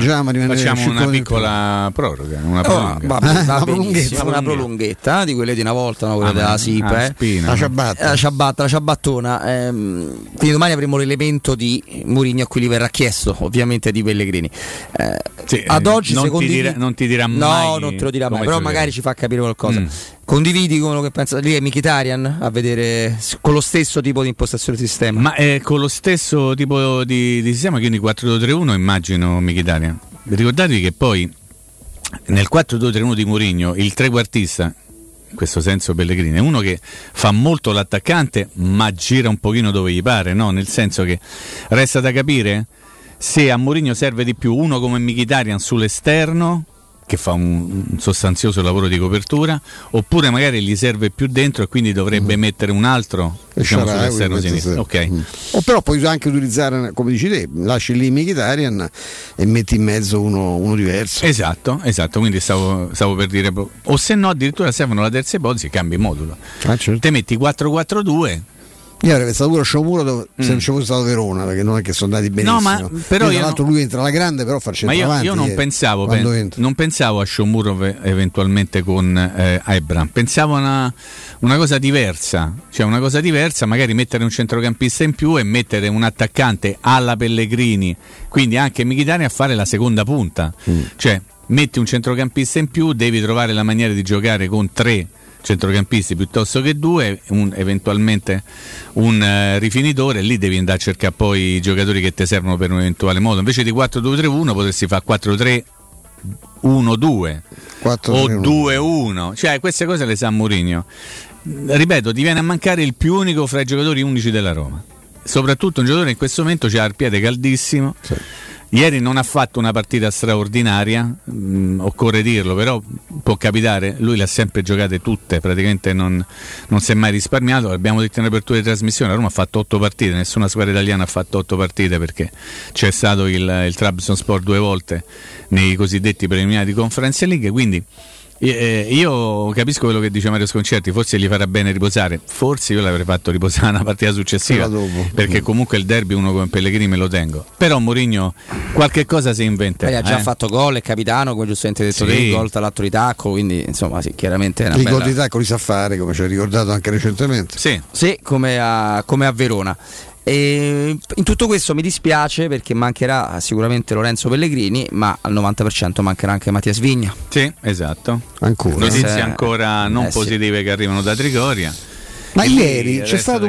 una piccola proroga, una prolunghetta di quelle di una volta, no? Quelle della SIP, la ciabattona. Quindi domani avremo l'elemento di Mourinho a cui gli verrà chiesto ovviamente di Pellegrini. Ad oggi non ti dirà mai. No, non te lo dirà mai, però magari ci fa capire qualcosa. Condividi quello che pensa lì, è Mkhitaryan a vedere con lo stesso tipo di impostazione di sistema? Ma con lo stesso tipo di sistema, quindi 4-2-3-1 immagino Mkhitaryan. Ricordatevi che poi nel 4-2-3-1 di Mourinho il trequartista, in questo senso Pellegrini, è uno che fa molto l'attaccante ma gira un pochino dove gli pare, no? Nel senso che resta da capire se a Mourinho serve di più uno come Mkhitaryan sull'esterno, che fa un sostanzioso lavoro di copertura, oppure magari gli serve più dentro e quindi dovrebbe mettere un altro, diciamo, sull'esterno sinistro. Okay. O però puoi anche utilizzare, come dici te, lasci lì Mkhitaryan e metti in mezzo uno diverso. Esatto, quindi stavo per dire, o se no addirittura servono la terza ipotesi, cambi modulo. Certo. Te metti 4-4-2 Io avrei pensato pure a Sciomuro se non ci fosse stato Verona, perché non è che sono andati benissimo. No, ma però tra l'altro lui entra alla grande, però fa centravanti. Ma io non pensavo a Sciomuro eventualmente con Ebram, pensavo a una cosa diversa, cioè una cosa diversa, magari mettere un centrocampista in più e mettere un attaccante alla Pellegrini, quindi anche Mkhitaryan a fare la seconda punta. Cioè metti un centrocampista in più, devi trovare la maniera di giocare con 3 centrocampisti piuttosto che 2, eventualmente un rifinitore, lì devi andare a cercare poi i giocatori che ti servono per un eventuale modo. Invece di 4-2-3-1 potresti fare 4-3-1-2 o 2-1, cioè queste cose le sa Mourinho. Ripeto, ti viene a mancare il più unico fra i giocatori unici della Roma, soprattutto un giocatore che in questo momento c'ha il piede caldissimo. Sì. Ieri non ha fatto una partita straordinaria, occorre dirlo, però può capitare, lui le ha sempre giocate tutte, praticamente non si è mai risparmiato. L'abbiamo detto in apertura di trasmissione, la Roma ha fatto 8 partite, nessuna squadra italiana ha fatto 8 partite perché c'è stato il Trabzonspor 2 volte nei cosiddetti preliminari di Conference League, quindi io capisco quello che dice Mario Sconcerti, forse gli farà bene riposare, forse io l'avrei fatto riposare una partita successiva perché comunque il derby uno come Pellegrini me lo tengo, però Mourinho qualche cosa si inventa. Ha già fatto gol, è capitano, come giustamente detto te, gol tra l'altro di tacco, quindi insomma sì, chiaramente è una bella... gol di tacco li sa fare, come ci ha ricordato anche recentemente. Sì, come a Verona. E in tutto questo mi dispiace perché mancherà sicuramente Lorenzo Pellegrini, ma al 90% mancherà anche Mattias Vigna. Sì, esatto. Ancora. Notizie ancora non positive che arrivano da Trigoria. Ma ieri c'è stato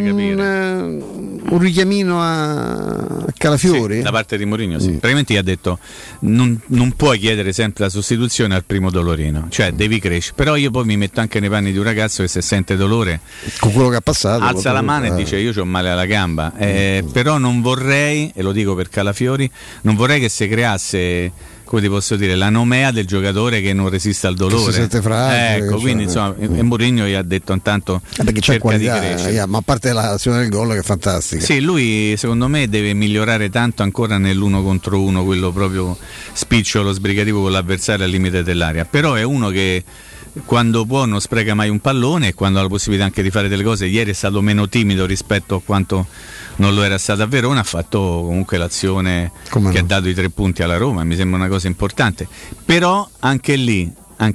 un richiamino a Calafiori? Sì, da parte di Mourinho, sì. Praticamente gli ha detto non puoi chiedere sempre la sostituzione al primo dolorino, cioè devi crescere. Però io poi mi metto anche nei panni di un ragazzo che se sente dolore con quello che ha passato alza la mano e dice io c'ho male alla gamba, però non vorrei, e lo dico per Calafiori, non vorrei che si creasse, come ti posso dire, la nomea del giocatore che non resiste al dolore. Si sente fragile, ecco, quindi insomma, e Mourinho gli ha detto intanto perché c'è qualità, ma a parte l'azione del gol che è fantastica. Sì, lui secondo me deve migliorare tanto ancora nell'1 contro 1, quello proprio spicciolo, sbrigativo con l'avversario al limite dell'area. Però è uno che quando può non spreca mai un pallone e quando ha la possibilità anche di fare delle cose. Ieri è stato meno timido rispetto a quanto non lo era stato a Verona, ha fatto comunque l'azione che ha dato i 3 punti alla Roma, mi sembra una cosa importante. Però anche lì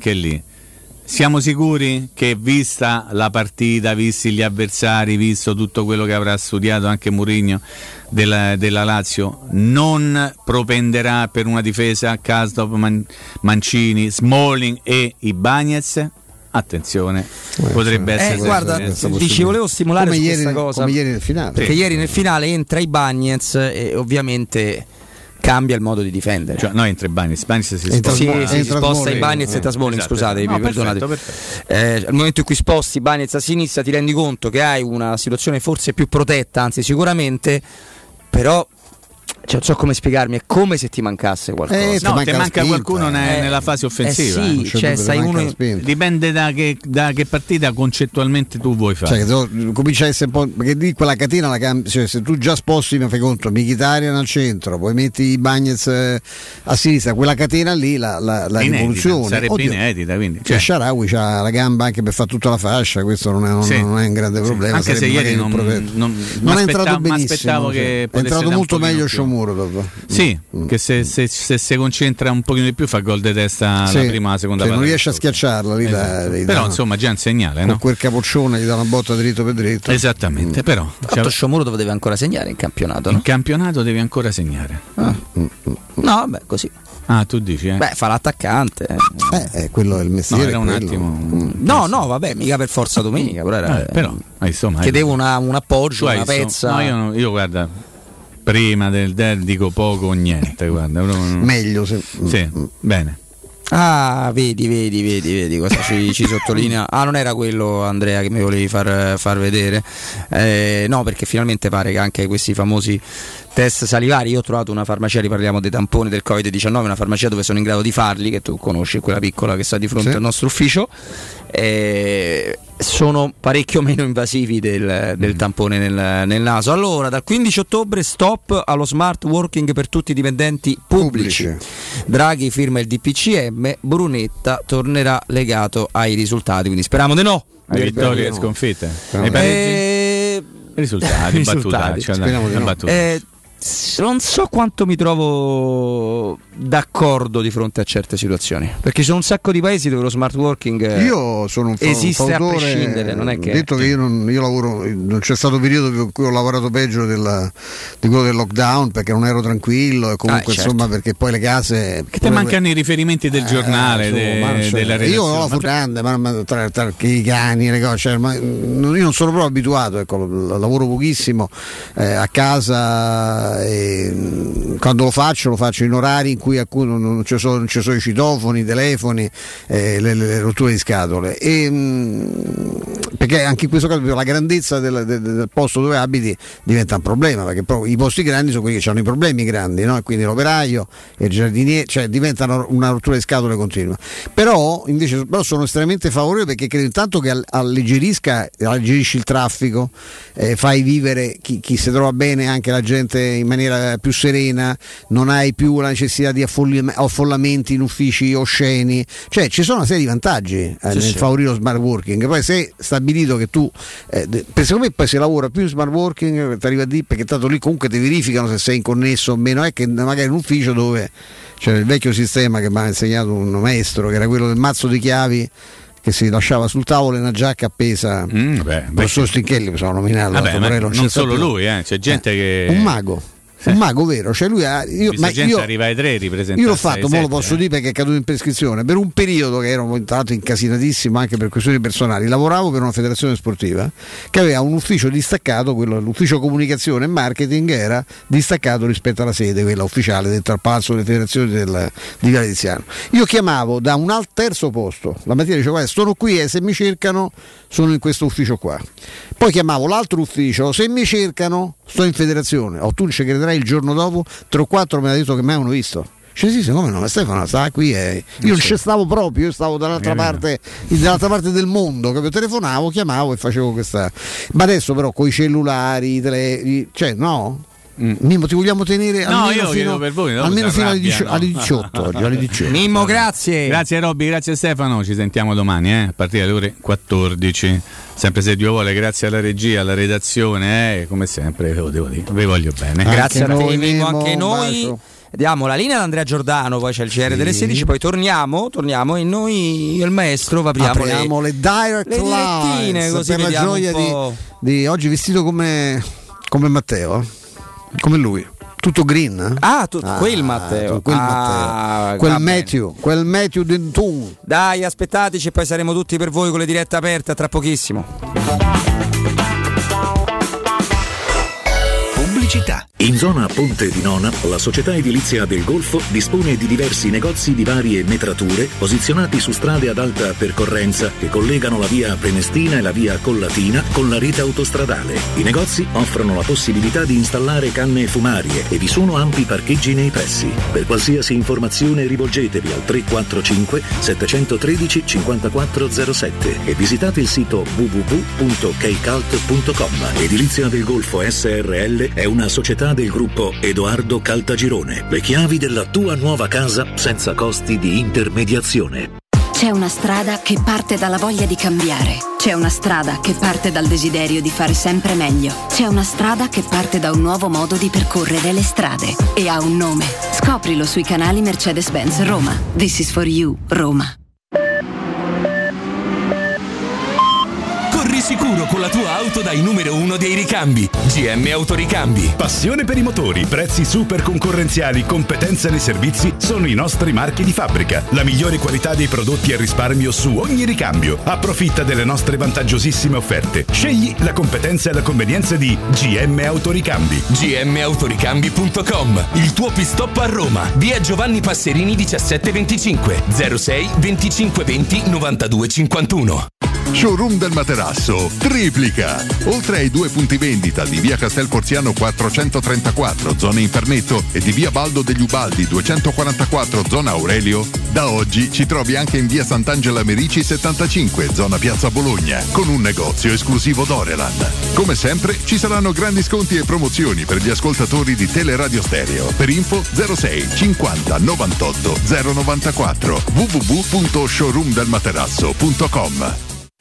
siamo sicuri che, vista la partita, visti gli avversari, visto tutto quello che avrà studiato anche Mourinho della Lazio, non propenderà per una difesa Kasdorp, Mancini, Smalling e Ibañez? Attenzione, potrebbe essere guarda, dici, volevo stimolare come su ieri, questa cosa come ieri nel finale, perché ieri nel finale entra Ibañez e ovviamente cambia il modo di difendere. Cioè, no, entra Ibañez si sposta Ibañez e Smalling, scusate, perdonate. Al momento in cui sposti Ibañez a sinistra ti rendi conto che hai una situazione forse più protetta, anzi sicuramente, però non so come spiegarmi, è come se ti mancasse qualcosa. No, ti manca qualcuno nella fase offensiva. Sì, cioè sai uno, dipende da che partita concettualmente tu vuoi fare. Cioè, comincia a essere un po', perché lì quella catena cioè, se tu già sposti, mi fai conto, Mkhitaryan al centro, poi metti Ibañez a sinistra, quella catena lì la rivoluzione sarebbe inedita, quindi cioè Shaarawy c'ha la gamba anche per fare tutta la fascia, questo non è un grande problema. Anche se ieri non è entrato benissimo, che è entrato molto meglio Sciomuro dopo. Sì, che se si concentra un pochino di più fa gol di testa la prima, la seconda non riesce a schiacciarla lì, però insomma già un segnale, con quel capoccione gli dà una botta dritto per dritto. Esattamente, però Sciomuro deve ancora segnare in campionato, no? In campionato devi ancora segnare. No, vabbè, così. Tu dici? Beh, fa l'attaccante. Quello è il mestiere. No, era un attimo. No, vabbè, mica per forza domenica, però insomma, chiedevo un appoggio, una pezza. No, io guarda, prima del dico poco o niente, guarda. Meglio se... Sì, bene. Vedi cosa ci sottolinea. Non era quello, Andrea, che mi volevi far vedere. No, perché finalmente pare che anche questi famosi test salivari, io ho trovato una farmacia, riparliamo dei tamponi del Covid-19, una farmacia dove sono in grado di farli, che tu conosci, quella piccola che sta di fronte al nostro ufficio, sono parecchio meno invasivi del tampone nel naso. Allora, dal 15 ottobre stop allo smart working per tutti i dipendenti pubblici. Draghi firma il DPCM, Brunetta tornerà legato ai risultati, quindi speriamo di no. Ai vittorie e sconfitte. Risultati. Non so quanto mi trovo d'accordo di fronte a certe situazioni, perché ci sono un sacco di paesi dove lo smart working io sono un esiste a prescindere, non è che detto che io lavoro, non c'è stato periodo in cui ho lavorato peggio di quello del lockdown, perché non ero tranquillo e comunque certo. insomma, perché poi le case che te mancano i riferimenti del giornale, della redazione. Io ho la grande, ma tra i cani, le cose, io non sono proprio abituato, ecco, lavoro pochissimo a casa. E quando lo faccio in orari in cui non ci sono i citofoni, i telefoni, le rotture di scatole, perché anche in questo caso la grandezza del posto dove abiti diventa un problema, perché proprio i posti grandi sono quelli che hanno i problemi grandi, no? E quindi l'operaio e il giardiniere, cioè diventano una rottura di scatole continua. Però sono estremamente favorevole, perché credo intanto che alleggerisci il traffico, fai vivere chi si trova bene, anche la gente in maniera più serena, non hai più la necessità di affollamenti in uffici osceni, cioè ci sono una serie di vantaggi nel favorire lo smart working. Poi se stabilito che tu secondo me poi si lavora più in smart working, ti arriva a dire, perché tanto lì comunque ti verificano se sei connesso o meno, è che magari in un ufficio dove c'era il vecchio sistema che mi ha insegnato un maestro, che era quello del mazzo di chiavi che si lasciava sul tavolo e una giacca appesa. Il professor Stinchelli, possiamo nominarlo. Non solo lui, c'è gente che un mago. Un mago vero, cioè lui gente arriva ai 3 ripresentati. Io l'ho fatto, mo lo posso dire perché è caduto in prescrizione. Per un periodo che ero tra l'altro incasinatissimo anche per questioni personali, lavoravo per una federazione sportiva che aveva un ufficio distaccato, l'ufficio comunicazione e marketing era distaccato rispetto alla sede, quella ufficiale dentro al palazzo delle federazioni di Viale Tiziano. Io chiamavo da un terzo posto, la mattina dicevo guarda, sono qui e se mi cercano sono in questo ufficio qua. Poi chiamavo l'altro ufficio, se mi cercano sto in federazione. Tu ci crederai, il giorno dopo 3 o 4 mi ha detto che mi avevano visto. Cioè sì, come no, Stefano stava qui io non ci stavo proprio, io stavo dall'altra parte del mondo, capito? Telefonavo, chiamavo e facevo questa. Ma adesso però con i cellulari, cioè no? Mimmo, ti vogliamo tenere almeno fino alle 18 oggi, alle 18. Mimmo, grazie Robby, grazie Stefano, ci sentiamo domani a partire dalle ore 14, sempre se Dio vuole, grazie alla regia, alla redazione, come sempre ve lo devo dire, vi voglio bene. Grazie a te Mimmo, anche noi. Diamo la linea ad Andrea Giordano, poi c'è il GR delle 16, poi torniamo e noi, io e il maestro, apriamo le direct lines così per la gioia di oggi vestito come Matteo, come lui, tutto green. Quel Matteo, quel Matthew Denton. Dai, aspettateci, poi saremo tutti per voi con le dirette aperte tra pochissimo. Pubblicità. In zona Ponte di Nona, la società edilizia del Golfo dispone di diversi negozi di varie metrature posizionati su strade ad alta percorrenza che collegano la via Prenestina e la via Collatina con la rete autostradale. I negozi offrono la possibilità di installare canne fumarie e vi sono ampi parcheggi nei pressi. Per qualsiasi informazione rivolgetevi al 345 713 5407 e visitate il sito www.keicalt.com. Edilizia del Golfo SRL è una società del gruppo Edoardo Caltagirone. Le chiavi della tua nuova casa senza costi di intermediazione. C'è una strada che parte dalla voglia di cambiare. C'è una strada che parte dal desiderio di fare sempre meglio. C'è una strada che parte da un nuovo modo di percorrere le strade. E ha un nome. Scoprilo sui canali Mercedes-Benz Roma. This is for you, Roma. Sicuro con la tua auto dai numero 1 dei ricambi. GM Autoricambi. Passione per i motori, prezzi super concorrenziali, competenza nei servizi sono i nostri marchi di fabbrica. La migliore qualità dei prodotti e risparmio su ogni ricambio. Approfitta delle nostre vantaggiosissime offerte. Scegli la competenza e la convenienza di GM Autoricambi. gmaautoricambi.com. Il tuo pit-stop a Roma. Via Giovanni Passerini 1725 06 25 20 92 51. Showroom del Materasso triplica. Oltre ai 2 punti vendita di via Castel Porziano 434 zona Infernetto e di via Baldo degli Ubaldi 244 zona Aurelio, da oggi ci trovi anche in via Sant'Angela Merici 75 zona Piazza Bologna con un negozio esclusivo Doreland. Come sempre ci saranno grandi sconti e promozioni per gli ascoltatori di Teleradio Stereo. Per info 06 50 98 094 www.showroomdelmaterasso.com.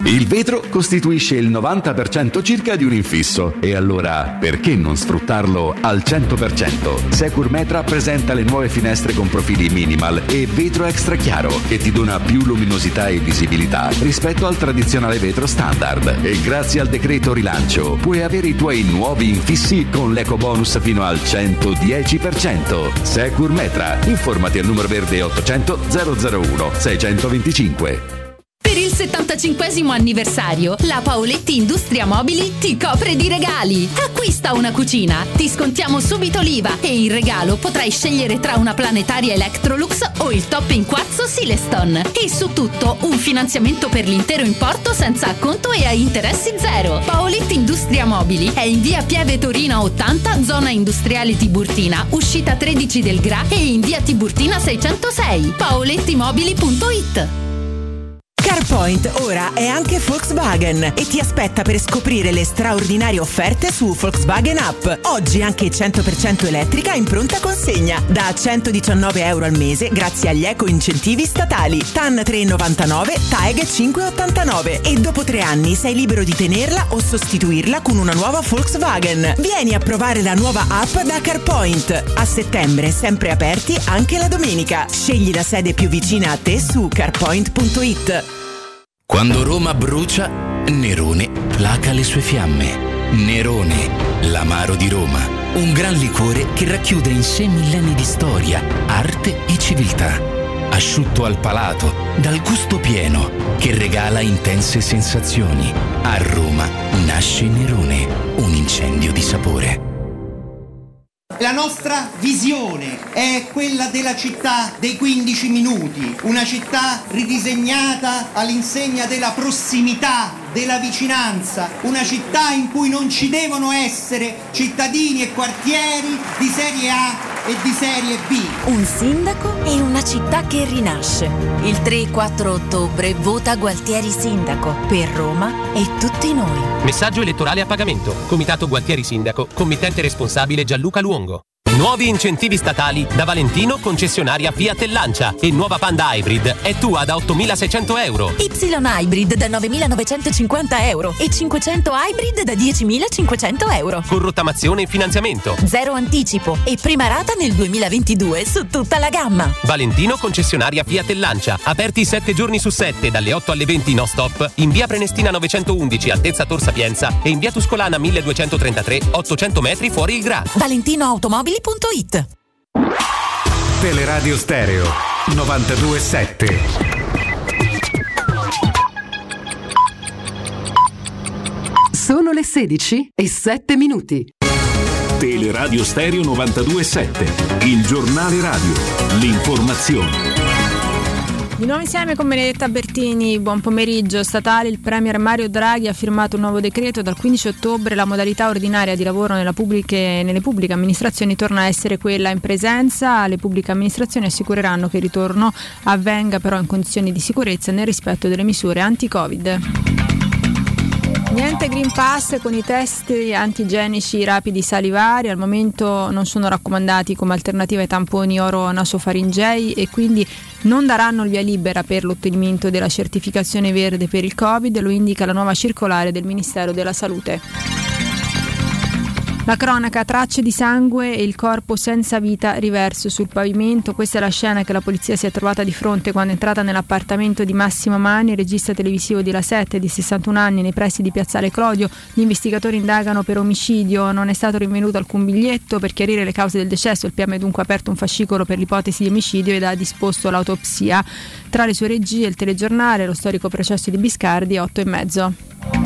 Il vetro costituisce il 90% circa di un infisso e allora perché non sfruttarlo al 100%? Securmetra presenta le nuove finestre con profili minimal e vetro extra chiaro che ti dona più luminosità e visibilità rispetto al tradizionale vetro standard, e grazie al decreto rilancio puoi avere i tuoi nuovi infissi con l'eco bonus fino al 110%. Securmetra, informati al numero verde 800 001 625. Per il 75esimo anniversario, la Paoletti Industria Mobili ti copre di regali. Acquista una cucina, ti scontiamo subito l'IVA e in regalo potrai scegliere tra una planetaria Electrolux o il top in quarzo Silestone. E su tutto un finanziamento per l'intero importo senza acconto e a interessi zero. Paoletti Industria Mobili è in via Pieve Torino 80, zona industriale Tiburtina, uscita 13 del Gra, e in via Tiburtina 606. paolettimobili.it. CarPoint ora è anche Volkswagen e ti aspetta per scoprire le straordinarie offerte su Volkswagen App. Oggi anche 100% elettrica in pronta consegna da €119 al mese grazie agli eco incentivi statali. TAN 3,99, TAEG 5,89 e dopo 3 anni sei libero di tenerla o sostituirla con una nuova Volkswagen. Vieni a provare la nuova app da CarPoint. A settembre sempre aperti anche la domenica. Scegli la sede più vicina a te su carpoint.it. Quando Roma brucia, Nerone placa le sue fiamme. Nerone, l'amaro di Roma. Un gran liquore che racchiude in sé millenni di storia, arte e civiltà. Asciutto al palato, dal gusto pieno, che regala intense sensazioni. A Roma nasce Nerone, un incendio di sapore. La nostra visione è quella della città dei 15 minuti, una città ridisegnata all'insegna della prossimità, della vicinanza, una città in cui non ci devono essere cittadini e quartieri di serie A e di serie B. Un sindaco e una città che rinasce. Il 3 e 4 ottobre vota Gualtieri sindaco per Roma e tutti noi. Messaggio elettorale a pagamento. Comitato Gualtieri sindaco, committente responsabile Gianluca Luongo. Nuovi incentivi statali da Valentino, concessionaria Fiat e Lancia, e nuova Panda Hybrid è tua da €8.600. Y Hybrid da €9.950 e 500 Hybrid da €10.500. Con rottamazione e finanziamento. Zero anticipo e prima rata nel 2022 su tutta la gamma. Valentino, concessionaria Fiat e Lancia, aperti 7 giorni su 7 dalle 8 alle 20 no stop, in via Prenestina 911 altezza Tor Sapienza e in via Tuscolana 1233 800 metri fuori il Gra. ValentinoAutomobili.it. Teleradio Stereo 92.7. Sono le 16:07. Teleradio Stereo 92.7, il giornale radio, l'informazione. Di nuovo insieme con Benedetta Bertini, buon pomeriggio. Statale, il Premier Mario Draghi ha firmato un nuovo decreto. Dal 15 ottobre la modalità ordinaria di lavoro nelle pubbliche amministrazioni torna a essere quella in presenza. Le pubbliche amministrazioni assicureranno che il ritorno avvenga però in condizioni di sicurezza e nel rispetto delle misure anti-Covid. Niente Green Pass con i test antigenici rapidi salivari, al momento non sono raccomandati come alternativa ai tamponi oro-nasofaringei e quindi non daranno il via libera per l'ottenimento della certificazione verde per il Covid, lo indica la nuova circolare del Ministero della Salute. La cronaca, tracce di sangue e il corpo senza vita riverso sul pavimento. Questa è la scena che la polizia si è trovata di fronte quando è entrata nell'appartamento di Massimo Mani, regista televisivo di La 7 di 61 anni nei pressi di Piazzale Clodio. Gli investigatori indagano per omicidio, non è stato rinvenuto alcun biglietto. Per chiarire le cause del decesso il PM ha dunque aperto un fascicolo per l'ipotesi di omicidio ed ha disposto l'autopsia. Tra le sue regie il telegiornale, lo storico processo di Biscardi, 8:30.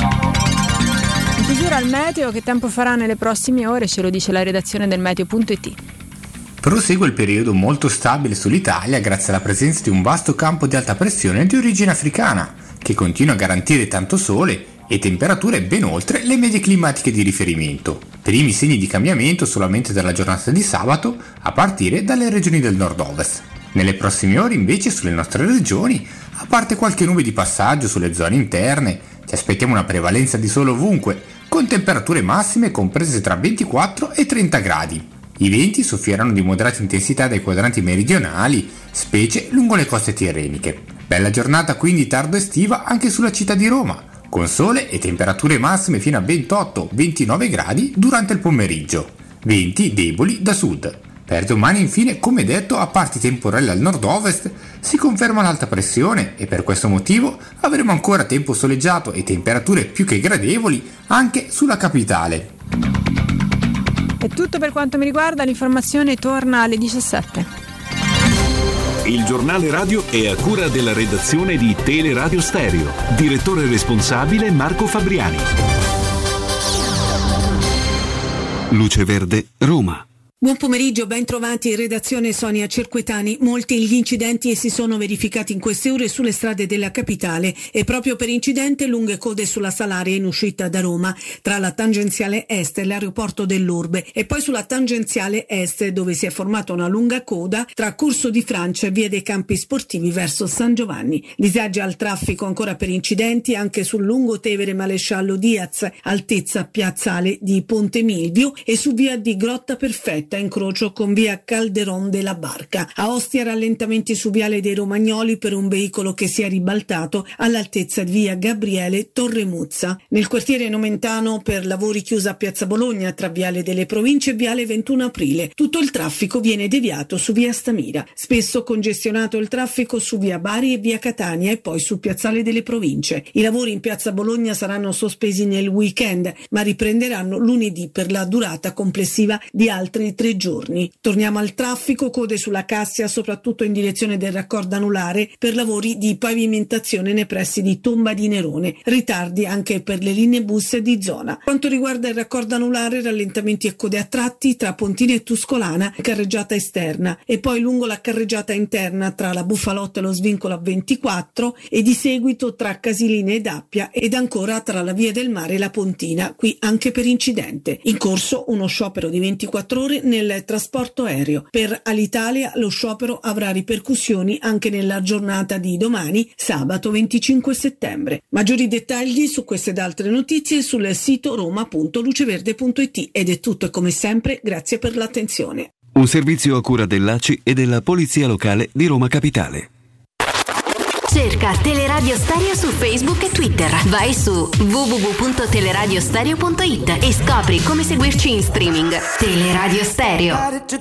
In chiusura al meteo, che tempo farà nelle prossime ore ce lo dice la redazione del meteo.it. Prosegue il periodo molto stabile sull'Italia grazie alla presenza di un vasto campo di alta pressione di origine africana che continua a garantire tanto sole e temperature ben oltre le medie climatiche di riferimento. Primi segni di cambiamento solamente dalla giornata di sabato a partire dalle regioni del nord-ovest. Nelle prossime ore invece sulle nostre regioni, a parte qualche nube di passaggio sulle zone interne, ci aspettiamo una prevalenza di sole ovunque, con temperature massime comprese tra 24 e 30 gradi. I venti soffieranno di moderata intensità dai quadranti meridionali, specie lungo le coste tirreniche. Bella giornata quindi tardo estiva anche sulla città di Roma, con sole e temperature massime fino a 28-29 gradi durante il pomeriggio, venti deboli da sud. Per domani infine, come detto, a parti temporali al nord-ovest si conferma l'alta pressione e per questo motivo avremo ancora tempo soleggiato e temperature più che gradevoli anche sulla capitale. È tutto per quanto mi riguarda, l'informazione torna alle 17. Il giornale radio è a cura della redazione di Teleradio Stereo. Direttore responsabile Marco Fabriani. Luce Verde, Roma. Buon pomeriggio, ben trovati in redazione Sonia Cerquetani. Molti gli incidenti si sono verificati in queste ore sulle strade della capitale e proprio per incidente lunghe code sulla Salaria in uscita da Roma, tra la tangenziale est e l'aeroporto dell'Urbe, e poi sulla tangenziale est dove si è formata una lunga coda tra Corso di Francia e via dei Campi Sportivi verso San Giovanni. Disagi al traffico ancora per incidenti anche sul lungo Tevere Maresciallo Diaz, altezza piazzale di Ponte Milvio, e su via di Grotta Perfetta, incrocio con via Calderon della Barca. A Ostia rallentamenti su viale dei Romagnoli per un veicolo che si è ribaltato all'altezza di via Gabriele Torremuzza. Nel quartiere Nomentano per lavori chiusa a Piazza Bologna tra viale delle Province e viale 21 Aprile. Tutto il traffico viene deviato su via Stamira. Spesso congestionato il traffico su via Bari e via Catania e poi su Piazzale delle Province. I lavori in Piazza Bologna saranno sospesi nel weekend ma riprenderanno lunedì per la durata complessiva di altri 3 giorni. Torniamo al traffico, code sulla Cassia soprattutto in direzione del raccordo anulare per lavori di pavimentazione nei pressi di Tomba di Nerone, ritardi anche per le linee bus di zona. Quanto riguarda il raccordo anulare, rallentamenti e code a tratti tra Pontina e Tuscolana, carreggiata esterna, e poi lungo la carreggiata interna tra la Buffalotta e lo svincolo a 24 e di seguito tra Casilina ed Appia ed ancora tra la Via del Mare e la Pontina, qui anche per incidente. In corso uno sciopero di 24 ore nel trasporto aereo. Per Alitalia lo sciopero avrà ripercussioni anche nella giornata di domani, sabato 25 settembre. Maggiori dettagli su queste ed altre notizie sul sito roma.luceverde.it. Ed è tutto e come sempre grazie per l'attenzione. Un servizio a cura dell'ACI e della Polizia Locale di Roma Capitale. Cerca Teleradio Stereo su Facebook e Twitter. Vai su www.teleradiostereo.it e scopri come seguirci in streaming. Teleradio Stereo.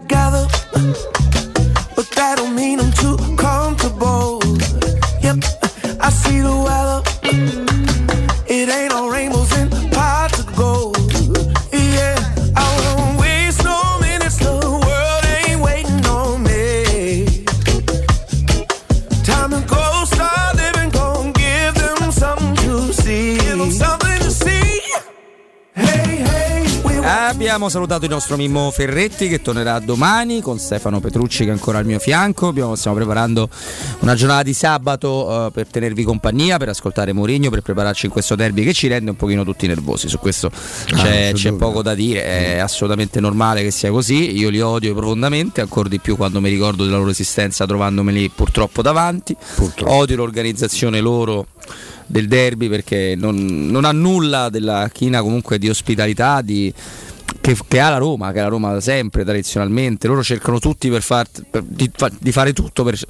Abbiamo salutato il nostro Mimmo Ferretti che tornerà domani con Stefano Petrucci che è ancora al mio fianco. Stiamo preparando una giornata di sabato per tenervi compagnia, per ascoltare Mourinho, per prepararci in questo derby che ci rende un pochino tutti nervosi. Su questo c'è poco da dire, è assolutamente normale che sia così. Io li odio profondamente, ancora di più quando mi ricordo della loro esistenza trovandomeli purtroppo davanti. Odio l'organizzazione loro del derby perché non ha nulla della china comunque di ospitalità che ha la Roma, che è la Roma da sempre tradizionalmente. Loro cercano tutti di fare tutto per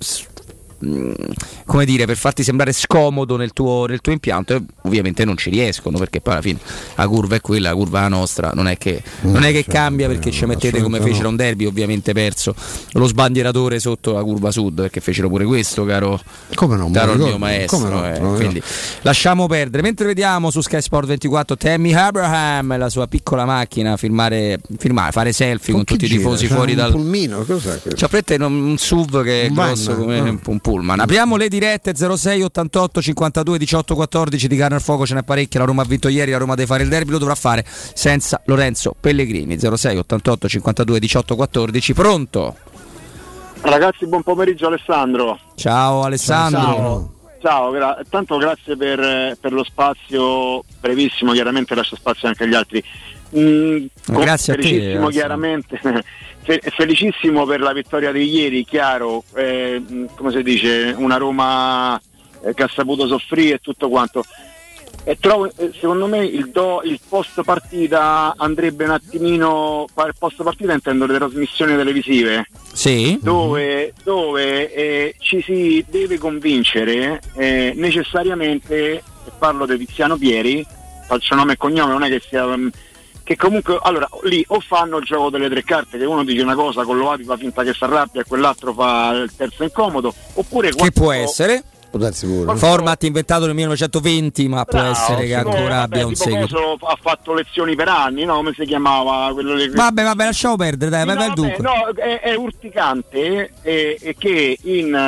come dire, per farti sembrare scomodo nel tuo impianto, e ovviamente non ci riescono perché poi alla fine la curva è quella, la curva è la nostra, non è che cambia perché ci mettete come fecero un derby, ovviamente perso lo sbandieratore sotto la curva sud perché fecero pure questo, caro il mio maestro, quindi lasciamo perdere. Mentre vediamo su Sky Sport 24 Tammy Abraham e la sua piccola macchina fare selfie con tutti i tifosi fuori dal pulmino, cos'è questo? C'ha un SUV che è grosso come un pullman. Apriamo le dirette 06 88 52 18 14 di carne al fuoco, ce n'è parecchia. La Roma ha vinto ieri, la Roma deve fare il derby, lo dovrà fare senza Lorenzo Pellegrini. 06 88 52 18 14. Pronto? Ragazzi, buon pomeriggio. Alessandro. Ciao Alessandro. Ciao, tanto grazie per lo spazio brevissimo, chiaramente lascio spazio anche agli altri. Grazie a te. Chiaramente. Felicissimo per la vittoria di ieri, chiaro, come si dice, una Roma che ha saputo soffrire e tutto quanto. E trovo, secondo me il post partita andrebbe un attimino, post partita intendo le trasmissioni televisive, sì, dove ci si deve convincere necessariamente e parlo di Tiziano Pieri, faccio nome e cognome, non è che sia... che comunque, allora, lì o fanno il gioco delle tre carte, che uno dice una cosa, con Loapi fa finta che si arrabbia e quell'altro fa il terzo incomodo, oppure... Che può essere? Format inventato nel 1920, ma può essere che ancora abbia un seguito. Ha fatto lezioni per anni, no? Come si chiamava? Quello Vabbè, lasciamo perdere, dai, vai dunque. No, è urticante che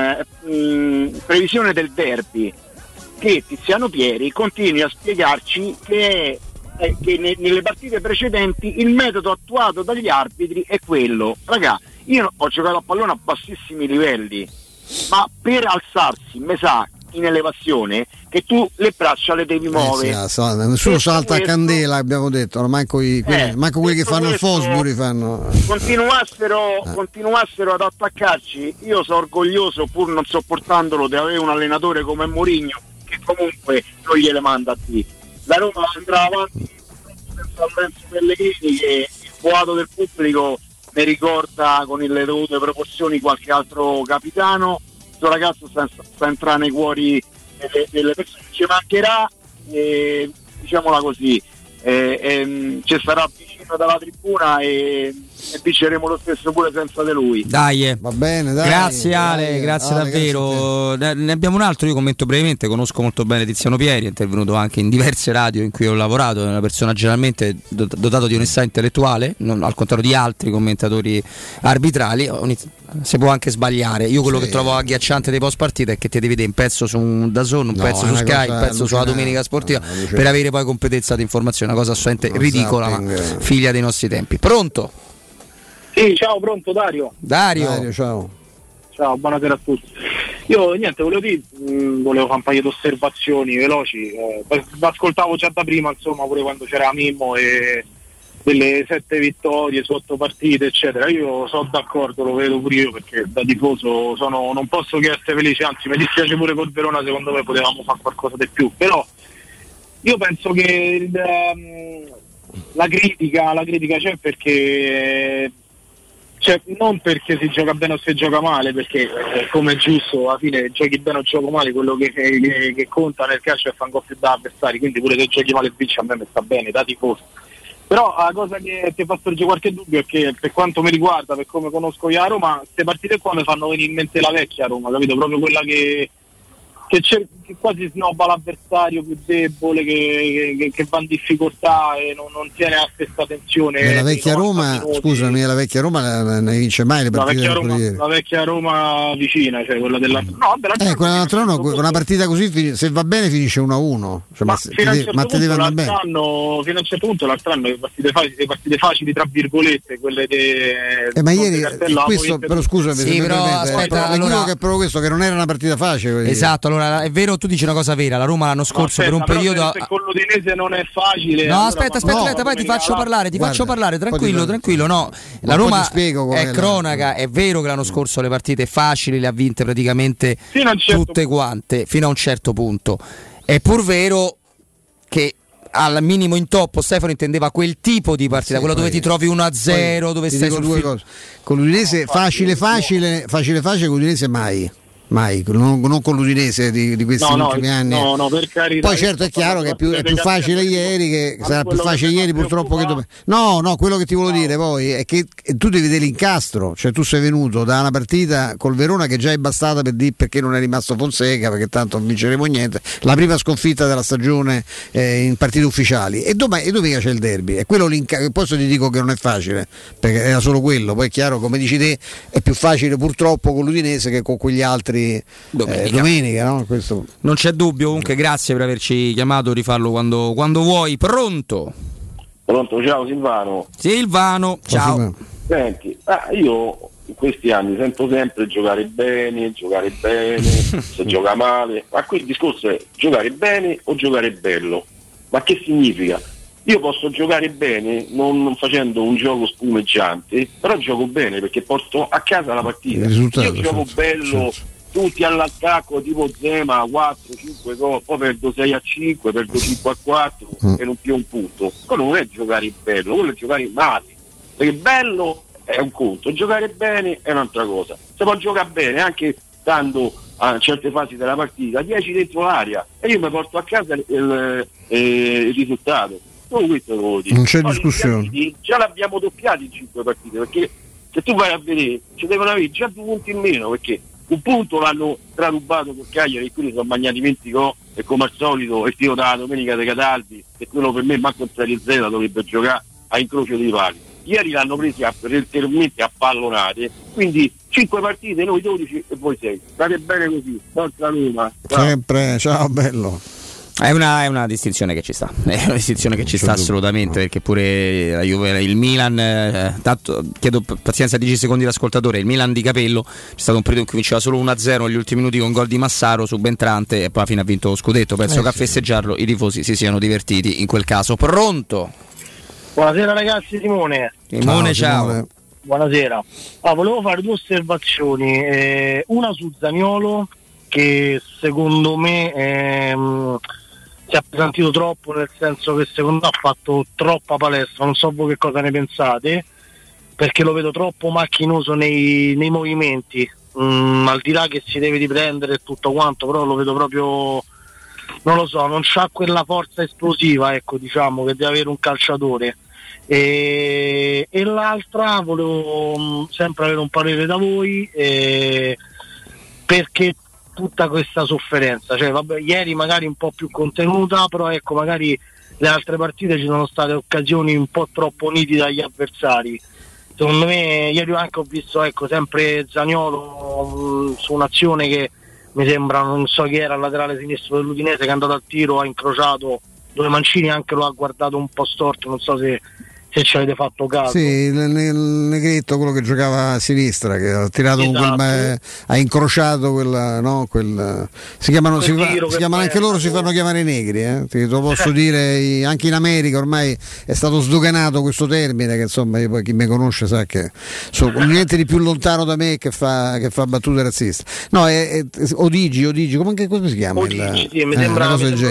in previsione del derby che Tiziano Pieri continui a spiegarci che nelle partite precedenti il metodo attuato dagli arbitri è quello. Ragà, io ho giocato a pallone a bassissimi livelli, ma per alzarsi, mi sa, in elevazione, che tu le braccia le devi muovere. Nessuno salta a candela, abbiamo detto, manco quelli che fanno il Fosbury fanno. Continuassero ad attaccarci, io sono orgoglioso, pur non sopportandolo, di avere un allenatore come Mourinho che comunque non gliele manda a te. La Roma andrà avanti senza Lorenzo Pellegrini, che il boato del pubblico mi ricorda con le dovute proporzioni qualche altro capitano. Questo ragazzo sta entrando nei cuori delle persone, ci mancherà, diciamola così, ci sarà vicino dalla tribuna e vinceremo lo stesso pure senza di lui. Dai, va bene, dai. Grazie Ale, grazie davvero. Ne abbiamo un altro, io commento brevemente, conosco molto bene Tiziano Pieri, è intervenuto anche in diverse radio in cui ho lavorato, è una persona generalmente dotata di onestà intellettuale, al contrario di altri commentatori arbitrali. Si può anche sbagliare. Io quello che trovo agghiacciante dei post partita è che ti devi vedere un pezzo su un DAZN, un pezzo su Sky, un pezzo sulla Domenica Sportiva per avere poi competenza di informazione, una cosa assolutamente ridicola, ma figlia dei nostri tempi. Pronto? Sì, ciao, pronto Dario, ciao, buonasera a tutti. Io niente, volevo fare un paio di osservazioni veloci, ascoltavo già da prima, insomma, pure quando c'era Mimmo e delle 7 vittorie su 8 partite eccetera. Io sono d'accordo, lo vedo pure io, perché da tifoso non posso che essere felice, anzi mi dispiace pure col Verona, secondo me potevamo fare qualcosa di più, però io penso che la critica c'è perché non perché si gioca bene o si gioca male, perché come è giusto, alla fine giochi bene o gioco male, quello che conta nel calcio è fare un gol più da avversari, quindi pure se giochi male e vinci a me mi sta bene, da tifoso. Però la cosa che ti fa sorgere qualche dubbio è che, per quanto mi riguarda, per come conosco io a Roma, queste partite qua mi fanno venire in mente la vecchia Roma, capito? Proprio quella che quasi snobba l'avversario più debole, che va in difficoltà e non tiene la stessa tensione. La vecchia Roma, scusami, la vecchia Roma ne vince mai le partite? La vecchia Roma vicina, cioè quella della quell'altro no, una partita così se va bene finisce 1-1, cioè, ma te deve andare bene. Fino a un certo punto l'altro anno le partite facili tra virgolette, quelle ma ieri questo, però scusami, sì, però aspetta, allora, che è proprio questo, che non era una partita facile. Esatto, allora è vero, tu dici una cosa vera, la Roma l'anno scorso per un periodo se con l'Udinese non è facile. No, aspetta, poi ti faccio parlare, tranquillo, no. La Roma è cronaca, è vero che l'anno scorso le partite facili le ha vinte praticamente tutte quante fino a un certo punto. È pur vero che al minimo intoppo Stefano intendeva quel tipo di partita, quello dove ti trovi 1-0, dove stai sul due cose. Con l'Udinese facile con l'Udinese mai, non con l'Udinese di questi ultimi anni. No, per carità. Poi certo è chiaro che è più facile ieri, che sarà più facile ieri purtroppo che domani. No, quello che ti volevo dire poi è che tu devi vedere l'incastro, cioè tu sei venuto da una partita col Verona che già è bastata per dire perché non è rimasto Fonseca, perché tanto non vinceremo niente, la prima sconfitta della stagione in partite ufficiali, e domenica c'è il derby, e quello poi ti dico che non è facile, perché era solo quello. Poi è chiaro, come dici te, è più facile purtroppo con l'Udinese che con quegli altri domenica, no? Questo non c'è dubbio. Comunque grazie per averci chiamato, rifarlo quando vuoi. Pronto, ciao Silvano. Ciao. Senti, io in questi anni sento sempre giocare bene, se gioca male, ma qui il discorso è giocare bene o giocare bello. Ma che significa? Io posso giocare bene non facendo un gioco spumeggiante, però gioco bene perché porto a casa la partita. Io gioco bello, tutti all'attacco tipo Zema, 4-5 gol, poi perdo 6-5, perdo 5-4 e non più un punto. Quello non è giocare bello, quello è giocare male, perché bello è un conto, giocare bene è un'altra cosa. Si può giocare bene anche stando a certe fasi della partita 10 dentro l'area e io mi porto a casa il risultato. Questo lo dico. Non c'è discussione. Già l'abbiamo doppiato in 5 partite, perché se tu vai a vedere ci devono avere già 2 punti in meno, perché un punto l'hanno trarubato con Cagliari e quindi sono mangiati 20 gol e come al solito il tiro della domenica di Cataldi, e quello per me manco in Serie Z dovrebbe giocare a incrocio dei pali. Ieri l'hanno presi letteralmente a pallonate, quindi 5 partite, noi 12 e voi 6. State bene così, forza Roma. Sempre, ciao bello. È una distinzione che ci sta, è una distinzione che ci sta assolutamente, perché pure la Juve, il Milan, tanto chiedo pazienza 10 secondi all'ascoltatore, il Milan di Capello c'è stato un periodo in cui vinceva solo 1-0 negli ultimi minuti con gol di Massaro subentrante e poi alla fine ha vinto lo scudetto. Penso che a festeggiarlo i tifosi si siano divertiti in quel caso. Pronto? Buonasera ragazzi, Simone. Ciao. Buonasera. Volevo fare 2 osservazioni, una su Zaniolo, che secondo me si è appesantito troppo, nel senso che secondo me ha fatto troppa palestra, non so voi che cosa ne pensate, perché lo vedo troppo macchinoso nei movimenti, al di là che si deve riprendere e tutto quanto, però lo vedo proprio, non lo so, non c'ha quella forza esplosiva, ecco, diciamo, che deve avere un calciatore. E l'altra, volevo sempre avere un parere da voi, perché tutta questa sofferenza, cioè vabbè, ieri magari un po' più contenuta, però ecco, magari le altre partite ci sono state occasioni un po' troppo nitide dagli avversari. Secondo me ieri anche ho visto, ecco, sempre Zaniolo su un'azione che mi sembra, non so chi era, il laterale sinistro dell'Udinese, che è andato al tiro, ha incrociato, dove Mancini anche lo ha guardato un po' storto, non so se ci avete fatto caso. Sì, il negretto, quello che giocava a sinistra, che ha tirato, esatto, ha incrociato quella, no, si chiamano anche loro, si fanno chiamare negri, te lo posso dire, anche in America ormai è stato sdoganato questo termine, che insomma poi chi mi conosce sa che sono niente di più lontano da me che fa battute razziste. No, è Odigi, come si chiama? Sì, mi sembra cosa del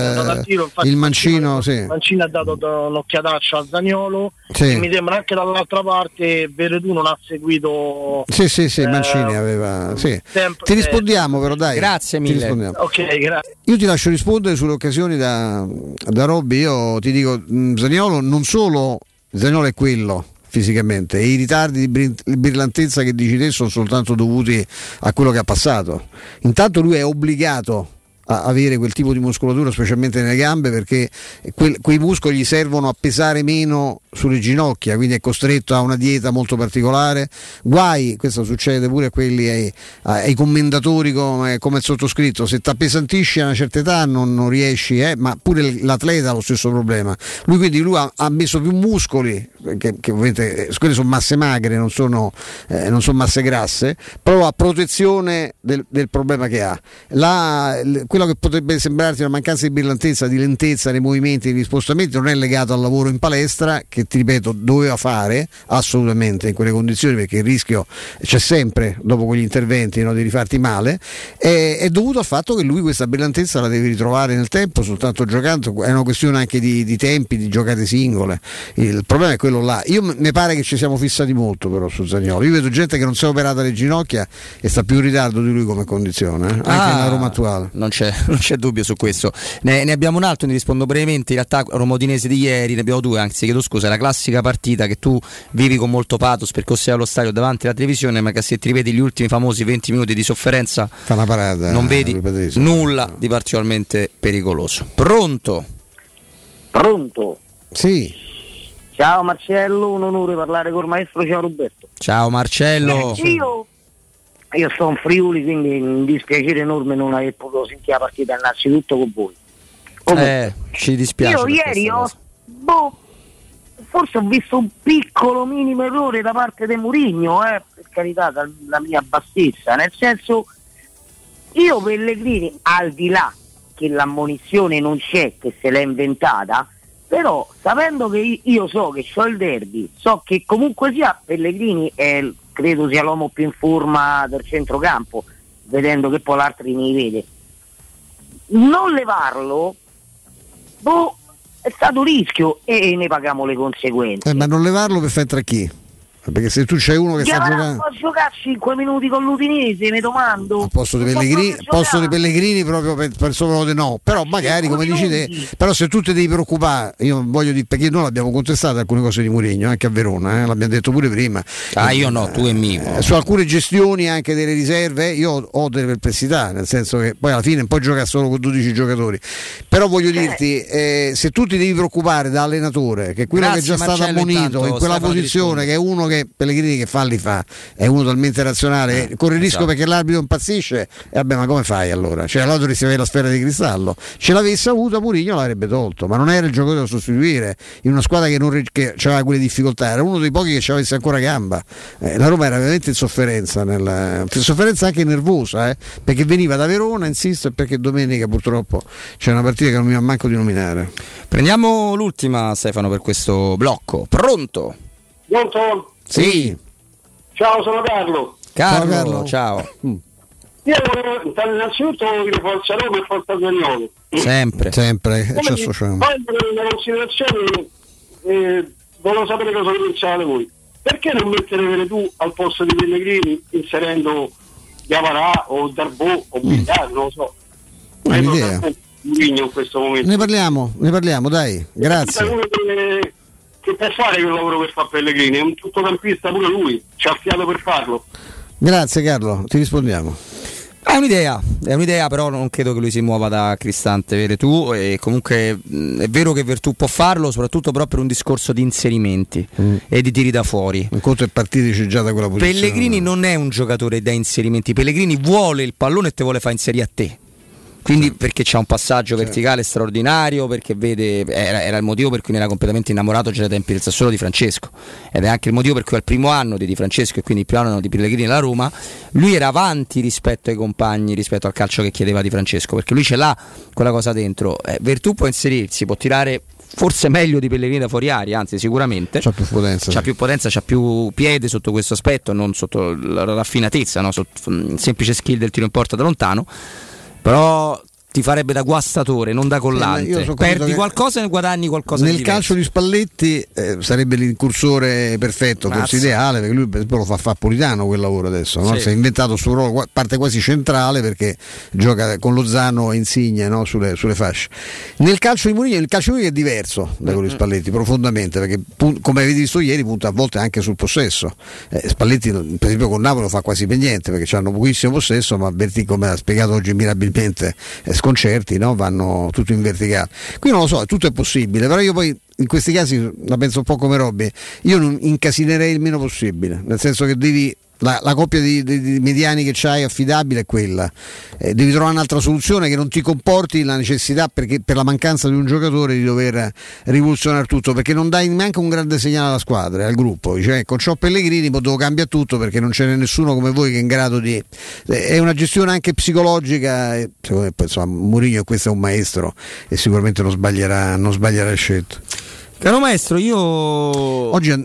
il Mancino, sì. Mancino ha dato un'occhiataccia a Zaniolo. Sì. E mi sembra anche dall'altra parte Veredù non ha seguito. Sì, Mancini aveva. Sì. Ti rispondiamo, però dai. Grazie mille. Ok, grazie. Io ti lascio rispondere sulle occasioni da Robby. Io ti dico, Zaniolo non solo, Zaniolo è quello fisicamente, e i ritardi di brillantezza che dici te sono soltanto dovuti a quello che ha passato. Intanto lui è obbligato a avere quel tipo di muscolatura, specialmente nelle gambe, perché quei muscoli gli servono a pesare meno sulle ginocchia, quindi è costretto a una dieta molto particolare. Guai, questo succede pure a quelli, ai commendatori come il sottoscritto, se ti appesantisci a una certa età non riesci, ma pure l'atleta ha lo stesso problema. Lui ha messo più muscoli, che ovviamente quelle sono masse magre, non sono masse grasse, però a protezione del problema che ha. Quello che potrebbe sembrarti una mancanza di brillantezza, di lentezza nei movimenti, negli spostamenti, non è legato al lavoro in palestra, che ti ripeto doveva fare assolutamente in quelle condizioni, perché il rischio c'è sempre dopo quegli interventi, no, di rifarti male. È dovuto al fatto che lui questa brillantezza la deve ritrovare nel tempo, soltanto giocando. È una questione anche di tempi, di giocate singole. Il problema è quello là. Io mi pare che ci siamo fissati molto però su Zaniolo. Io vedo gente che non si è operata le ginocchia e sta più in ritardo di lui come condizione, anche nella Roma attuale. Non c'è dubbio su questo. Ne abbiamo un altro, ne rispondo brevemente. In realtà Roma-Udinese di ieri, ne abbiamo 2, anzi chiedo scusa, è la classica partita che tu vivi con molto pathos perché osservi allo stadio davanti alla televisione, ma che se ti ripeti gli ultimi famosi 20 minuti di sofferenza fa una parata, non vedi nulla di particolarmente pericoloso. Pronto? Sì. Ciao Marcello, un onore parlare col maestro. Ciao Roberto. Ciao Marcello. Io sto in Friuli, quindi un dispiacere enorme non aver potuto sentire la partita innanzitutto con voi. Ci dispiace. Io ieri forse ho visto un piccolo minimo errore da parte di Mourinho, per carità, dalla mia bassezza, nel senso, io Pellegrini, al di là che l'ammonizione non c'è, che se l'è inventata, però sapendo che io so che c'ho il derby, so che comunque sia Pellegrini credo sia l'uomo più in forma del centrocampo, vedendo che poi l'altri ne vede, non levarlo è stato un rischio e ne paghiamo le conseguenze. Ma non levarlo per fare tra chi? perché se tu c'hai uno che sta giocando, può giocare 5 minuti con l'Udinese, mi domando. Al posto di Pellegrini proprio per sopra no, però magari come dici te, però se tu ti devi preoccupare, io voglio dire, perché noi l'abbiamo contestato alcune cose di Mourinho anche a Verona, l'abbiamo detto pure prima. Io no, tu e me. Su alcune gestioni anche delle riserve io ho delle perplessità, nel senso che poi alla fine non puoi giocare solo con 12 giocatori, però voglio dirti, se tu ti devi preoccupare da allenatore, che quello che è già stato ammonito in quella posizione, che è uno che Pellegrini che falli fa, è uno talmente razionale, corre il rischio perché l'arbitro impazzisce, e vabbè, ma come fai allora? Cioè allora dovresti avere la sfera di cristallo. Ce l'avesse avuta Mourinho l'avrebbe tolto, ma non era il giocatore da sostituire in una squadra che aveva quelle difficoltà, era uno dei pochi che ci avesse ancora gamba. La Roma era veramente in sofferenza, sofferenza anche nervosa, perché veniva da Verona, insisto, e perché domenica purtroppo c'è una partita che non mi va manco di nominare. Prendiamo l'ultima, Stefano, per questo blocco. Pronto? Pronto? Sì. Ciao, sono Carlo. Carlo, ciao. Io volevo innanzitutto dire forza Roma e forza Zaniolo. Sempre ci associamo. Poi una considerazione, volevo sapere cosa pensate voi. Perché non mettere Veretù al posto di Pellegrini inserendo Diavarà o Darboe o Bigliar, non lo so. Un'idea. In questo momento. Ne parliamo, dai, grazie. Che può fare quel lavoro che fa Pellegrini, è un tuttocampista pure lui, c'ha fiato per farlo. Grazie Carlo, ti rispondiamo. È un'idea, però non credo che lui si muova da Cristante Veretù, e comunque è vero che Veretù può farlo, soprattutto però per un discorso di inserimenti e di tiri da fuori. Un conto è partire già da quella posizione. Pellegrini non è un giocatore da inserimenti, Pellegrini vuole il pallone e te vuole fare inserire a te. Quindi perché c'è un passaggio verticale straordinario, perché vede, era il motivo per cui ne era completamente innamorato già dai tempi del Sassuolo di Francesco, ed è anche il motivo per cui al primo anno di Francesco e quindi il primo anno di Pellegrini alla Roma lui era avanti rispetto ai compagni, rispetto al calcio che chiedeva di Francesco, perché lui ce l'ha quella cosa dentro. Veretù può inserirsi, può tirare forse meglio di Pellegrini da fuori aria, anzi sicuramente c'ha più potenza, c'ha più piede sotto questo aspetto, non sotto la raffinatezza, no? Sotto il semplice skill del tiro in porta da lontano, però ti farebbe da guastatore, non da collante. Perdi qualcosa e ne guadagni qualcosa nel di calcio di Spalletti sarebbe l'incursore perfetto, forse ideale, perché lui lo fa Politano quel lavoro adesso, no? Si è inventato il suo ruolo, parte quasi centrale perché gioca con Lozano e Insigne, no? sulle fasce. Nel calcio di Mourinho, il calcio di Mourinho è diverso da quello di Spalletti profondamente, perché come avete visto ieri punta a volte anche sul possesso. Spalletti per esempio con Napoli lo fa quasi per niente, perché hanno pochissimo possesso, ma come ha spiegato oggi mirabilmente sconcerti, no? Vanno tutto in verticale. Qui non lo so, tutto è possibile, però io poi in questi casi la penso un po' come Robby, io non incasinerei il meno possibile, nel senso che devi la coppia di mediani che c'hai affidabile è quella, devi trovare un'altra soluzione che non ti comporti la necessità, perché per la mancanza di un giocatore, di dover rivoluzionare tutto, perché non dai neanche un grande segnale alla squadra, al gruppo. Dice, ecco, c'ho Pellegrini, poi devo cambiare tutto perché non ce n'è nessuno come voi che è in grado di... È una gestione anche psicologica, e secondo me insomma Mourinho questo è un maestro e sicuramente non sbaglierà le scelte. Caro maestro, io oggi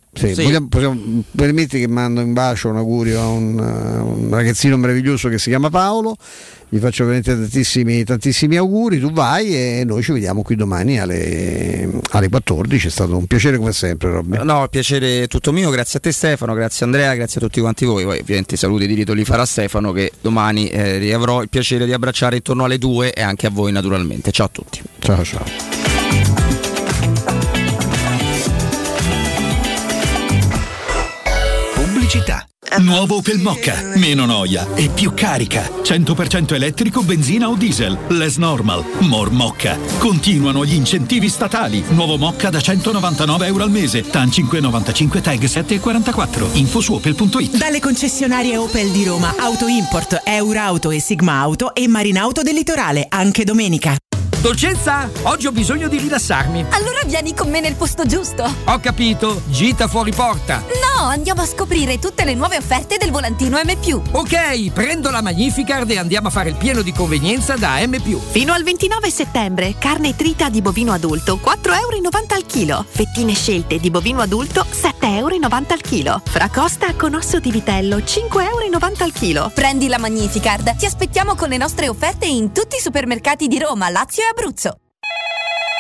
possiamo permetti che mando in bacio un augurio a un ragazzino meraviglioso che si chiama Paolo, gli faccio veramente tantissimi auguri. Tu vai e noi ci vediamo qui domani alle 14. È stato un piacere come sempre, Robby. No, il piacere è tutto mio, grazie a te Stefano, grazie Andrea, grazie a tutti quanti voi. Poi ovviamente i saluti di rito li farà Stefano, che domani avrò il piacere di abbracciare intorno alle 2, e anche a voi naturalmente. Ciao a tutti. Ciao. Nuovo Opel Mokka, meno noia e più carica, 100% elettrico, benzina o diesel, less normal, more Mokka. Continuano gli incentivi statali. Nuovo Mokka da €199 al mese, TAN 5,95, TAG 7,44. Info su opel.it. Dalle concessionarie Opel di Roma, Auto Import, Eurauto e Sigma Auto e Marinauto del Litorale, anche domenica. Dolcezza, oggi ho bisogno di rilassarmi. Allora vieni con me nel posto giusto. Ho capito, gita fuori porta. No, andiamo a scoprire tutte le nuove offerte del volantino M+. Ok, prendo la Magnificard e andiamo a fare il pieno di convenienza da M+. Fino al 29 settembre, carne trita di bovino adulto, €4,90 al chilo. Fettine scelte di bovino adulto, €7,90 al chilo. Fracosta con osso di vitello, €5,90 al chilo. Prendi la Magnificard. Ti aspettiamo con le nostre offerte in tutti i supermercati di Roma, Lazio e Abruzzo.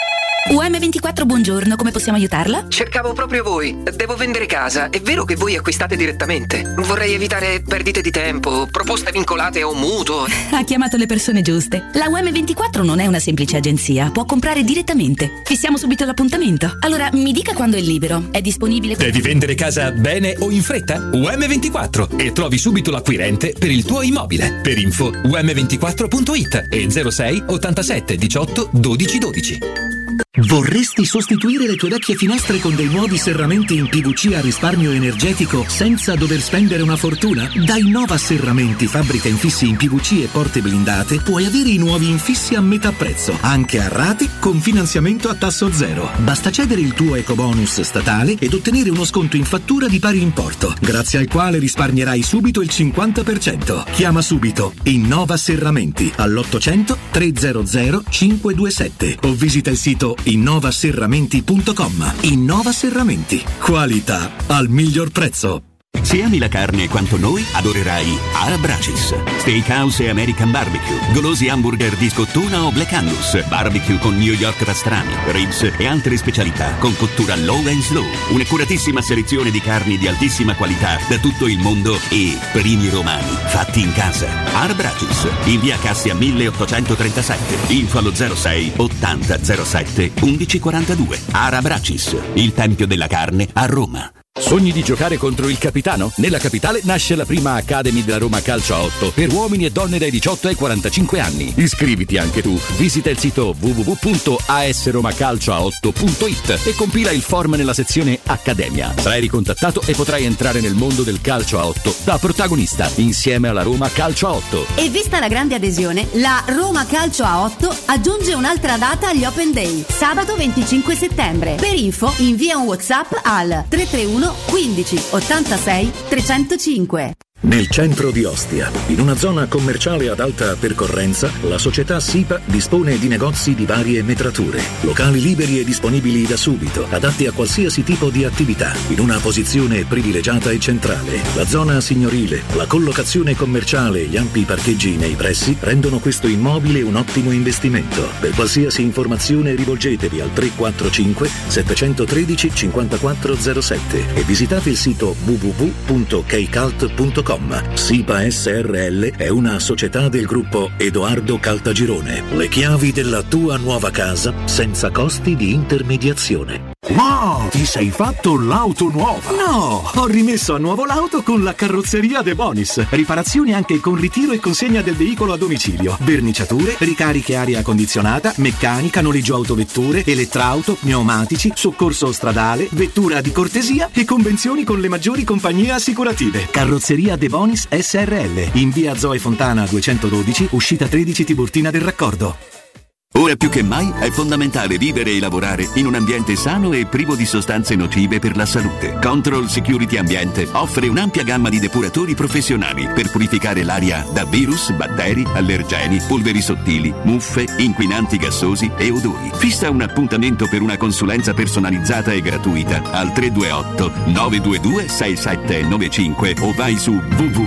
UM24, buongiorno, come possiamo aiutarla? Cercavo proprio voi. Devo vendere casa. È vero che voi acquistate direttamente? Vorrei evitare perdite di tempo, proposte vincolate a un mutuo. Ha chiamato le persone giuste. La UM24 non è una semplice agenzia, può comprare direttamente. Fissiamo subito l'appuntamento. Allora, mi dica quando è libero. È disponibile? Devi vendere casa bene o in fretta? UM24 e trovi subito l'acquirente per il tuo immobile. Per info um24.it e 06 87 18 12 12. Vorresti sostituire le tue vecchie finestre con dei nuovi serramenti in PVC a risparmio energetico senza dover spendere una fortuna? Da Innova Serramenti, fabbrica infissi in PVC e porte blindate, puoi avere i nuovi infissi a metà prezzo, anche a rate con finanziamento a tasso zero. Basta cedere il tuo ecobonus statale ed ottenere uno sconto in fattura di pari importo, grazie al quale risparmierai subito il 50%. Chiama subito Innova Serramenti all'800 300 527 o visita il sito innovaserramenti.com. Innova Serramenti, qualità al miglior prezzo. Se ami la carne quanto noi, adorerai Arabracis. Steakhouse e American Barbecue, golosi hamburger di scottuna o Black Angus, barbecue con New York pastrami, ribs e altre specialità con cottura low and slow. Un'accuratissima selezione di carni di altissima qualità da tutto il mondo e primi romani fatti in casa. Arabracis, in via Cassia 1837, info allo 06 80 07 1142. Arabracis, il tempio della carne a Roma. Sogni di giocare contro il capitano? Nella capitale nasce la prima Academy della Roma Calcio a 8 per uomini e donne dai 18 ai 45 anni. Iscriviti anche tu. Visita il sito www.asromacalcioa8.it e compila il form nella sezione Accademia. Sarai ricontattato e potrai entrare nel mondo del calcio a 8 da protagonista insieme alla Roma Calcio a 8. E vista la grande adesione, la Roma Calcio a 8 aggiunge un'altra data agli Open Day, sabato 25 settembre. Per info invia un WhatsApp al 331 15 86 305. Nel centro di Ostia, in una zona commerciale ad alta percorrenza, la società SIPA dispone di negozi di varie metrature, locali liberi e disponibili da subito, adatti a qualsiasi tipo di attività, in una posizione privilegiata e centrale. La zona signorile, la collocazione commerciale e gli ampi parcheggi nei pressi rendono questo immobile un ottimo investimento. Per qualsiasi informazione rivolgetevi al 345 713 5407 e visitate il sito www.kcalt.com. SIPA SRL è una società del gruppo Edoardo Caltagirone. Le chiavi della tua nuova casa senza costi di intermediazione. Wow, ti sei fatto l'auto nuova? No, ho rimesso a nuovo l'auto con la carrozzeria De Bonis. Riparazioni anche con ritiro e consegna del veicolo a domicilio. Verniciature, ricariche aria condizionata, meccanica, noleggio autovetture, elettrauto, pneumatici, soccorso stradale, vettura di cortesia e convenzioni con le maggiori compagnie assicurative. Carrozzeria De Bonis SRL, in via Zoe Fontana 212, uscita 13 Tiburtina del Raccordo. Ora più che mai è fondamentale vivere e lavorare in un ambiente sano e privo di sostanze nocive per la salute. Control Security Ambiente offre un'ampia gamma di depuratori professionali per purificare l'aria da virus, batteri, allergeni, polveri sottili, muffe, inquinanti gassosi e odori. Fissa un appuntamento per una consulenza personalizzata e gratuita al 328 922 6795 o vai su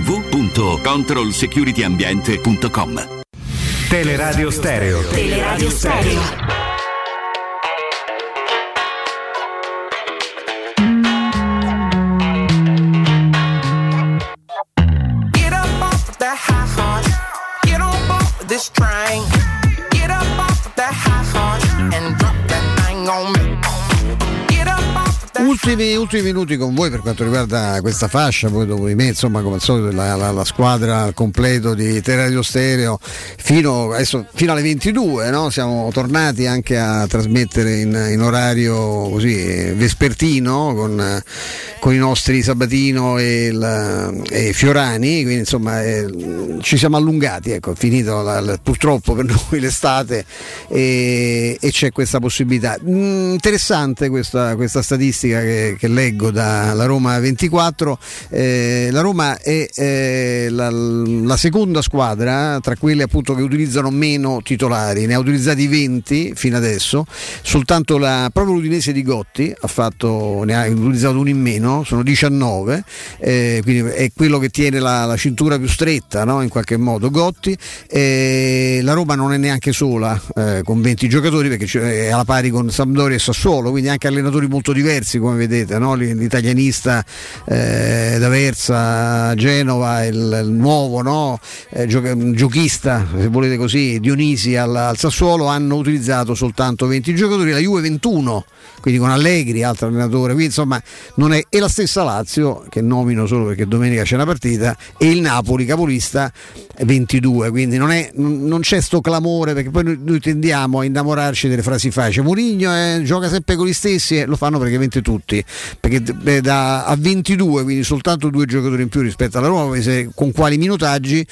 www.controlsecurityambiente.com. Teleradio Stereo. Teleradio Stereo. Get up off that high horse. Get on board this train. Get up off that high horse and drop that thing on me. Ultimi minuti con voi per quanto riguarda questa fascia, poi dopo di me insomma come al solito la squadra al completo di Teleradio Stereo fino alle 22, no? Siamo tornati anche a trasmettere in orario così vespertino con i nostri Sabatino e Fiorani, quindi insomma ci siamo allungati, ecco, è finito purtroppo per noi l'estate e c'è questa possibilità interessante, questa statistica che che leggo dalla Roma 24. La Roma è la seconda squadra tra quelle appunto che utilizzano meno titolari, ne ha utilizzati 20 fino adesso, soltanto proprio l'Udinese di Gotti ne ha utilizzato uno in meno, sono 19, quindi è quello che tiene la cintura più stretta, no? In qualche modo Gotti. La Roma non è neanche sola con 20 giocatori, perché è alla pari con Sampdoria e Sassuolo, quindi anche allenatori molto diversi, come vedete, no? L'italianista d'Aversa, Genova, il nuovo, no? Giochista, se volete così, Dionisi al Sassuolo, hanno utilizzato soltanto 20 giocatori, la Juve 21, quindi con Allegri, altro allenatore, quindi insomma non è, e la stessa Lazio, che nomino solo perché domenica c'è una partita, e il Napoli capolista 22, quindi non c'è sto clamore, perché poi noi tendiamo a innamorarci delle frasi facili. Mourinho gioca sempre con gli stessi, lo fanno praticamente tutti, perché a 22, quindi soltanto 2 giocatori in più rispetto alla Roma, con quali minutaggi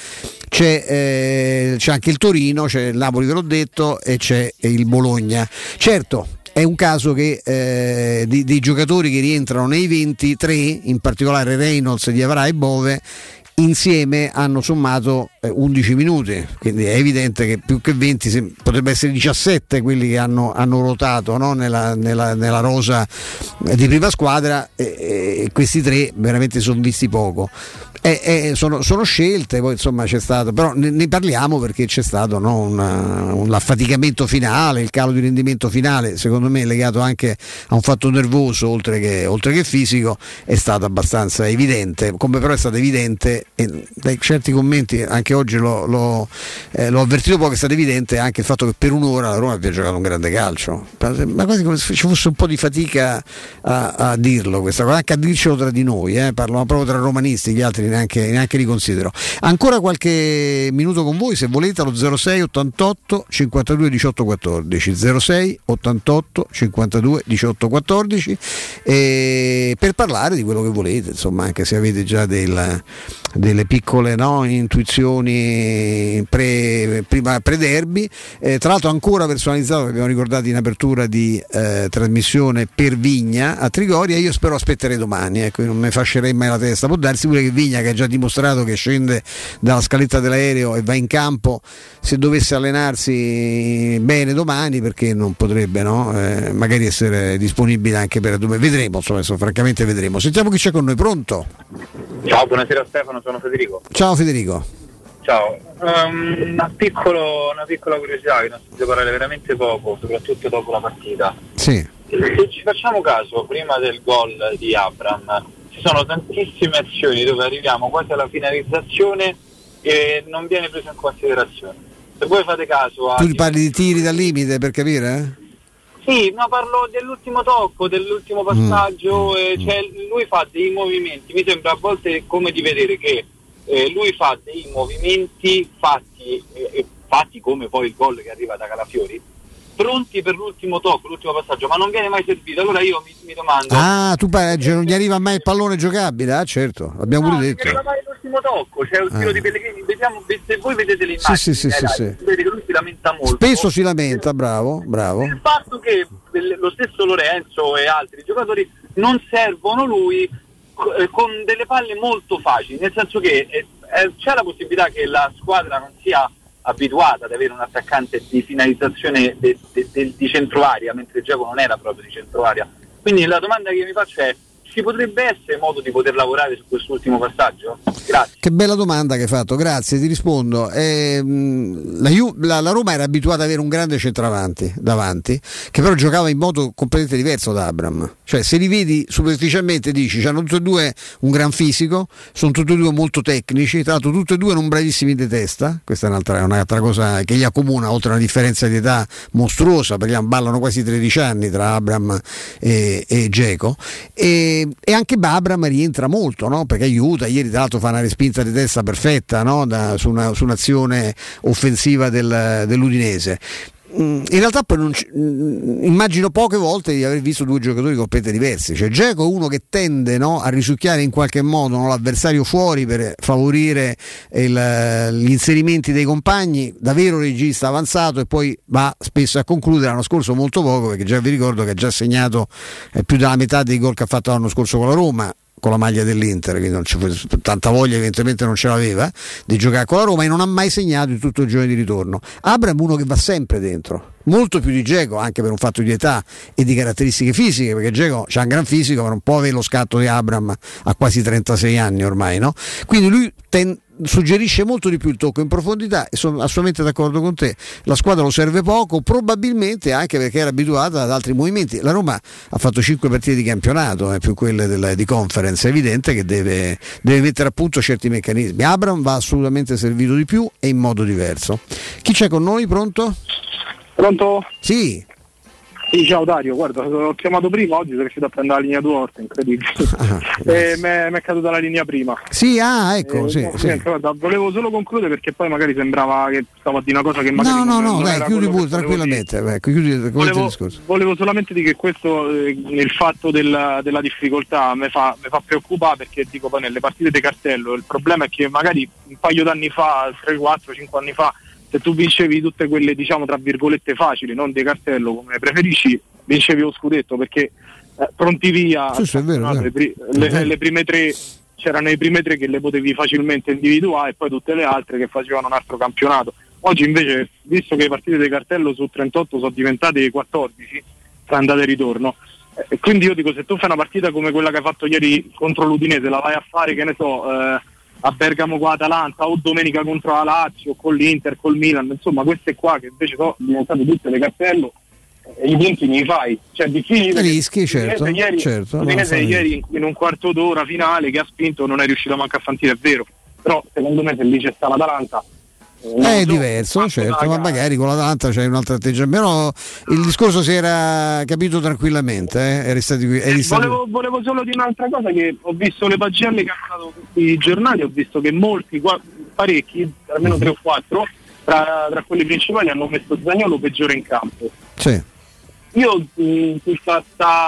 c'è anche il Torino, c'è il Napoli, ve l'ho detto, e c'è il Bologna. Certo, è un caso che dei giocatori che rientrano nei 23, in particolare Reynolds, Diavara e Bove, insieme hanno sommato 11 minuti, quindi è evidente che più che 20 potrebbe essere 17 quelli che hanno ruotato, no? nella rosa di prima squadra, e questi 3 veramente sono visti poco. Sono scelte, poi insomma c'è stato, però ne parliamo perché c'è stato, no, un affaticamento finale, il calo di rendimento finale, secondo me legato anche a un fatto nervoso oltre che fisico, è stato abbastanza evidente, come però è stato evidente, e dai certi commenti anche oggi l'ho avvertito poco, è stato evidente anche il fatto che per un'ora la Roma abbia giocato un grande calcio, ma quasi come se ci fosse un po' di fatica a dirlo, questa cosa, anche a dircelo tra di noi, parlo proprio tra romanisti, gli altri neanche li considero. Ancora qualche minuto con voi se volete, allo 06 88 52 18 14, 06 88 52 18 14, per parlare di quello che volete, insomma, anche se avete già delle piccole, no, intuizioni pre-derby. Tra l'altro ancora personalizzato, che abbiamo ricordato in apertura di trasmissione, per Vigna a Trigoria. Io spero aspetterei domani, ecco, non mi fascerei mai la testa. Può darsi pure che Vigna, che ha già dimostrato che scende dalla scaletta dell'aereo e va in campo, se dovesse allenarsi bene domani, perché non potrebbe, no? Magari essere disponibile anche per domani. Vedremo, insomma, francamente vedremo. Sentiamo chi c'è con noi. Pronto? Ciao, buonasera Stefano, sono Federico. Ciao Federico. Ciao, una piccola curiosità, che non si può parlare veramente poco, soprattutto dopo la partita. Sì. Se ci facciamo caso, prima del gol di Abraham ci sono tantissime azioni dove arriviamo quasi alla finalizzazione e non viene preso in considerazione. Se voi fate caso tu parli di tiri dal limite, per capire? Sì, no, parlo dell'ultimo tocco, dell'ultimo passaggio, cioè lui fa dei movimenti, mi sembra a volte come di vedere che lui fa dei movimenti fatti come poi il gol che arriva da Calafiori, pronti per l'ultimo tocco, l'ultimo passaggio, ma non viene mai servito. Allora io mi domando, tu non gli arriva mai il pallone giocabile? Ah, certo, abbiamo pure detto. Non arriva mai l'ultimo tocco, c'è il tiro di Pellegrini, vediamo, se voi vedete le immagini, sì. vedete che lui si lamenta molto. Spesso si lamenta, bravo. Il fatto che lo stesso Lorenzo e altri giocatori non servono lui con delle palle molto facili, nel senso che c'è la possibilità che la squadra non sia abituata ad avere un attaccante di finalizzazione di centroarea, mentre il gioco non era proprio di centroarea. Quindi la domanda che mi faccio è: ci potrebbe essere modo di poter lavorare su quest'ultimo passaggio? Grazie. Che bella domanda che hai fatto, grazie, ti rispondo. La Roma era abituata ad avere un grande centravanti davanti, che però giocava in modo completamente diverso da Abraham. Cioè, se li vedi superficialmente dici hanno tutti e due un gran fisico, sono tutti e due molto tecnici, tra l'altro tutti e due non bravissimi di testa, questa è un'altra cosa che li accomuna, oltre a una differenza di età mostruosa, perché ballano quasi 13 anni tra Abraham e Dzeko, e anche Abraham rientra molto, no? Perché aiuta, ieri tra l'altro fa una respinta di testa perfetta, no? Su un'azione offensiva dell'Udinese. in realtà poi immagino poche volte di aver visto due giocatori con pete diversi. Cioè Dzeko è uno che tende, no, a risucchiare in qualche modo, no, l'avversario fuori per favorire gli inserimenti dei compagni, da vero regista avanzato, e poi va spesso a concludere. L'anno scorso molto poco, perché già vi ricordo che ha già segnato più della metà dei gol che ha fatto l'anno scorso con la Roma, con la maglia dell'Inter, quindi non tanta voglia evidentemente non ce l'aveva di giocare con la Roma, e non ha mai segnato in tutto il giorno di ritorno. Abraham uno che va sempre dentro, molto più di Dzeko, anche per un fatto di età e di caratteristiche fisiche, perché Dzeko c'ha un gran fisico ma non può avere lo scatto di Abraham a quasi 36 anni ormai, no? Quindi lui suggerisce molto di più il tocco in profondità, e sono assolutamente d'accordo con te. La squadra lo serve poco, probabilmente anche perché era abituata ad altri movimenti. La Roma ha fatto 5 partite di campionato, più quelle di conference. È evidente che deve mettere a punto certi meccanismi. Abraham va assolutamente servito di più e in modo diverso. Chi c'è con noi? Pronto? Pronto? Sì. Sì, ciao Dario, guarda, ho chiamato prima, oggi sono riuscito a prendere la linea 2 volte, incredibile. Mi è caduta la linea prima. Sì, ecco, sì. Guarda, volevo solo concludere, perché poi magari sembrava che stavo a dire una cosa che magari no, dai, chiudi pure tranquillamente. Volevo solamente dire che questo, il fatto della difficoltà mi fa preoccupare, perché dico, poi nelle partite di cartello il problema è che magari un paio d'anni fa, 3, 4, 5 anni fa, se tu vincevi tutte quelle, diciamo, tra virgolette facili, non di cartello come preferisci, vincevi lo scudetto, perché pronti via, sì, è vero, le prime 3, c'erano i prime 3 che le potevi facilmente individuare, e poi tutte le altre che facevano un altro campionato. Oggi invece, visto che le partite di cartello su 38 sono diventate 14 tra andata e ritorno, e quindi io dico, se tu fai una partita come quella che hai fatto ieri contro l'Udinese, la vai a fare, che ne so, a Bergamo con l'Atalanta, o domenica contro la Lazio, con l'Inter, col Milan, insomma queste qua che invece sono diventate tutte le cartello, i punti ne fai, cioè è difficile. Rischi, certo. Ieri in un quarto d'ora finale che ha spinto non è riuscito manco a fantire, è vero, però secondo me se lì c'è sta l'Atalanta è diverso, certo, ma magari con l'Atalanta c'è un altro atteggiamento. Però il discorso si era capito tranquillamente, Volevo solo dire un'altra cosa, che ho visto le pagelle che hanno dato tutti i giornali, ho visto che parecchi, almeno 3 o 4 tra quelli principali, hanno messo Zaniolo peggiore in campo. Sì. Io sto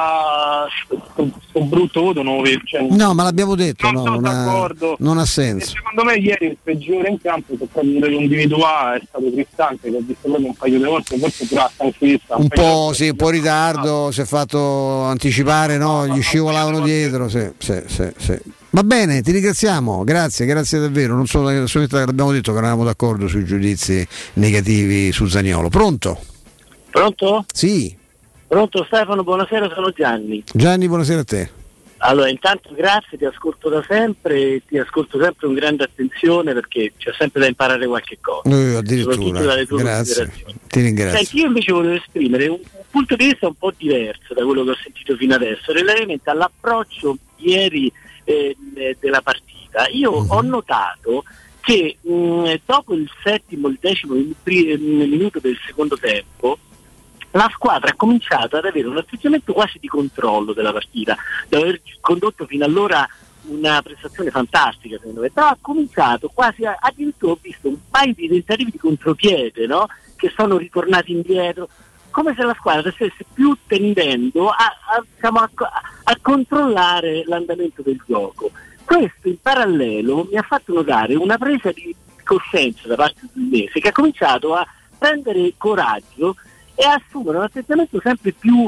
brutto voto non lo vedo, no, ma l'abbiamo detto, non ha senso. E secondo me ieri il peggiore in campo, per quello individuale, è stato Cristante, che ho visto proprio un paio di volte, forse pure la stanchezza. Un po' in ritardo, si è fatto anticipare, no? Gli scivolavano dietro, sì. Va bene, ti ringraziamo, grazie davvero. Non solo, l'abbiamo detto che eravamo d'accordo sui giudizi negativi su Zaniolo. Pronto? Sì. Pronto Stefano, buonasera, sono Gianni. Gianni, buonasera a te. Allora, intanto grazie, ti ascolto da sempre, ti ascolto sempre con grande attenzione, perché c'è sempre da imparare qualche cosa. Addirittura, dalle tue grazie, ti ringrazio. Senti, io invece volevo esprimere un punto di vista un po' diverso da quello che ho sentito fino adesso, relativamente all'approccio ieri della partita. Io ho notato che dopo il 7º, il 10º minuto del secondo tempo, la squadra ha cominciato ad avere un atteggiamento quasi di controllo della partita, di aver condotto fino allora una prestazione fantastica, secondo me, però ha cominciato quasi addirittura ho visto un paio di tentativi di contropiede, no? Che sono ritornati indietro, come se la squadra stesse più tendendo a controllare l'andamento del gioco. Questo in parallelo mi ha fatto notare una presa di coscienza da parte del Udinese, che ha cominciato a prendere coraggio e a assumere un atteggiamento sempre più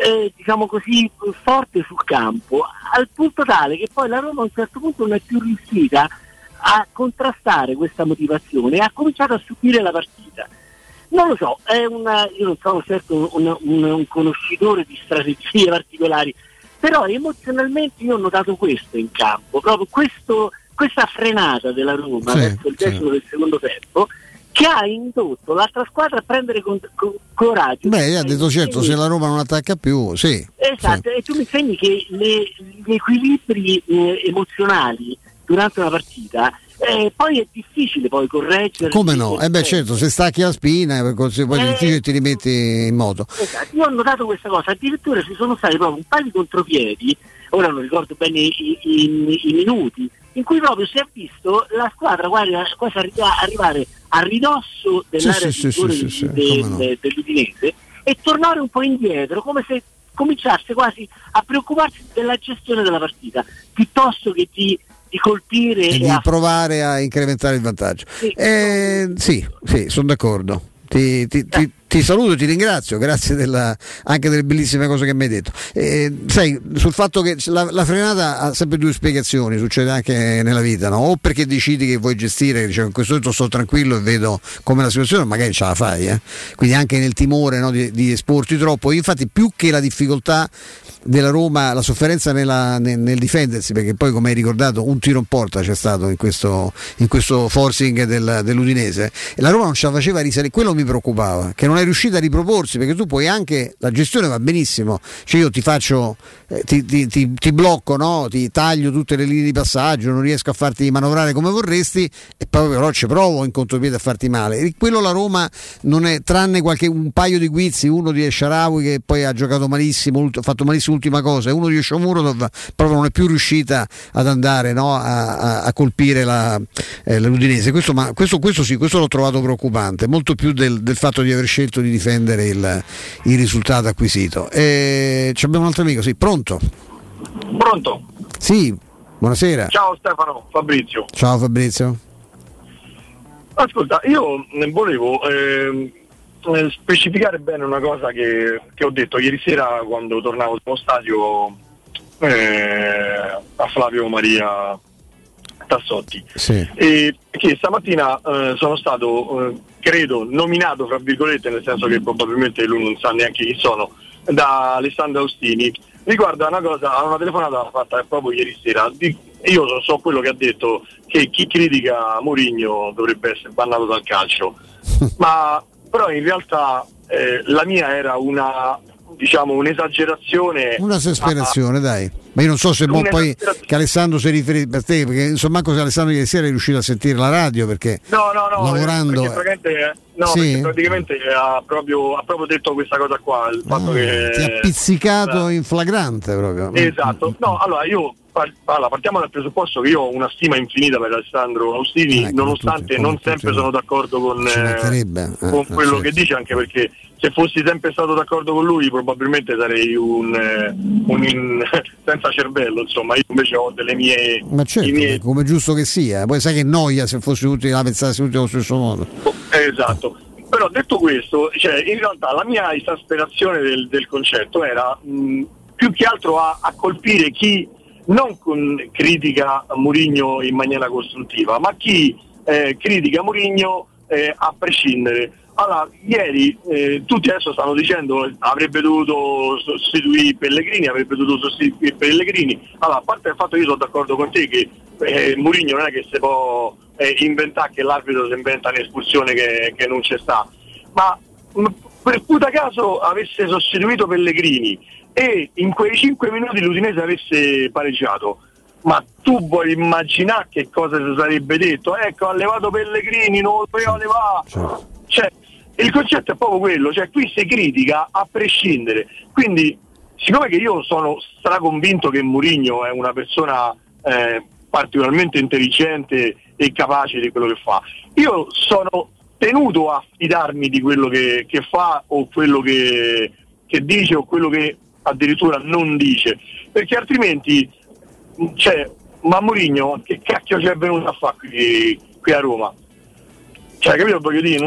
forte sul campo, al punto tale che poi la Roma a un certo punto non è più riuscita a contrastare questa motivazione e ha cominciato a subire la partita. Non lo so, io non sono certo un conoscitore di strategie particolari, però emozionalmente io ho notato questo in campo, proprio questa frenata della Roma verso il 10º del secondo tempo, che ha indotto l'altra squadra a prendere coraggio. Beh, ha detto certo, se la Roma non attacca più, sì. Esatto, sì. E tu mi insegni che gli equilibri emozionali durante una partita poi è difficile poi correggere. Come no? Certo, se stacchi la spina poi è difficile ti rimetti in moto. Esatto, io ho notato questa cosa, addirittura ci sono stati proprio un paio di contropiedi, ora non ricordo bene i minuti, in cui proprio si è visto la squadra quasi arrivare a ridosso dell'area dell'Udinese e tornare un po' indietro, come se cominciasse quasi a preoccuparsi della gestione della partita piuttosto che di colpire e di provare a incrementare il vantaggio. Sì, sono d'accordo. Ti saluto e ti ringrazio, grazie anche delle bellissime cose che mi hai detto. Sai, sul fatto che la frenata ha sempre due spiegazioni, succede anche nella vita, no? O perché decidi che vuoi gestire, diciamo, in questo momento sto tranquillo e vedo come la situazione, magari ce la fai, quindi anche nel timore, no, di esporti troppo. Infatti, più che la difficoltà della Roma, la sofferenza nel difendersi, perché poi, come hai ricordato, un tiro in porta c'è stato in questo forcing dell'Udinese, e la Roma non ce la faceva risalire. Quello mi preoccupava, che non è riuscita a riproporsi, perché tu puoi anche, la gestione va benissimo, cioè io ti faccio ti blocco, no? Ti taglio tutte le linee di passaggio, non riesco a farti manovrare come vorresti, e poi però ci provo in contropiede a farti male. E quello la Roma non è, tranne un paio di guizzi, uno di Esharawi che poi ha giocato malissimo, ha fatto malissimo l'ultima cosa, e uno di Shomurodov, proprio non è più riuscita ad andare, no? a colpire l'Udinese. Questo sì, questo l'ho trovato preoccupante, molto più del fatto di aver scelto di difendere il risultato acquisito. Abbiamo un altro amico, sì, pronto? Sì, buonasera. Ciao Stefano, Fabrizio. Ciao Fabrizio. Ascolta, io volevo specificare bene una cosa che ho detto ieri sera quando tornavo dallo stadio a Flavio Maria Tassotti, sì. E che stamattina sono stato credo nominato, fra virgolette, nel senso che probabilmente lui non sa neanche chi sono, da Alessandro Austini riguardo a una telefonata fatta proprio ieri sera. Io so quello che ha detto, che chi critica Mourinho dovrebbe essere bannato dal calcio, ma però in realtà la mia era un'esagerazione, un'esasperazione, dai. Ma io non so se poi che Alessandro si riferisce per te, perché insomma se Alessandro ieri sera è riuscito a sentire la radio, perché lavorando perché praticamente ha proprio detto questa cosa qua, il fatto che ti ha pizzicato in flagrante proprio. Esatto. No, allora io partiamo dal presupposto che io ho una stima infinita per Alessandro Austini, nonostante non sempre sono d'accordo con quello che dice, anche perché se fossi sempre stato d'accordo con lui probabilmente sarei un senza cervello, insomma. Io invece ho delle mie, ma certo, come giusto che sia, poi sai che noia se fossi tutti a pensare allo stesso modo. Esatto. Però detto questo, cioè, in realtà la mia esasperazione del concetto era più che altro a colpire chi non critica Mourinho in maniera costruttiva, ma chi critica Mourinho a prescindere. Allora, ieri tutti adesso stanno dicendo avrebbe dovuto sostituire Pellegrini. Allora, a parte il fatto che io sono d'accordo con te che Mourinho non è che si può inventare, che l'arbitro si inventa un'espulsione che non c'è sta, ma per puta caso avesse sostituito Pellegrini e in quei 5 minuti l'Udinese avesse pareggiato, ma tu vuoi immaginare che cosa si sarebbe detto? Ecco, ha levato Pellegrini, non lo doveva levare. Certo. Cioè, il concetto è proprio quello, cioè qui si critica a prescindere. Quindi, siccome che io sono straconvinto che Mourinho è una persona particolarmente intelligente e capace di quello che fa, io sono tenuto a fidarmi di quello che fa, o quello che dice, o quello che addirittura non dice, perché altrimenti ma Mourinho che cacchio ci è venuto a fare qui a Roma? Cioè, capito, voglio dire,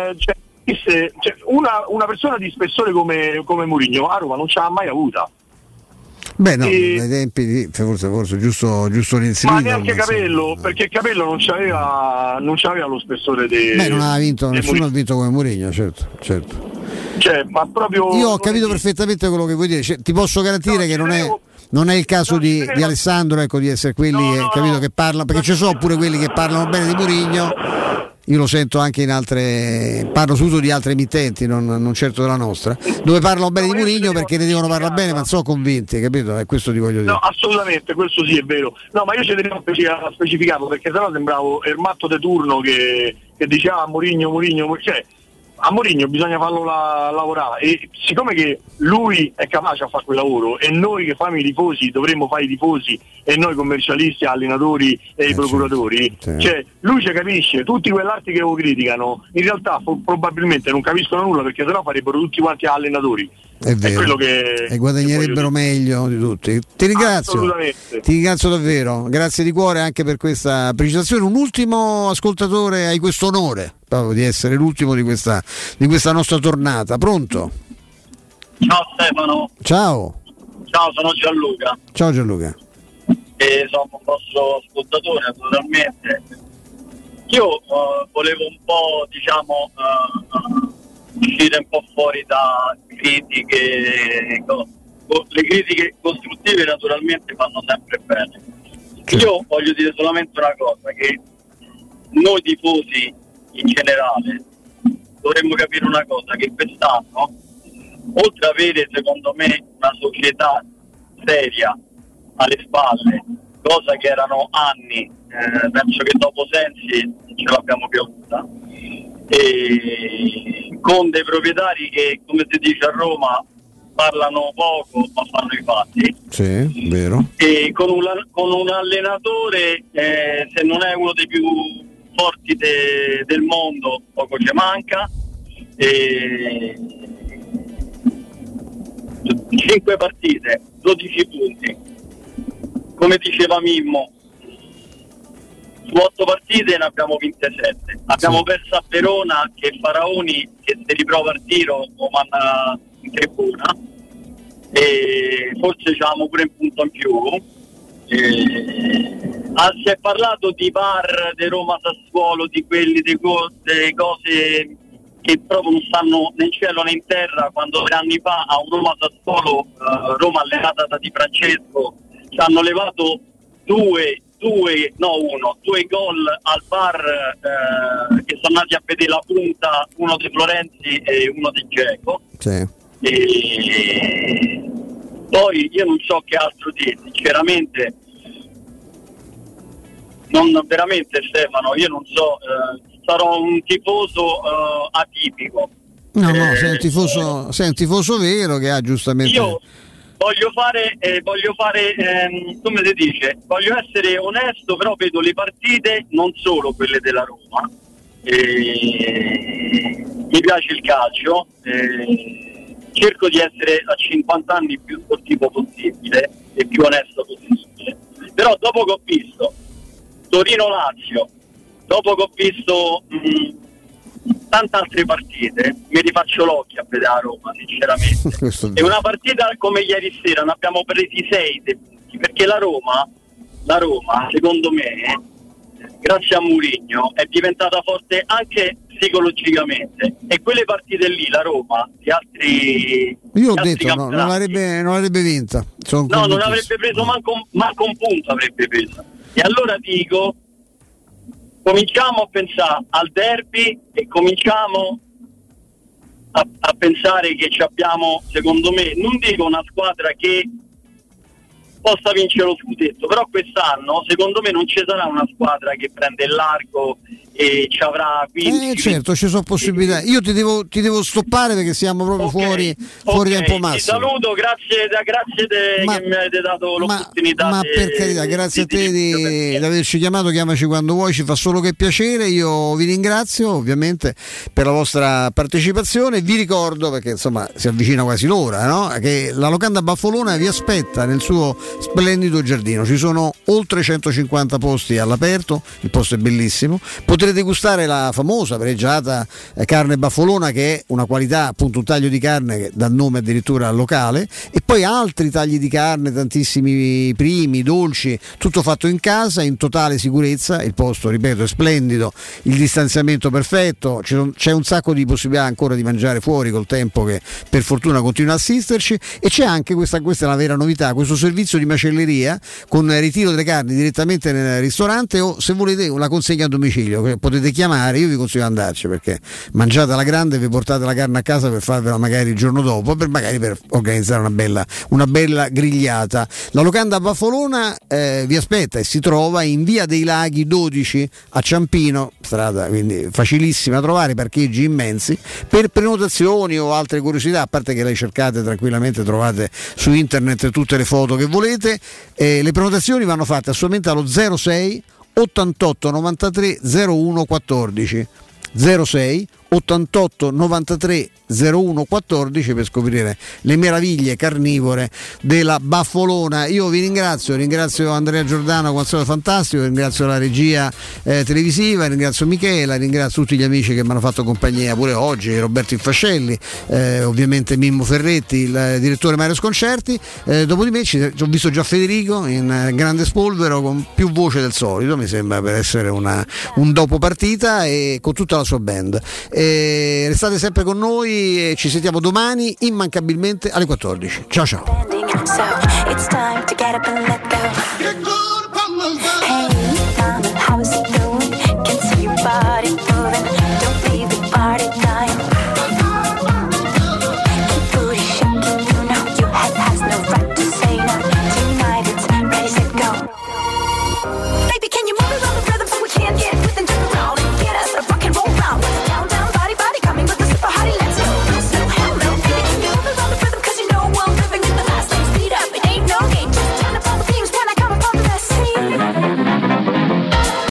una persona di spessore come Mourinho a Roma non ce l'ha mai avuta. Beh, no, nei tempi forse giusto l'inserito. Ma neanche Capello, perché Capello non c'aveva lo spessore non aveva vinto, nessuno ha vinto come Mourinho, certo. Cioè, ma proprio io ho capito perfettamente quello che vuoi dire, cioè, ti posso garantire che non è il caso di Alessandro, ecco, di essere quelli capito, che parlano, perché ci sono pure quelli che parlano bene di Mourinho. Io lo sento anche in altre, parlo subito di altre emittenti, non certo della nostra, dove parlano bene di Mourinho perché ne devono parlare bene, ma non sono convinti, capito? E questo ti voglio dire. No, assolutamente, questo sì è vero. No, ma io ci tenevo a specificarlo, perché sennò sembravo il matto de turno che diceva Mourinho, cioè a Mourinho bisogna farlo lavorare, e siccome che lui è capace a fare quel lavoro e noi che facciamo i tifosi dovremmo fare i tifosi, e noi commercialisti, allenatori e i procuratori, cioè lui ci capisce. Tutti quell'altri che lo criticano in realtà probabilmente non capiscono nulla, perché sennò farebbero tutti quanti allenatori. È vero, quello che e guadagnerebbero meglio di tutti. Ti ringrazio davvero, grazie di cuore anche per questa precisazione. Un ultimo ascoltatore, hai questo onore proprio di essere l'ultimo di questa nostra tornata. Pronto? Ciao Stefano. Ciao, sono Gianluca. Ciao Gianluca. E sono un vostro ascoltatore naturalmente. Io volevo un po' uscire un po' fuori da critiche. Le critiche costruttive naturalmente fanno sempre bene. Io voglio dire solamente una cosa, che noi tifosi in generale dovremmo capire una cosa, che quest'anno, oltre ad avere secondo me una società seria alle spalle, cosa che erano anni, penso che dopo Sensi non ce l'abbiamo più avuta, e con dei proprietari che, come si dice a Roma, parlano poco ma fanno i fatti. Sì, vero. E con un allenatore, se non è uno dei più forti del mondo, poco ci manca. 5 partite, 12 punti. Come diceva Mimmo, su 8 partite ne abbiamo vinte 7. Abbiamo perso a Verona, che Faraoni, che se riprova il tiro lo manda in tribuna, e forse avevamo pure un punto in più. Si è parlato di VAR, di Roma Sassuolo, di quelli, delle cose che proprio non stanno né in cielo né in terra, quando 3 anni fa a un Roma Sassuolo, Roma allenata da Di Francesco, ci hanno levato due gol al VAR, che sono andati a vedere la punta, uno di Florenzi e uno di Dzeko. Sì. E poi io non so che altro dire, sinceramente. Non veramente, Stefano, io non so, sarò un tifoso atipico. No, sei un tifoso vero che ha giustamente. Io voglio fare come si dice, voglio essere onesto, però vedo le partite, non solo quelle della Roma. Mi piace il calcio, cerco di essere a 50 anni più sportivo possibile e più onesto possibile. Però dopo che ho visto Torino-Lazio, dopo che ho visto tante altre partite, mi rifaccio l'occhio a vedere a Roma, sinceramente. E una partita come ieri sera ne abbiamo presi 6 punti, perché la Roma, secondo me, grazie a Mourinho, è diventata forte anche psicologicamente, e quelle partite lì la Roma di altri, io ho detto non l'avrebbe vinta, non avrebbe preso manco un punto, avrebbe preso. E allora dico, cominciamo a pensare al derby e cominciamo a pensare che ci abbiamo, secondo me, non dico una squadra che possa vincere lo scudetto, però quest'anno secondo me non ci sarà una squadra che prende il largo e ci avrà 15. Certo, ci sono possibilità. Io ti devo stoppare perché siamo proprio fuori tempo massimo. Ti saluto, grazie che mi avete dato l'opportunità. Ma per carità, grazie a te di averci chiamato, chiamaci quando vuoi, ci fa solo che piacere. Io vi ringrazio ovviamente per la vostra partecipazione. Vi ricordo, perché insomma si avvicina quasi l'ora, no? Che la Locanda Baffolona vi aspetta nel suo splendido giardino. Ci sono oltre 150 posti all'aperto, il posto è bellissimo. Potrete gustare la famosa pregiata carne baffolona, che è una qualità, appunto un taglio di carne che dà nome addirittura al locale, e poi altri tagli di carne, tantissimi primi, dolci, tutto fatto in casa in totale sicurezza. Il posto, ripeto, è splendido, il distanziamento perfetto, c'è un sacco di possibilità ancora di mangiare fuori col tempo che per fortuna continua a assisterci, e c'è anche questa è la vera novità, questo servizio di macelleria con ritiro delle carni direttamente nel ristorante, o se volete una consegna a domicilio, che potete chiamare. Io vi consiglio di andarci, perché mangiate alla grande e vi portate la carne a casa per farvela magari il giorno dopo, per organizzare una bella grigliata. La locanda Baffolona vi aspetta e si trova in via dei Laghi 12 a Ciampino, strada quindi facilissima da trovare, parcheggi immensi. Per prenotazioni o altre curiosità, a parte che le cercate tranquillamente, trovate su internet tutte le foto che volete, le prenotazioni vanno fatte assolutamente allo 06 88 93 01 14 06 88 93 01 14 per scoprire le meraviglie carnivore della Baffolona. Io vi ringrazio Andrea Giordano, qualcosa fantastico, ringrazio la regia televisiva, ringrazio Michela, ringrazio tutti gli amici che mi hanno fatto compagnia pure oggi, Roberto Infascelli, ovviamente Mimmo Ferretti, il direttore Mario Sconcerti. Dopo di me ho visto già Federico in grande spolvero con più voce del solito, mi sembra, per essere un dopo partita, e con tutta la sua band. Restate sempre con noi e ci sentiamo domani immancabilmente alle 14. Ciao ciao.